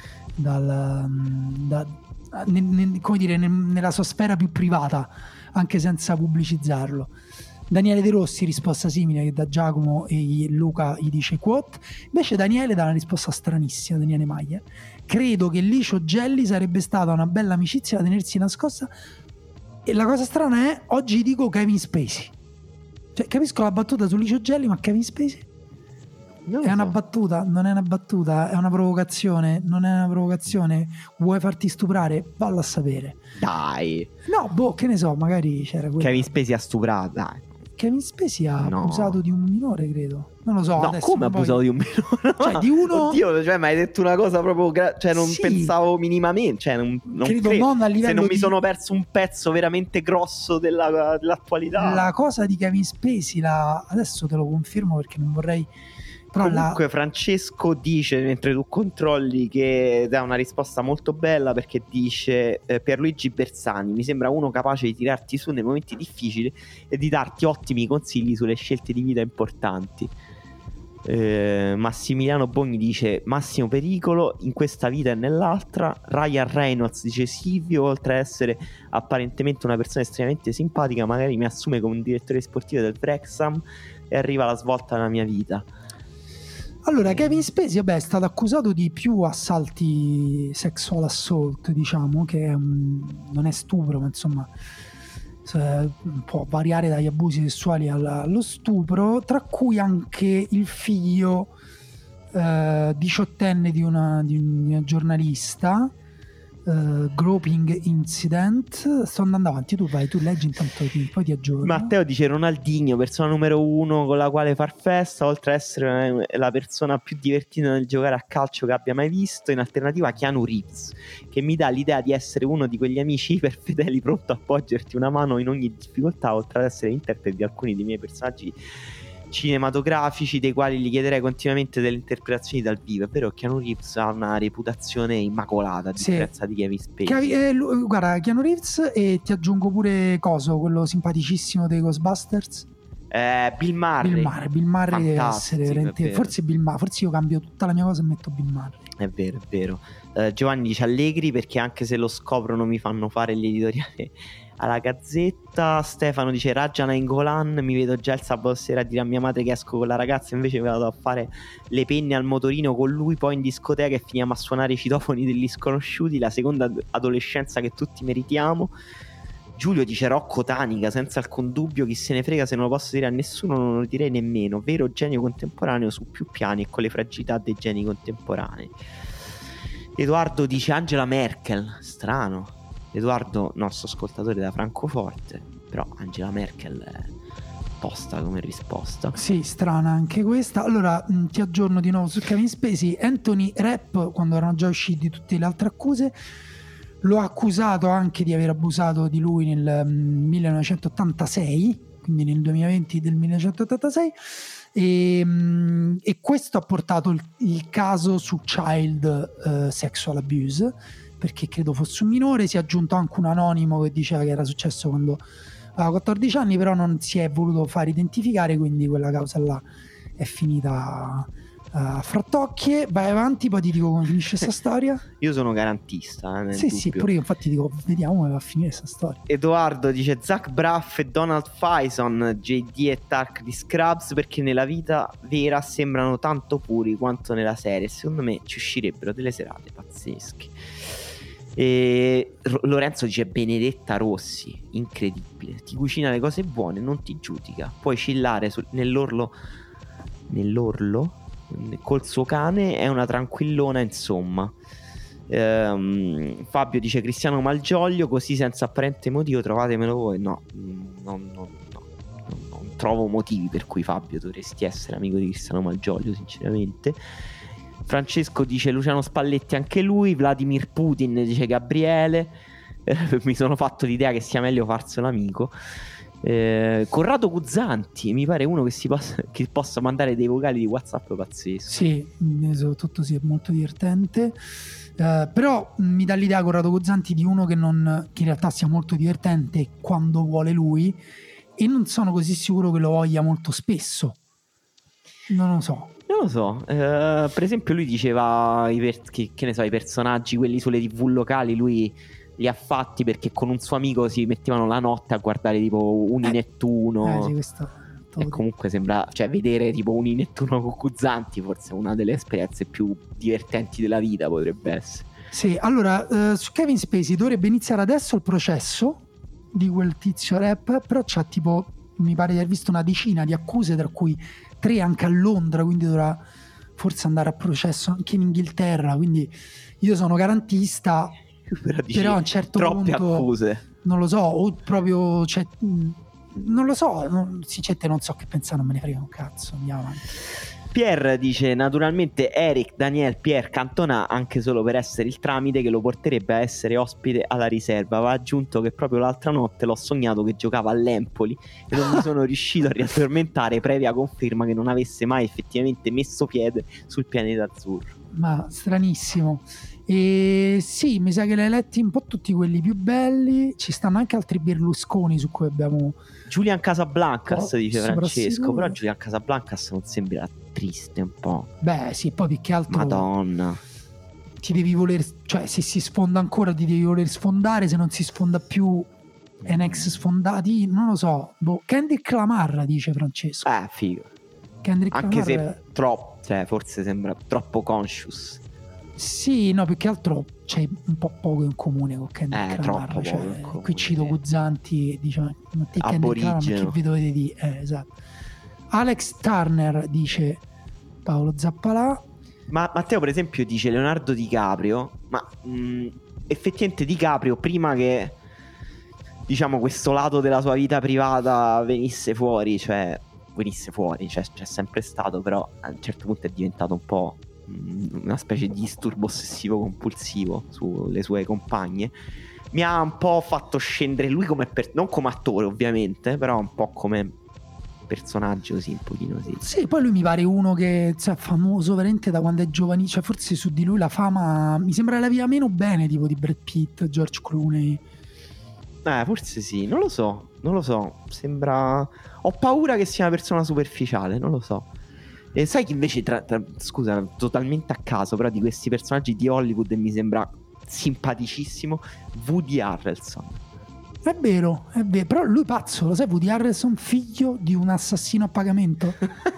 nella sua sfera più privata, anche senza pubblicizzarlo. Daniele De Rossi, risposta simile che da Giacomo e Luca gli dice quote. Invece Daniele dà una risposta stranissima, Daniele Maglia. Credo che Licio Gelli sarebbe stata una bella amicizia da tenersi nascosta E la cosa strana è, oggi dico Kevin Spacey. Cioè, capisco la battuta su Licio Gelli, ma Kevin Spacey? È una battuta? Non è una battuta? È una provocazione? Non è una provocazione? Vuoi farti stuprare? Valla a sapere. Dai. No, boh, che ne so, magari c'era quello. Kevin Spacey ha stuprato, dai. Kevin Spacey ha abusato di un minore, credo. Non lo so. No, adesso come ha abusato di un minore? Cioè, di uno... Oddio, cioè, mi hai detto una cosa proprio... cioè, non Sì. pensavo minimamente. Cioè, non credo non a livello se non di... mi sono perso un pezzo veramente grosso dell'attualità. La cosa di Kevin Spacey, adesso te lo confermo perché non vorrei... Però comunque Francesco dice, mentre tu controlli, che dà una risposta molto bella, perché dice Pierluigi Bersani mi sembra uno capace di tirarti su nei momenti difficili e di darti ottimi consigli sulle scelte di vita importanti. Massimiliano Bogni dice massimo pericolo in questa vita e nell'altra. Ryan Reynolds dice Silvio, oltre ad essere apparentemente una persona estremamente simpatica, magari mi assume come un direttore sportivo del Wrexham e arriva la svolta nella mia vita. Allora, Kevin Spacey è stato accusato di più assalti, sexual assault, diciamo, che non è stupro, ma insomma può variare dagli abusi sessuali allo stupro, tra cui anche il figlio diciottenne di una giornalista, groping incident. Sto andando avanti, tu vai, tu leggi intanto, poi ti aggiorno. Matteo dice Ronaldinho, persona numero 1 con la quale far festa, oltre ad essere la persona più divertita nel giocare a calcio che abbia mai visto. In alternativa Keanu Reeves, che mi dà l'idea di essere uno di quegli amici iperfedeli pronto a poggerti una mano in ogni difficoltà, oltre ad essere interprete di alcuni dei miei personaggi cinematografici, dei quali gli chiederei continuamente delle interpretazioni dal vivo. È vero, Keanu Reeves ha una reputazione immacolata, a differenza di Kevin Spacey. Guarda, Keanu Reeves, e ti aggiungo pure quello simpaticissimo dei Ghostbusters, Bill Murray. Bill Murray deve essere veramente... forse io cambio tutta la mia cosa e metto Bill Murray. È vero. Giovanni dice Allegri, perché anche se lo scoprono mi fanno fare gli editoriali alla Gazzetta. Stefano dice Raja Nainggolan, mi vedo già il sabato sera a dire a mia madre che esco con la ragazza, invece vado a fare le penne al motorino con lui, poi in discoteca e finiamo a suonare i citofoni degli sconosciuti, la seconda adolescenza che tutti meritiamo. Giulio dice Rocco Tanica, senza alcun dubbio, chi se ne frega, se non lo posso dire a nessuno non lo direi nemmeno, vero genio contemporaneo su più piani e con le fragilità dei geni contemporanei. Edoardo dice Angela Merkel, strano. Edoardo, nostro ascoltatore da Francoforte, però Angela Merkel è tosta come risposta. Sì, strana anche questa. Allora ti aggiorno di nuovo su Kevin Spacey. Anthony Rapp, quando erano già usciti tutte le altre accuse, lo ha accusato anche di aver abusato di lui nel 1986, quindi nel 2020 del 1986, e questo ha portato il caso su child sexual abuse, perché credo fosse un minore. Si è aggiunto anche un anonimo che diceva che era successo quando aveva 14 anni, però non si è voluto far identificare, quindi quella causa là è finita a frattocchie. Vai avanti, poi ti dico come finisce questa storia. Io sono garantista, nel sì, dubbio. Sì, pure io infatti dico vediamo come va a finire questa storia. Edoardo dice Zach Braff e Donald Faison, JD e Tark di Scrubs, perché nella vita vera sembrano tanto puri quanto nella serie. Secondo me ci uscirebbero delle serate pazzesche. E Lorenzo dice Benedetta Rossi, incredibile, ti cucina le cose buone, non ti giudica, puoi chillare nell'orlo col suo cane, è una tranquillona, insomma. Fabio dice Cristiano Malgioglio, così senza apparente motivo, trovatemelo voi. No, non trovo motivi per cui Fabio dovresti essere amico di Cristiano Malgioglio, sinceramente. Francesco dice Luciano Spalletti anche lui. Vladimir Putin dice Gabriele. Mi sono fatto l'idea che sia meglio farselo amico. Corrado Guzzanti, mi pare uno che possa mandare dei vocali di WhatsApp pazzesco. Sì, soprattutto sì, è molto divertente. Però mi dà l'idea Corrado Guzzanti di uno che in realtà sia molto divertente quando vuole lui, e non sono così sicuro che lo voglia molto spesso. Non lo so. Per esempio lui diceva che ne so, i personaggi quelli sulle TV locali lui li ha fatti perché con un suo amico si mettevano la notte a guardare tipo Uni Nettuno. Sì, questo e comunque sembra, cioè, vedere tipo Uni Nettuno con Guzzanti forse è una delle esperienze più divertenti della vita, potrebbe essere. Sì, allora su Kevin Spacey dovrebbe iniziare adesso il processo, di quel tizio rap, però c'ha tipo, mi pare di aver visto una decina di accuse, tra cui 3 anche a Londra, quindi dovrà forse andare a processo anche in Inghilterra, quindi io sono garantista, però a un certo troppe punto accuse. non lo so, o proprio cioè, non lo so, sinceramente non so che pensare, non me ne frega un cazzo, andiamo avanti. Pierre dice: naturalmente Eric Daniel Pierre Cantona, anche solo per essere il tramite che lo porterebbe a essere ospite alla riserva. Va aggiunto che proprio l'altra notte l'ho sognato che giocava all'Empoli e non mi sono riuscito a riaddormentare, previa conferma che non avesse mai effettivamente messo piede sul pianeta azzurro. Ma stranissimo. E sì, mi sa che l'hai letti un po' tutti quelli più belli. Ci stanno anche altri Berlusconi su cui abbiamo Julian Casablancas, dice Francesco, sicuro. però Julian Casablancas non sembra triste un po'. Beh sì, poi più che altro Madonna, ti devi voler, cioè se si sfonda ancora ti devi voler sfondare, se non si sfonda più è un ex sfondati, non lo so. Kendrick Lamar, dice Francesco. figo. Kendrick Anche Lamar, se troppo, cioè forse sembra troppo conscious. sì, no, più che altro c'hai un po' poco in comune con Kendrick Lamar, troppo cioè, poco in comune, qui cito sì. Guzzanti e dice ma te Kendrick Lamar, ma che vi dovete dire? Esatto. Alex Turner, dice Paolo Zappalà. Ma Matteo per esempio dice Leonardo DiCaprio, ma effettivamente DiCaprio prima che diciamo questo lato della sua vita privata venisse fuori, c'è sempre stato, però a un certo punto è diventato un po' una specie di disturbo ossessivo compulsivo sulle sue compagne. Mi ha un po' fatto scendere lui come non come attore ovviamente, però un po' come personaggio, sì, un pochino sì. Sì, poi lui mi pare uno che è famoso veramente da quando è giovane, cioè forse su di lui la fama mi sembra la via meno bene, tipo di Brad Pitt, George Clooney. Forse sì, non lo so, sembra... Ho paura che sia una persona superficiale, non lo so. E sai che invece, scusa, totalmente a caso, però di questi personaggi di Hollywood mi sembra simpaticissimo Woody Harrelson. È vero, però lui pazzo, lo sai, Woody Harrelson, figlio di un assassino a pagamento?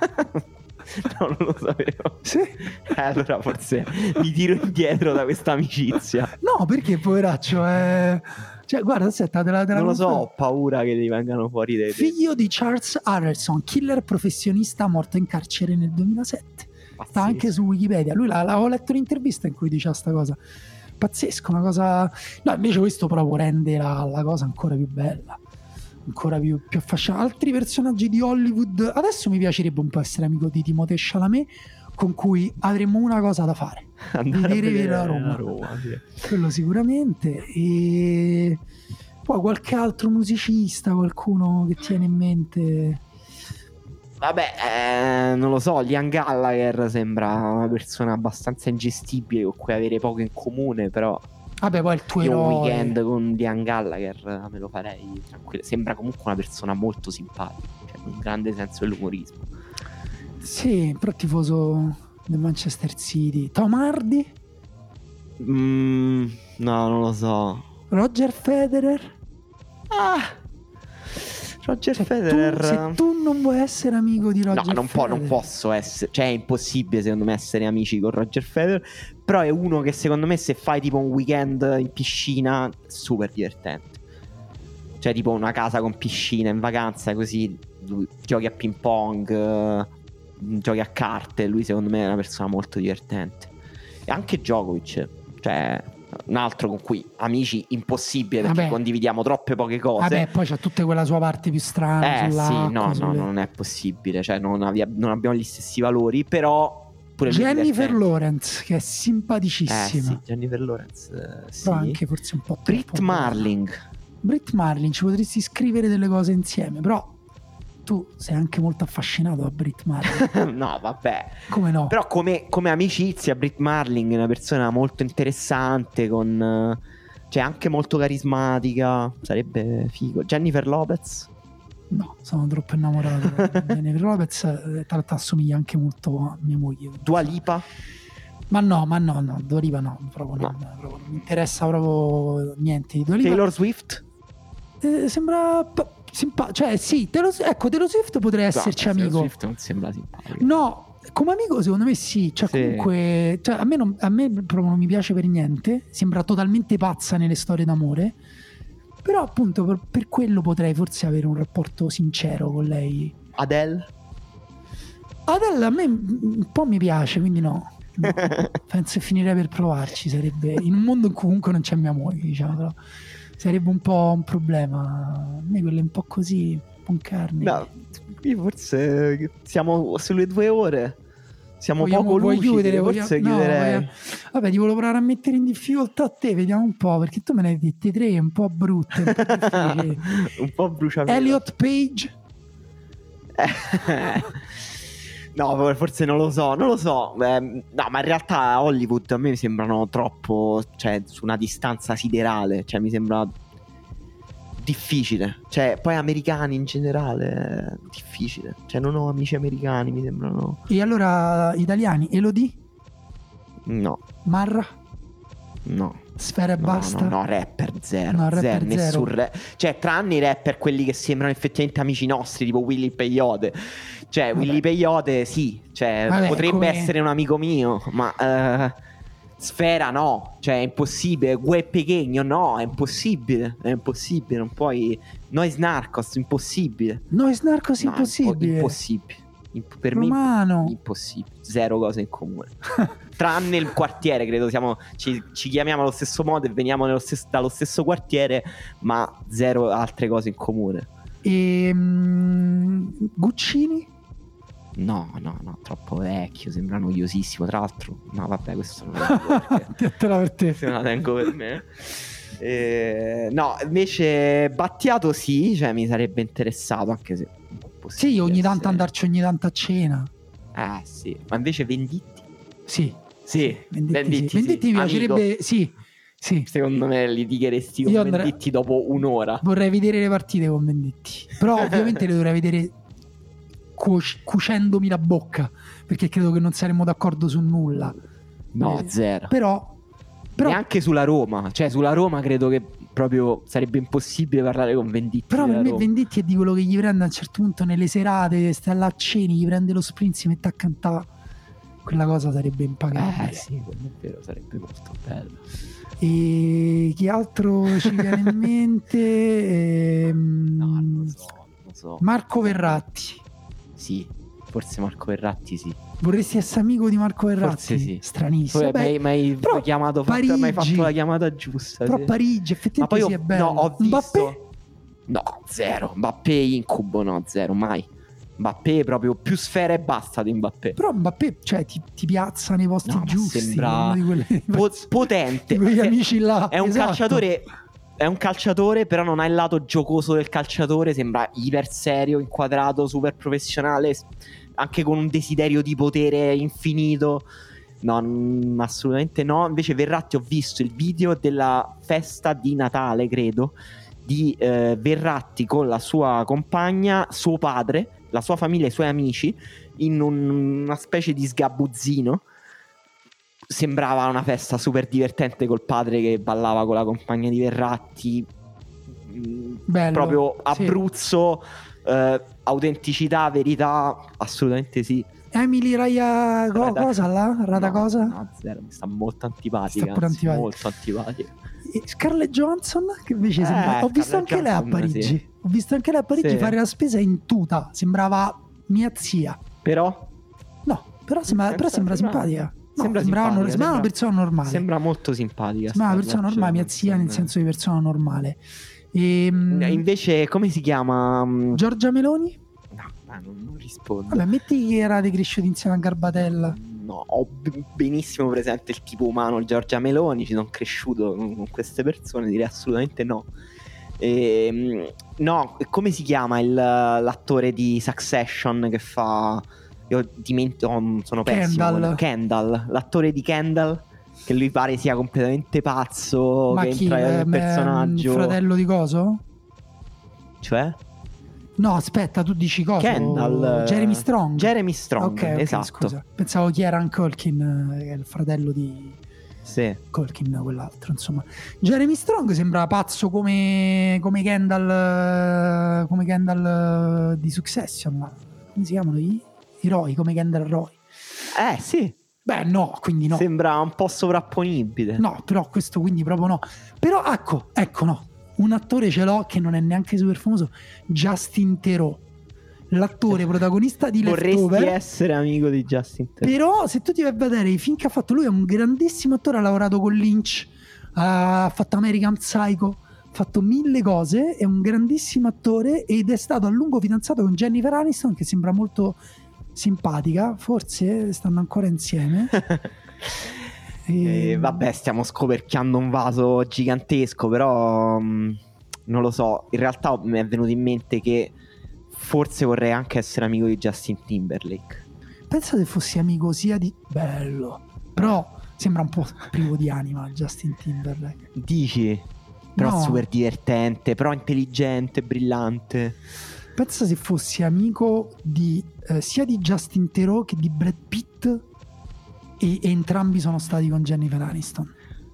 No, non lo sapevo. Sì. Allora forse mi tiro indietro da questa amicizia. No, perché poveraccio è... Cioè, guarda, aspetta, te la non lo so, ho paura che gli vengano fuori dei... Figlio di Charles Harrelson, killer professionista morto in carcere nel 2007. Pazzesco. Sta anche su Wikipedia. Lui l'avevo letto un'intervista in cui diceva sta cosa. Pazzesco, una cosa... No, invece questo proprio rende la cosa ancora più bella, ancora più affascinante. Altri personaggi di Hollywood... Adesso mi piacerebbe un po' essere amico di Timothée Chalamet, con cui avremmo una cosa da fare: vedere la Roma, sì. Quello sicuramente. E poi qualche altro musicista, qualcuno che tiene in mente? Vabbè, non lo so, Liam Gallagher sembra una persona abbastanza ingestibile con cui avere poco in comune, però vabbè, poi il tuo io eroe... un weekend con Liam Gallagher me lo farei tranquillo. Sembra comunque una persona molto simpatica, cioè un grande senso dell'umorismo. Sì, però tifoso del Manchester City. Tom Hardy? No, non lo so. Roger Federer? Roger Cioè, Federer. se tu non vuoi essere amico di Roger Federer, non posso essere. Cioè, è impossibile secondo me essere amici con Roger Federer. Però è uno che secondo me, se fai tipo un weekend in piscina, è super divertente. Cioè, tipo una casa con piscina in vacanza, così giochi a ping pong, giochi a carte. Lui secondo me è una persona molto divertente. E anche Djokovic, cioè un altro con cui amici impossibile, perché condividiamo troppe poche cose. Vabbè, poi c'ha tutta quella sua parte più strana. Sì, no, non è possibile. Cioè non abbiamo gli stessi valori, però pure Jennifer Lawrence, che è simpaticissima. Sì, Jennifer Lawrence, sì. Però anche forse un po' Brit Marling, ci potresti scrivere delle cose insieme, però tu sei anche molto affascinato da Brit Marling. No, vabbè. Come no? Però come amicizia Brit Marling è una persona molto interessante, cioè anche molto carismatica, sarebbe figo. Jennifer Lopez? No, sono troppo innamorato. Jennifer Lopez tra l'altro assomiglia anche molto a mia moglie. Dua Lipa? Ma no, Dua Lipa no, proprio non mi interessa proprio niente di Dua Lipa. Taylor Swift? Sembra cioè sì, Taylor Swift potrei esserci amico. Taylor Swift non sembra simpatico. No, come amico secondo me sì, cioè sì. Comunque, cioè, a me proprio non mi piace per niente, sembra totalmente pazza nelle storie d'amore, Però appunto per quello potrei forse avere un rapporto sincero con lei. Adele? Adele a me un po' mi piace, quindi no. Penso che finirei per provarci. Sarebbe in un mondo in cui comunque non c'è mia moglie, diciamo, però sarebbe un po' un problema. A me quelle un po' così, un po' in carne. No, io forse siamo sulle 2 ore. Siamo poco vuoi lucidi, chiudere? forse No, chiuderei. vabbè, ti volevo provare a mettere in difficoltà a te, vediamo un po', perché tu me ne hai dette 3 un po' brutte, un po' difficili. Un po' bruciamento. Elliot Page? No, forse non lo so. No, ma in realtà Hollywood a me mi sembrano troppo, cioè, su una distanza siderale. Cioè, mi sembra difficile. Cioè, poi americani in generale, difficile. Cioè, non ho amici americani, mi sembrano. E allora italiani? Elodie? No, Marra? no. Sfera e basta? No, rapper zero. No, rapper nessun zero. Cioè, tranne i rapper quelli che sembrano effettivamente amici nostri, tipo Willy Peyote. Cioè, Vabbè. Willy Peyote sì, cioè, Vabbè, potrebbe come- essere un amico mio, ma Sfera no, cioè è impossibile. Gue Pequeno no, è impossibile, non puoi. Nois Narcos, impossibile. Noi Narcos No, impossibile. impossibile. Per Romano. me impossibile, zero cose in comune. Tranne il quartiere, credo ci chiamiamo allo stesso modo e veniamo dallo stesso quartiere, ma zero altre cose in comune. E Guccini? No, troppo vecchio, sembra noiosissimo. Tra l'altro, no, vabbè, questo non lo dico perché Te per te. se me la tengo per me. No, invece Battiato sì, cioè mi sarebbe interessato, anche se Sì, ogni tanto essere... andarci ogni tanto a cena. Sì, ma invece Venditti? Sì. Sì, Venditti, sì. Venditti mi piacerebbe, sì. Secondo me litigheresti con Io Venditti dopo un'ora. Vorrei vedere le partite con Venditti. Però ovviamente le dovrei vedere cucendomi la bocca, perché credo che non saremmo d'accordo su nulla. No, zero. Però neanche sulla Roma. Cioè, sulla Roma credo che proprio sarebbe impossibile parlare con Venditti. Però per me Roma. Venditti è di quello che gli prende a un certo punto nelle serate, sta là a cena, gli prende lo sprint, si mette a cantare. Quella cosa sarebbe impagabile. Sì, quello è vero, sarebbe molto bello. E chi altro ci viene in mente? No, non lo so. Marco Verratti. Sì, forse Marco Verratti sì. Vorresti essere amico di Marco Verratti? Forse sì. Stranissimo. Mi hai chiamato, mi hai fatto la chiamata giusta. Però sì. Parigi effettivamente ma poi sì, è bello. No, ho visto... Mbappé? No, zero. Mbappé incubo, no, zero, mai. Mbappé proprio più sfera e basta di Mbappé. Però Mbappé, cioè, ti piazza nei posti giusti. Sembra di quelle... potente. Di quegli amici là. È un esatto. calciatore... È un calciatore, però non ha il lato giocoso del calciatore. Sembra iper serio, inquadrato, super professionale, anche con un desiderio di potere infinito. No, assolutamente no. Invece Verratti, ho visto il video della festa di Natale, credo, di Verratti con la sua compagna, suo padre, la sua famiglia e i suoi amici in una specie di sgabuzzino. Sembrava una festa super divertente col padre che ballava con la compagna di Verratti. Bello, proprio Abruzzo, sì. Autenticità, verità, assolutamente sì. Emily Raya cosa là? Rada no, cosa? No, zero, mi sta molto antipatica. Sta pure antipatica. Molto antipatica. E Scarlett Johansson che invece sembra... Ho visto anche lei a Parigi. Sì. Ho visto anche lei a Parigi fare la spesa in tuta. Sembrava mia zia. Però? No, però sembra simpatica. No, sembrava una persona normale. Sembra molto simpatica. Sembrava una persona normale, mia zia nel senso di persona normale. Invece, come si chiama? Giorgia Meloni? No, non rispondo. Vabbè, metti che erate cresciuti insieme a Garbatella. No, ho benissimo presente il tipo umano Giorgia Meloni, ci sono cresciuto con queste persone, direi assolutamente no. No, come si chiama l'attore di Succession che fa... Io sono pessimo. Kendall, l'attore di Kendall, che lui pare sia completamente pazzo. Ma che chi? entra nel personaggio. Il fratello di coso? Cioè? No, aspetta, tu dici cosa? Kendall. Jeremy Strong. Okay, esatto. Scusa. Pensavo Kieran Culkin, che è il fratello di... Sì. Culkin, quell'altro, insomma. Jeremy Strong sembra pazzo come Kendall, di Succession. Come si chiamano i Roy, come Kendall Roy? Sì. Beh, no, quindi no. Sembra un po' sovrapponibile. No, però questo quindi proprio no. Però ecco, no. un attore ce l'ho che non è neanche super famoso, Justin Theroux, l'attore protagonista di Vorresti Leftover. essere amico di Justin Theroux. Però se tu ti vai a vedere i film che ha fatto, lui è un grandissimo attore, ha lavorato con Lynch, ha fatto American Psycho, ha fatto 1000 cose, è un grandissimo attore ed è stato a lungo fidanzato con Jennifer Aniston, che sembra molto simpatica, forse stanno ancora insieme. Vabbè, stiamo scoperchiando un vaso gigantesco, però non lo so, in realtà mi è venuto in mente che forse vorrei anche essere amico di Justin Timberlake. Pensa se fossi amico sia di... bello, però sembra un po' privo di anima Justin Timberlake. Dici? Però No. super divertente, però intelligente, brillante. Pensa se fossi amico di sia di Justin Theroux che di Brad Pitt e entrambi sono stati con Jennifer Aniston.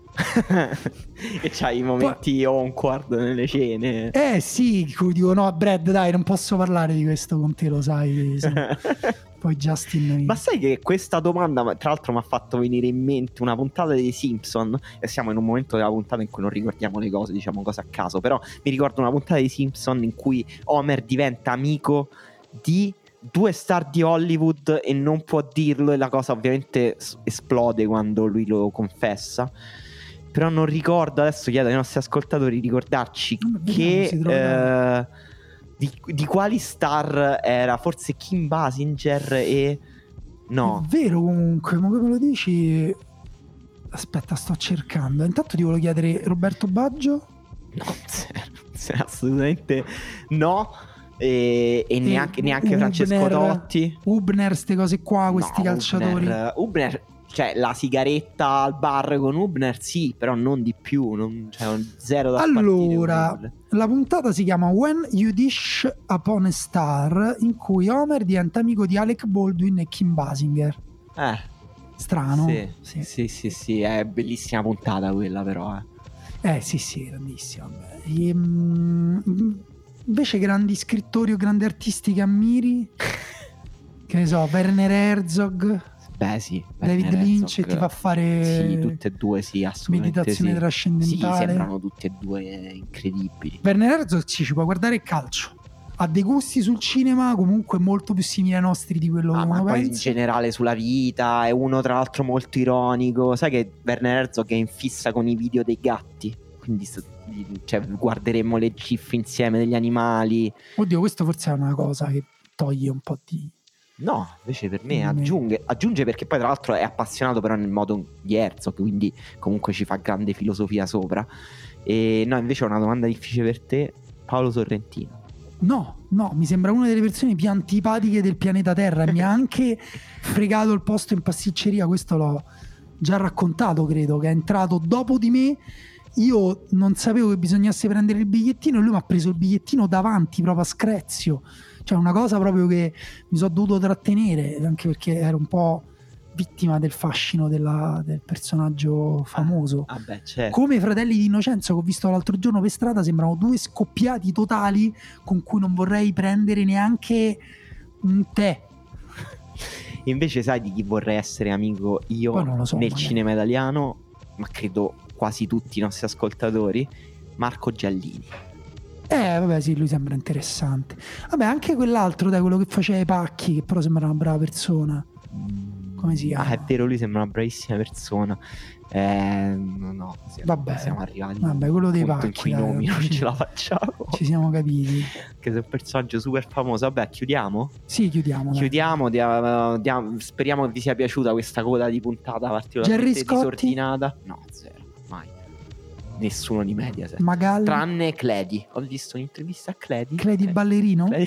E c'hai i momenti awkward nelle scene. Sì, dico no Brad dai non posso parlare di questo con te, lo sai. Poi Justin Ma sai che questa domanda tra l'altro mi ha fatto venire in mente una puntata dei Simpson, e siamo in un momento della puntata in cui non ricordiamo le cose, diciamo cose a caso, però mi ricordo una puntata dei Simpson in cui Homer diventa amico di 2 star di Hollywood e non può dirlo, e la cosa ovviamente esplode quando lui lo confessa. Però non ricordo, adesso chiedo ai nostri ascoltatori di ricordarci Vediamo, si trova. di quali star era, forse Kim Basinger e... No, È vero comunque, ma come lo dici? Aspetta, sto cercando. Intanto ti volevo chiedere Roberto Baggio. no, assolutamente no. E neanche Francesco Hubner, Totti. Hubner, ste cose qua, questi No, calciatori. Hubner, cioè la sigaretta al bar con Hubner sì, però non di più, cioè, zero da Allora, spartire. la puntata si chiama When You Dish Upon a Star, in cui Homer diventa amico di Alec Baldwin e Kim Basinger. Strano. Sì, è bellissima puntata quella, però. Sì, grandissima. Invece grandi scrittori o grandi artisti che ammiri? Che ne so, Werner Herzog, Beh, sì, David Werner Lynch, Herzog. e ti fa fare Sì, tutte e due, sì, assolutamente meditazione sì. trascendentale. Sì, sembrano tutti e due incredibili. Werner Herzog ci può guardare il calcio, ha dei gusti sul cinema comunque molto più simili ai nostri di quello che Ma uno poi in pensa. generale sulla vita, è uno tra l'altro molto ironico. Sai che Werner Herzog è in fissa con i video dei gatti, quindi cioè, guarderemmo le gif insieme degli animali. Oddio, questo forse è una cosa che toglie un po' di... No, invece per me aggiunge, perché poi tra l'altro è appassionato però nel modo di Herzog, quindi comunque ci fa grande filosofia sopra. E no, invece ho una domanda difficile per te, Paolo Sorrentino. No, mi sembra una delle persone più antipatiche del pianeta Terra. Mi ha anche fregato il posto in pasticceria, questo l'ho già raccontato, credo, che è entrato dopo di me. Io non sapevo che bisognasse prendere il bigliettino e lui mi ha preso il bigliettino davanti, proprio a screzio. Cioè una cosa proprio che mi sono dovuto trattenere, anche perché ero un po' vittima del fascino del personaggio famoso. Beh, certo. Come i Fratelli di Innocenzo che ho visto l'altro giorno per strada, sembrano 2 scoppiati totali con cui non vorrei prendere neanche un tè. Invece sai di chi vorrei essere amico io Poi non lo so, nel magari. cinema italiano, ma credo quasi tutti i nostri ascoltatori? Marco Giallini. Vabbè, sì, lui sembra interessante. Vabbè, anche quell'altro, dai, quello che faceva i pacchi, che però sembra una brava persona. Come si chiama? È vero, lui sembra una bravissima persona. No, Vabbè, siamo arrivati quello dei punto pacchi, in cui i dai, nomi non ce la facciamo. Ci siamo capiti. Che sei un personaggio super famoso. Vabbè, chiudiamo? Sì, chiudiamo. Dai. Chiudiamo. Speriamo che vi sia piaciuta questa coda di puntata particolarmente Gerry Scotti? disordinata. No, zero, mai. Nessuno di Mediaset. Magalli. Tranne Cledi. Ho visto un'intervista a Cledi. Cledi ballerino? Cledi.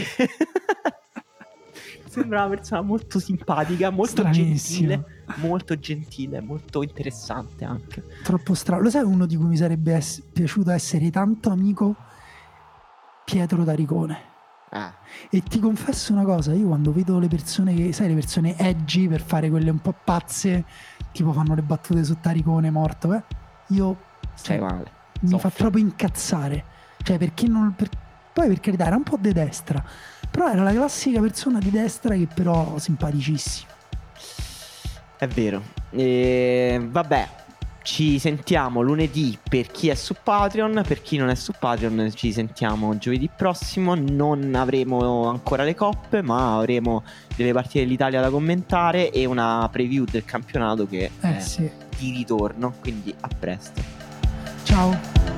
Sembra una persona molto simpatica, molto Stranissimo. gentile, molto interessante anche. Troppo strano. Lo sai uno di cui mi sarebbe piaciuto essere tanto amico? Pietro Taricone. E ti confesso una cosa, io quando vedo le persone che, sai, le persone edgy per fare quelle un po' pazze, tipo fanno le battute su Taricone morto, io Stai male. mi fa proprio incazzare. Cioè, perché non... Poi per carità era un po' di destra, però era la classica persona di destra che però simpaticissima. È vero. Vabbè, ci sentiamo lunedì per chi è su Patreon. Per chi non è su Patreon ci sentiamo giovedì prossimo. Non avremo ancora le coppe, ma avremo delle partite dell'Italia da commentare e una preview del campionato che è sì, di ritorno. Quindi a presto. ciao.